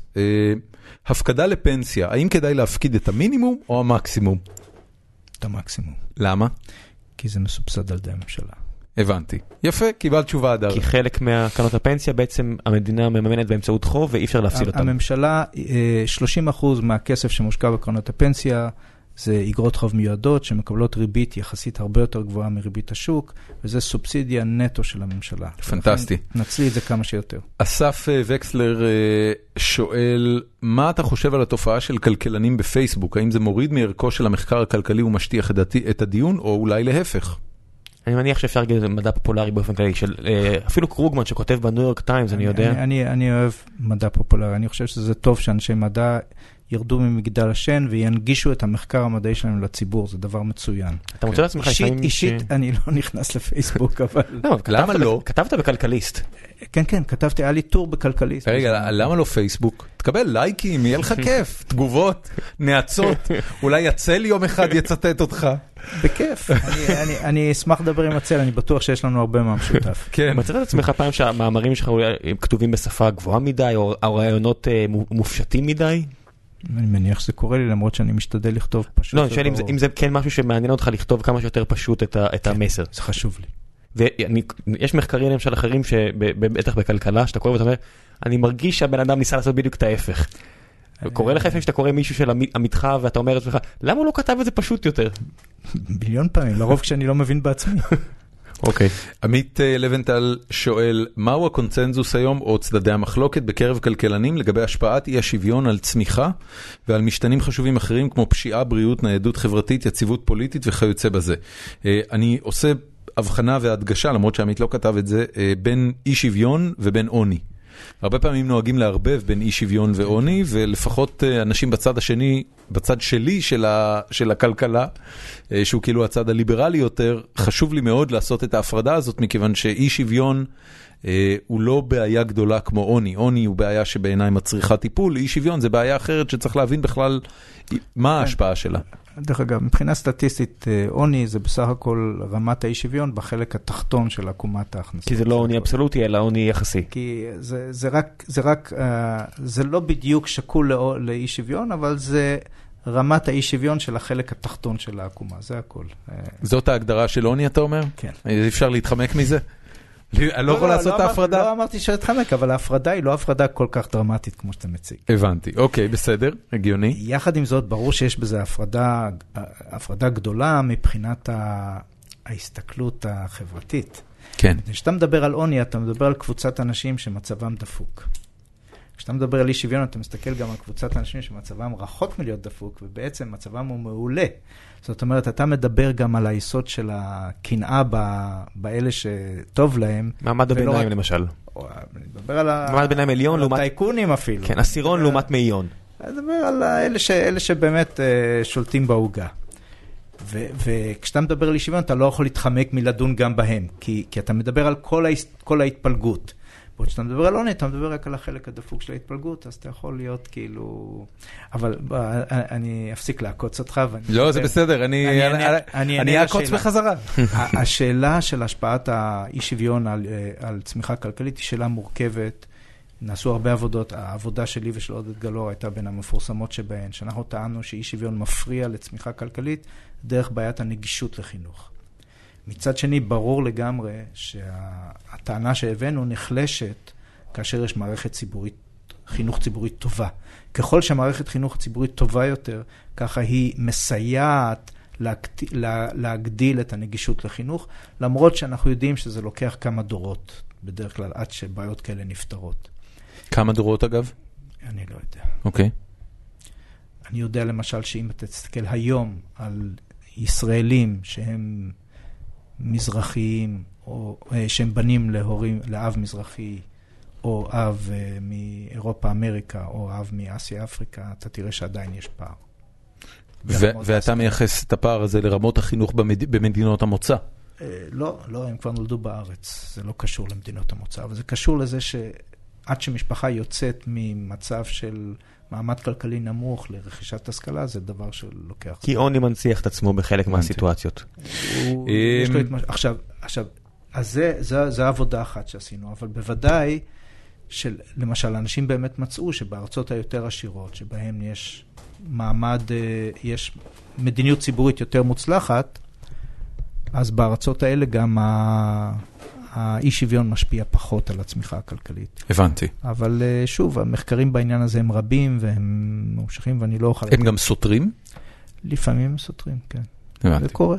הפקדה לפנסיה, האם כדאי להפקיד את המינימום או המקסימום? את המקסימום. למה? כי זה מסובסד על ידי הממשלה. הבנתי. יפה, קיבלת תשובה הדר. כי חלק מהקרנות הפנסיה בעצם המדינה מממנת באמצעות חוב ואי אפשר להפסיד אותם. הממשלה, שלושים אחוז מהכסף שמושקע בקרנות הפנסיה, זה איגרות חוב מיועדות שמקבלות ריבית יחסית הרבה יותר גבוהה מריבית השוק, וזה סובסידיה נטו של הממשלה. פנטסטי. נצלי את זה כמה שיותר. אסף וקסלר שואל, מה אתה חושב על התופעה של כלכלנים בפייסבוק? האם זה מוריד מערכו של המחקר הכלכלי ומשטיח את הדיון, או אולי להפך? אני מניח שאפשר להגיד מדע פופולרי באופן כללי, של אפילו קרוגמן שכותב בניו יורק טיימס, אני יודע. אני, אני אוהב מדע פופולרי, אני חושב שזה טוב שאנשי מדע ירדו ממגדל השן וינגישו את המחקר המדעי שלנו לציבור, זה דבר מצוין. אתה מוצא לעצמך לפעמים... אישית, אני לא נכנס לפייסבוק, אבל... למה לא? כתבת בכלכליסט. כן, כן, כתבתי, היה לי טור בכלכליסט. רגע, למה לא פייסבוק? תקבל לייקים, יהיה לך כיף, תגובות, נעצות, אולי יצל יום אחד יצטט אותך. בכיף, אני אשמח לדבר עם הצל, אני בטוח שיש לנו הרבה מה משותף. כן. מצאת את עצמך פעם שהמאמרים שלך כתובים בשפה גבוהה מדי, או רעיונות מופשטים מדי? אני מניח שזה קורה לי, למרות שאני משתדל לכתוב פשוט. לא, אני שואל אם זה כן משהו שמעניין אותך לכתוב כמה שיותר פשוט את המסר. זה חשוב לי. ויש מחקרים למשל אחרים, בטח בכלכלה, שאתה קורא ואתה אומר, אני מרגיש שהבן אדם ניסה לעשות בדיוק את ההפך. קורא לך לפעמים שאתה קורא מישהו של עמיתך, ואתה אומר את עצמך, למה הוא לא כתב את זה פשוט יותר? ביליון פעמים, לרוב כשאני לא מבין בעצמי. אוקיי. עמית לבנטל שואל, מהו הקונצנזוס היום או צדדי המחלוקת בקרב כלכלנים לגבי השפעת אי השוויון על צמיחה ועל משתנים חשובים אחרים כמו פשיעה, בריאות, ניידות חברתית, יציבות פוליטית וכיוצא בזה. אני עושה הבחנה והדגשה, למרות שעמית לא כתב את זה, בין אי שוויון ובין עוני. הרבה פעמים נוהגים לערבב בין אי שוויון ועוני, ולפחות אנשים בצד השני, בצד שלי של, ה, של הכלכלה, שהוא כאילו הצד הליברלי יותר, חשוב לי מאוד לעשות את ההפרדה הזאת, מכיוון שאי שוויון הוא לא בעיה גדולה כמו עוני. עוני הוא בעיה שבעיניי מצריכה טיפול, אי שוויון זה בעיה אחרת שצריך להבין בכלל מה ההשפעה שלה. דרך אגב, מבחינה סטטיסטית, עוני זה בסך הכל רמת האי שוויון בחלק התחתון של עקומת ההכנסה. כי זה לא עוני אבסולוטי, אלא עוני יחסי. כי זה, זה רק, זה רק, זה לא בדיוק שקול לאי שוויון, אבל זה רמת האי שוויון של החלק התחתון של העקומה, זה הכל. זאת ההגדרה של עוני, אתה אומר? כן. אפשר להתחמק מזה? אני לא יכול לעשות את ההפרדה? לא אמרתי שלהתחמק, אבל ההפרדה היא לא הפרדה כל כך דרמטית כמו שאתה מציג. הבנתי, אוקיי, בסדר, הגיוני. יחד עם זאת, ברור שיש בזה הפרדה, הפרדה גדולה מבחינת ההסתכלות החברתית. כן. כשאתה מדבר על עוני, אתה מדבר על קבוצת אנשים שמצבם דפוק. כשאתה מדבר על אי שוויון, אתה מסתכל גם על קבוצת אנשים שמצבם רחוק מלהיות דפוק, ובעצם מצבם הוא מעולה. זאת אומרת, אתה מדבר גם על היסוד של הקנאה באלה שטוב להם. מעמד הביניים למשל. אני מדבר על הטייקונים אפילו. כן, עשירון לעומת מאיון. אני מדבר על אלה שבאמת שולטים בהוגה. וכשאתה מדבר על אי שוויון, אתה לא יכול להתחמק מלדון גם בהם, כי אתה מדבר על כל ההתפלגות. כשאתה מדבר על עוני, אתה מדבר רק על החלק הדפוק של ההתפלגות, אז אתה יכול להיות כאילו... אבל אני אפסיק לעקוץ אותך. לא, זה בסדר, אני אעקוץ בחזרה. השאלה של השפעת האי שוויון על צמיחה כלכלית היא שאלה מורכבת. נעשו הרבה עבודות, העבודה שלי ושל עודד גלאור הייתה בין המפורסמות שבהן, שאנחנו טענו שאי שוויון מפריע לצמיחה כלכלית דרך בעיית הנגישות לחינוך. מצד שני, ברור לגמרי שהטענה שהבאנו נחלשת כאשר יש מערכת ציבורית, חינוך ציבורית טובה. ככל שהמערכת חינוך ציבורית טובה יותר, ככה היא מסייעת להגדיל את הנגישות לחינוך, למרות שאנחנו יודעים שזה לוקח כמה דורות, בדרך כלל עד שבעיות כאלה נפתרות. כמה דורות אגב? אני לא יודע. אוקיי. אני יודע למשל שאם אתה תסתכל היום על ישראלים שהם מזרחיים, או שהם בנים להורים, לאב מזרחי, או אב מאירופה, אמריקה, או אב מאסיה, אפריקה, אתה תראה שעדיין יש פער. ואתה מייחס את הפער הזה לרמות החינוך במדינות המוצא? לא, לא, הם כבר נולדו בארץ. זה לא קשור למדינות המוצא, אבל זה קשור לזה שעד שמשפחה יוצאת ממצב של מעמד כלכלי נמוך לרכישת השכלה, זה דבר שלוקח. כי עוני מנציח את עצמו בחלק מהסיטואציות. עכשיו, עכשיו, אז זה העבודה אחת שעשינו, אבל בוודאי של, למשל, אנשים באמת מצאו שבארצות היותר עשירות, שבהם יש מעמד, יש מדיניות ציבורית יותר מוצלחת, אז בארצות האלה גם האי שוויון משפיע פחות על הצמיחה הכלכלית. הבנתי. אבל שוב, המחקרים בעניין הזה הם רבים והם ממשיכים, ואני לא אוכל... הם גם סותרים? לפעמים הם סותרים, כן. הבנתי. זה קורה.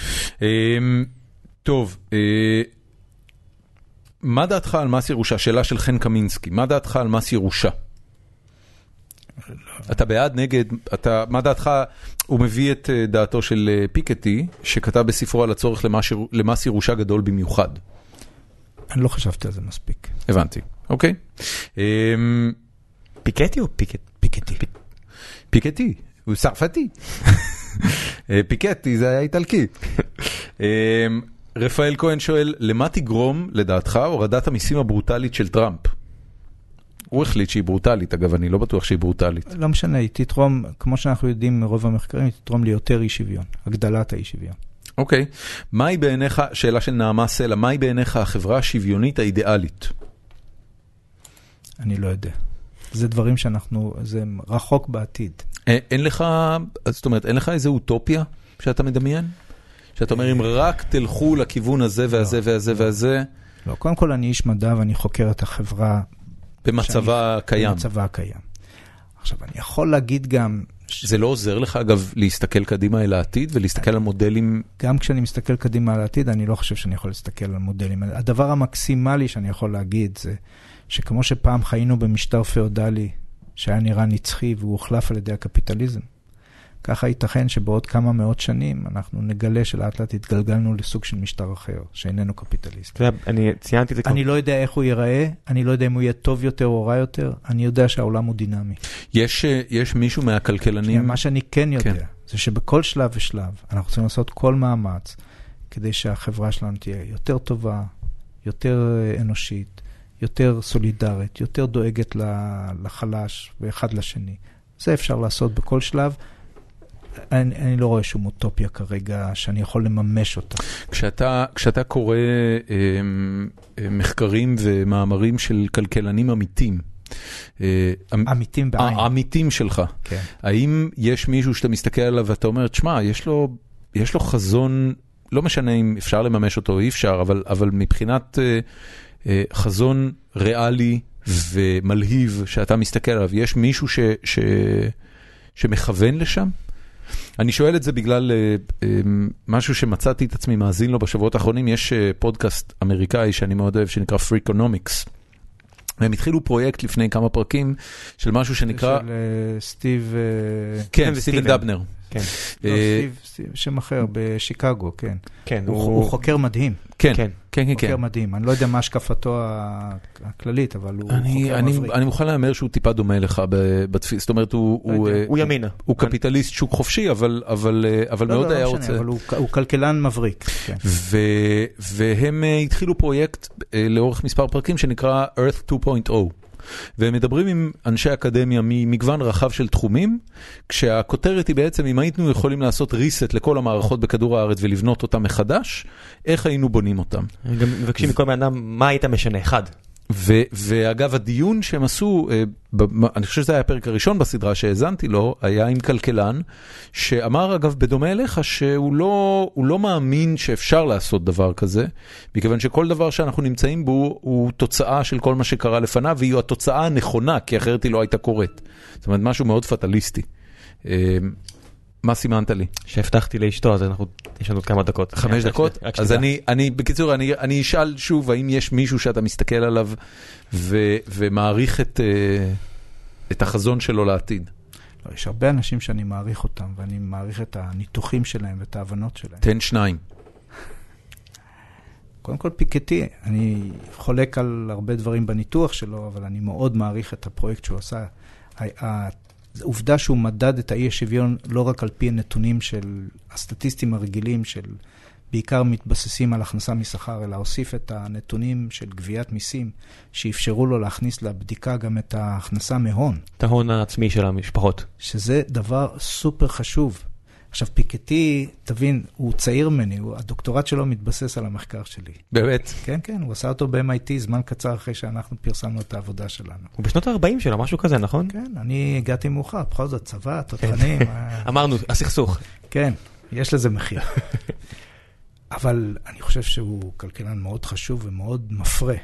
טוב, מה דעתך על מס ירושה? שאלה של חן קמינסקי. מה דעתך על מס ירושה? אתה בעד, נגד, אתה, מה דעתך? הוא מביא את דעתו של פיקטי, שכתב בספרו על הצורך למס, למס ירושה גדול במיוחד. אני לא חשבתי על זה מספיק. הבנתי, אוקיי. פיקטי או פיקט? פיקטי. פיקטי, הוא צרפתי. פיקטי זה היה איטלקי. רפאל כהן שואל, למה תגרום לדעתך הורדת המיסים הברוטלית של טראמפ? הוא החליט שהיא ברוטלית, אגב, אני לא בטוח שהיא ברוטלית. לא משנה, היא תתרום, כמו שאנחנו יודעים מרוב המחקרים, היא תתרום ליותר אי שוויון, הגדלת האי שוויון. אוקיי. מהי בעיניך, שאלה של נעמה סלע, מהי בעיניך החברה השוויונית האידיאלית? אני לא יודע. זה דברים שאנחנו, זה רחוק בעתיד. אין לך, זאת אומרת, אין לך איזה אוטופיה שאתה מדמיין? שאתה אומר, אם רק תלכו לכיוון הזה והזה והזה והזה? לא, קודם כל אני איש מדע ואני חוקר את החברה במצבה הקיים. במצבה הקיים. עכשיו, אני יכול להגיד גם... זה לא עוזר לך, אגב, להסתכל קדימה אל העתיד ולהסתכל על מודלים... גם כשאני מסתכל קדימה אל העתיד, אני לא חושב שאני יכול להסתכל על מודלים. הדבר המקסימלי שאני יכול להגיד זה שכמו שפעם חיינו במשטר פאודלי שהיה נראה נצחי והוא הוחלף על ידי הקפיטליזם, ככה ייתכן שבעוד כמה מאות שנים אנחנו נגלה שלאט לאט התגלגלנו לסוג של משטר אחר, שאיננו קפיטליסט. אני ציינתי את זה כבר. אני לא יודע איך הוא ייראה, אני לא יודע אם הוא יהיה טוב יותר או רע יותר, אני יודע שהעולם הוא דינמי. יש, יש מישהו מהכלכלנים... מה שאני כן יודע, כן. זה שבכל שלב ושלב אנחנו צריכים לעשות כל מאמץ, כדי שהחברה שלנו תהיה יותר טובה, יותר אנושית, יותר סולידרית, יותר דואגת לחלש ואחד לשני. זה אפשר לעשות בכל שלב, אני, אני לא רואה שום אוטופיה כרגע שאני יכול לממש אותה. כשאתה, כשאתה קורא אה, אה, מחקרים ומאמרים של כלכלנים אמיתים, אה, אמיתים בעין. האמיתים שלך, כן. האם יש מישהו שאתה מסתכל עליו ואתה אומר, תשמע, יש לו, יש לו חזון, לא משנה אם אפשר לממש אותו או אי אפשר, אבל, אבל מבחינת אה, אה, חזון ריאלי ומלהיב שאתה מסתכל עליו, יש מישהו ש, ש, שמכוון לשם? אני שואל את זה בגלל uh, um, משהו שמצאתי את עצמי מאזין לו בשבועות האחרונים. יש uh, פודקאסט אמריקאי שאני מאוד אוהב שנקרא Freakonomics. והם התחילו פרויקט לפני כמה פרקים של משהו שנקרא... של uh, סטיב... Uh... כן, סטיבן דבנר. כן. לא, סטיב, סטיב, שם אחר, בשיקגו, כן. כן, הוא, הוא חוקר מדהים. כן, כן, כן. חוקר כן. מדהים. אני לא יודע מה השקפתו הכללית, אבל הוא אני, חוקר אני, מבריק. אני מוכן לאמר שהוא טיפה דומה לך בתפיס. זאת אומרת, הוא, לא הוא, יודע, הוא ימינה. הוא קפיטליסט שוק חופשי, אבל, אבל, אבל לא, מאוד לא, היה לא רוצה... משנה, אבל הוא, הוא כלכלן מבריק. כן. ו, והם התחילו פרויקט לאורך מספר פרקים שנקרא Earth שתיים נקודה אפס. והם מדברים עם אנשי אקדמיה ממגוון רחב של תחומים, כשהכותרת היא בעצם, אם היינו יכולים לעשות ריסט לכל המערכות בכדור הארץ ולבנות אותם מחדש, איך היינו בונים אותם? גם מבקשים מכל מאדם, מה היית משנה? אחד. ו- ואגב, הדיון שהם עשו, אני חושב שזה היה הפרק הראשון בסדרה שהאזנתי לו, היה עם כלכלן, שאמר אגב בדומה אליך, שהוא לא, הוא לא מאמין שאפשר לעשות דבר כזה, מכיוון שכל דבר שאנחנו נמצאים בו, הוא תוצאה של כל מה שקרה לפניו, והיא התוצאה הנכונה, כי אחרת היא לא הייתה קורית. זאת אומרת, משהו מאוד פטליסטי. מה סימנת לי? שהבטחתי לאשתו, אז אנחנו, יש לנו עוד כמה דקות. חמש דקות? אז אני, אני, בקיצור, אני, אני אשאל שוב, האם יש מישהו שאתה מסתכל עליו ו, ומעריך את, את החזון שלו לעתיד? לא, יש הרבה אנשים שאני מעריך אותם, ואני מעריך את הניתוחים שלהם ואת ההבנות שלהם. תן שניים. קודם כל פיקטי, אני חולק על הרבה דברים בניתוח שלו, אבל אני מאוד מעריך את הפרויקט שהוא עשה. העובדה שהוא מדד את האי השוויון לא רק על פי הנתונים של הסטטיסטים הרגילים, של בעיקר מתבססים על הכנסה משכר, אלא הוסיף את הנתונים של גביית מיסים, שאפשרו לו להכניס לבדיקה גם את ההכנסה מהון. את ההון העצמי של המשפחות. שזה דבר סופר חשוב. עכשיו, פיקטי, תבין, הוא צעיר ממני, הדוקטורט שלו מתבסס על המחקר שלי. באמת? כן, כן, הוא עשה אותו ב-אם איי טי זמן קצר אחרי שאנחנו פרסמנו את העבודה שלנו. הוא בשנות ה-ארבעים שלו, משהו כזה, נכון? כן, אני הגעתי מאוחר, בכל זאת, צבא, תותחנים. אמרנו, הסכסוך. כן, יש לזה מחיר. אבל אני חושב שהוא כלכלן מאוד חשוב ומאוד מפרה.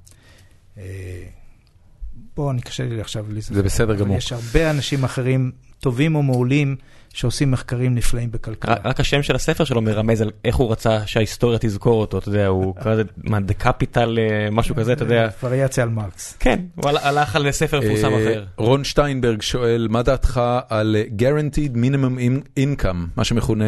בוא, אני קשה לי עכשיו לזה. זה בסדר גמור. יש הרבה אנשים אחרים טובים ומעולים שעושים מחקרים נפלאים בכלכלה. רק השם של הספר שלו מרמז על איך הוא רצה שההיסטוריה תזכור אותו, אתה יודע, הוא קרא מה, The Capital, משהו כזה, אתה יודע. וריאציה על מרקס. כן, הוא הלך על ספר מפורסם אחר. רון שטיינברג שואל, מה דעתך על Guaranteed Minimum Income, מה שמכונה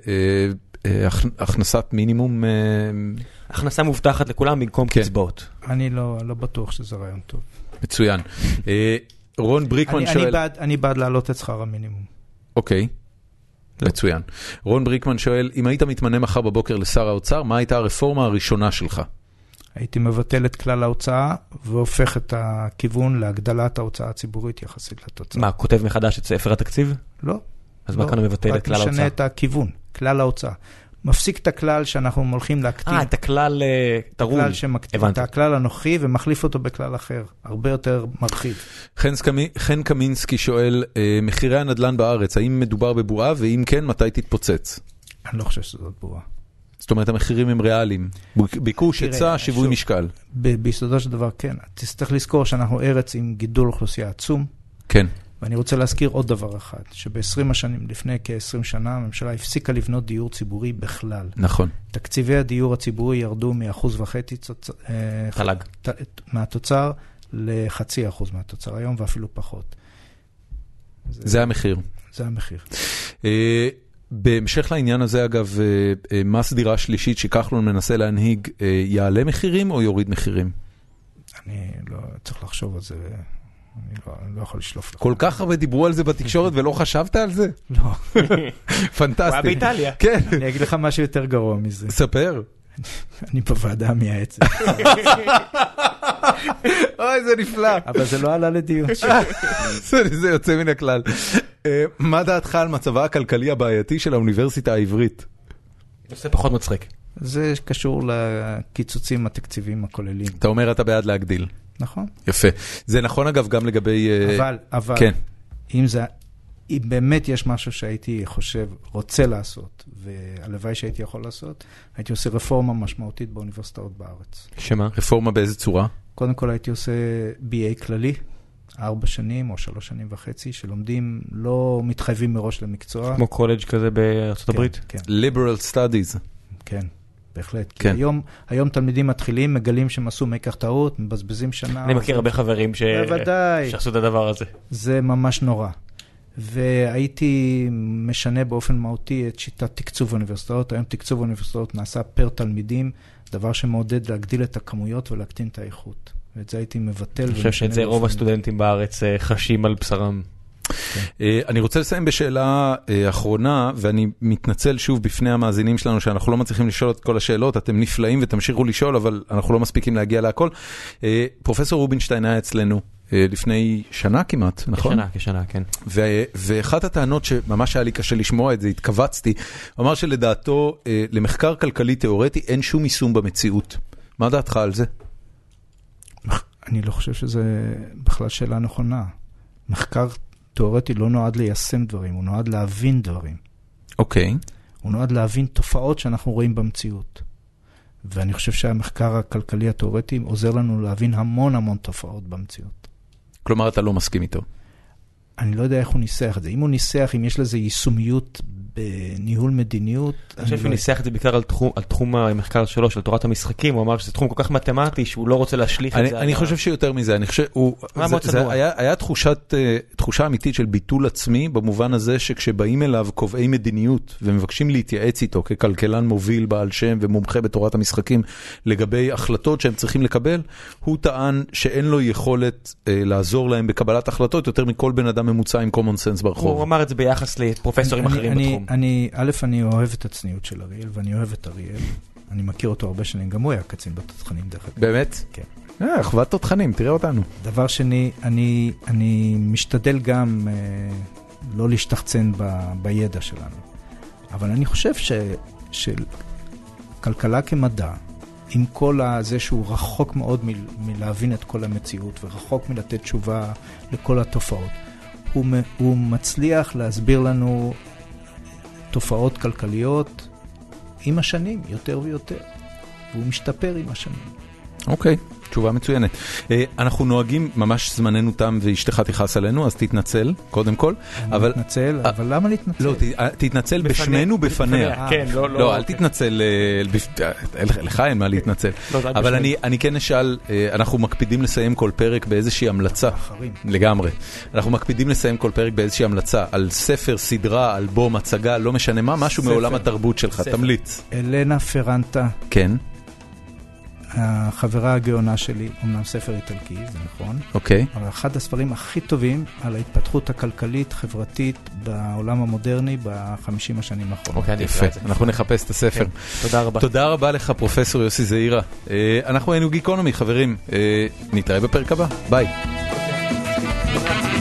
הכנסת מינימום? הכנסה מובטחת לכולם במקום קצבאות. אני לא בטוח שזה רעיון טוב. מצוין. רון בריקמן שואל... אני בעד להעלות את שכר המינימום. אוקיי, מצוין. רון בריקמן שואל, אם היית מתמנה מחר בבוקר לשר האוצר, מה הייתה הרפורמה הראשונה שלך? הייתי מבטל את כלל ההוצאה, והופך את הכיוון להגדלת ההוצאה הציבורית יחסית לתוצאה. מה, כותב מחדש את ספר התקציב? לא. אז מה כאן הוא מבטל את כלל ההוצאה? רק משנה את הכיוון, כלל ההוצאה. מפסיק את הכלל שאנחנו הולכים להקטין. אה, את הכלל תרום. הכלל שמקטין, את הכלל הנוכחי ומחליף אותו בכלל אחר, הרבה יותר מרחיב. חן קמינסקי שואל, מחירי הנדל"ן בארץ, האם מדובר בבועה, ואם כן, מתי תתפוצץ? אני לא חושב שזאת בועה. זאת אומרת, המחירים הם ריאליים. ביקוש, היצע, שיווי משקל. ביסודו של דבר, כן. תצטרך לזכור שאנחנו ארץ עם גידול אוכלוסייה עצום. כן. ואני רוצה להזכיר עוד דבר אחד, שב-עשרים השנים, לפני כ-עשרים שנה, הממשלה הפסיקה לבנות דיור ציבורי בכלל. נכון. תקציבי הדיור הציבורי ירדו מאחוז וחצי תל"ג. מהתוצר לחצי אחוז מהתוצר היום, ואפילו פחות. זה המחיר. זה המחיר. בהמשך לעניין הזה, אגב, מס דירה שלישית שכחלון מנסה להנהיג, יעלה מחירים או יוריד מחירים? אני לא צריך לחשוב על זה. אני לא, אני לא יכול לשלוף לך. כל כך הרבה דיברו על זה בתקשורת ולא חשבת על זה? לא. פנטסטי. הוא היה באיטליה. כן. אני אגיד לך משהו יותר גרוע מזה. ספר. אני בוועדה המייעצת. אוי, זה נפלא. אבל זה לא עלה לדיון. זה יוצא מן הכלל. מה דעתך על מצבה הכלכלי הבעייתי של האוניברסיטה העברית? זה פחות מצחיק. זה קשור לקיצוצים התקציביים הכוללים. אתה אומר אתה בעד להגדיל. נכון. יפה. זה נכון אגב גם לגבי... אבל, אבל, כן. אם זה, אם באמת יש משהו שהייתי חושב, רוצה לעשות, והלוואי שהייתי יכול לעשות, הייתי עושה רפורמה משמעותית באוניברסיטאות בארץ. שמה? רפורמה באיזה צורה? קודם כל הייתי עושה בי איי כללי, ארבע שנים או שלוש שנים וחצי, שלומדים לא מתחייבים מראש למקצוע. כמו קולג' כזה בארצות הברית? כן. Liberal Studies. כן. בהחלט. כן. כי היום, היום תלמידים מתחילים, מגלים שהם עשו מקח טעות, מבזבזים שנה. אני מכיר הרבה חברים ש... בוודאי. שעשו את הדבר הזה. זה ממש נורא. והייתי משנה באופן מהותי את שיטת תקצוב האוניברסיטאות. היום תקצוב האוניברסיטאות נעשה פר תלמידים, דבר שמעודד להגדיל את הכמויות ולהקטין את האיכות. ואת זה הייתי מבטל. אני חושב שאת זה רוב הסטודנטים בארץ חשים על בשרם. אני רוצה לסיים בשאלה אחרונה, ואני מתנצל שוב בפני המאזינים שלנו שאנחנו לא מצליחים לשאול את כל השאלות, אתם נפלאים ותמשיכו לשאול, אבל אנחנו לא מספיקים להגיע להכל. פרופסור רובינשטיין היה אצלנו לפני שנה כמעט, נכון? כשנה, כשנה, כן. ואחת הטענות שממש היה לי קשה לשמוע את זה, התכווצתי, הוא אמר שלדעתו למחקר כלכלי תיאורטי אין שום יישום במציאות. מה דעתך על זה? אני לא חושב שזה בכלל שאלה נכונה. מחקר תיאורטי לא נועד ליישם דברים, הוא נועד להבין דברים. אוקיי. Okay. הוא נועד להבין תופעות שאנחנו רואים במציאות. ואני חושב שהמחקר הכלכלי התיאורטי עוזר לנו להבין המון המון תופעות במציאות. כלומר, אתה לא מסכים איתו? אני לא יודע איך הוא ניסח את זה. אם הוא ניסח, אם יש לזה יישומיות בניהול מדיניות. אני חושב שהוא ניסח את זה בעיקר על תחום המחקר שלו, של תורת המשחקים, הוא אמר שזה תחום כל כך מתמטי, שהוא לא רוצה להשליך את זה. אני חושב שיותר מזה, אני חושב, היה תחושה אמיתית של ביטול עצמי, במובן הזה שכשבאים אליו קובעי מדיניות, ומבקשים להתייעץ איתו ככלכלן מוביל בעל שם ומומחה בתורת המשחקים, לגבי החלטות שהם צריכים לקבל, הוא טען שאין לו יכולת לעזור להם בקבלת החלטות, יותר מכל בן אדם ממוצע עם common sense ברחוב. הוא אמר את זה ביחס לפרופסורים אחרים בתחום. אני, א', אני אוהב את הצניעות של אריאל, ואני אוהב את אריאל. אני מכיר אותו הרבה שנים, גם הוא היה קצין בתותחנים דרך אגב. באמת? כן. אה, אחוות תותחנים, תראה אותנו. דבר שני, אני, אני משתדל גם אה, לא להשתחצן ב, בידע שלנו. אבל אני חושב ש, שכלכלה כמדע, עם כל הזה שהוא רחוק מאוד מ, מלהבין את כל המציאות, ורחוק מלתת תשובה לכל התופעות, הוא, הוא מצליח להסביר לנו תופעות כלכליות עם השנים, יותר ויותר. והוא משתפר עם השנים. אוקיי, תשובה מצוינת. אנחנו נוהגים, ממש זמננו תם ואשתך תכעס עלינו, אז תתנצל, קודם כל. אני מתנצל, אבל למה להתנצל? לא, תתנצל בשמנו בפניה. כן, לא, לא. לא, אל תתנצל, לך אין מה להתנצל. אבל אני כן אשאל, אנחנו מקפידים לסיים כל פרק באיזושהי המלצה. לגמרי. אנחנו מקפידים לסיים כל פרק באיזושהי המלצה, על ספר, סדרה, אלבום, הצגה, לא משנה מה, משהו מעולם התרבות שלך, תמליץ. אלנה פרנטה. כן. החברה הגאונה שלי, אומנם ספר איטלקי, זה נכון. אוקיי. אבל אחד הספרים הכי טובים על ההתפתחות הכלכלית, חברתית, בעולם המודרני, בחמישים השנים האחרונות. אוקיי, יפה. אנחנו נחפש את הספר. תודה רבה. תודה רבה לך, פרופסור יוסי זעירא. אנחנו היינו גיקונומי, חברים. נתראה בפרק הבא. ביי.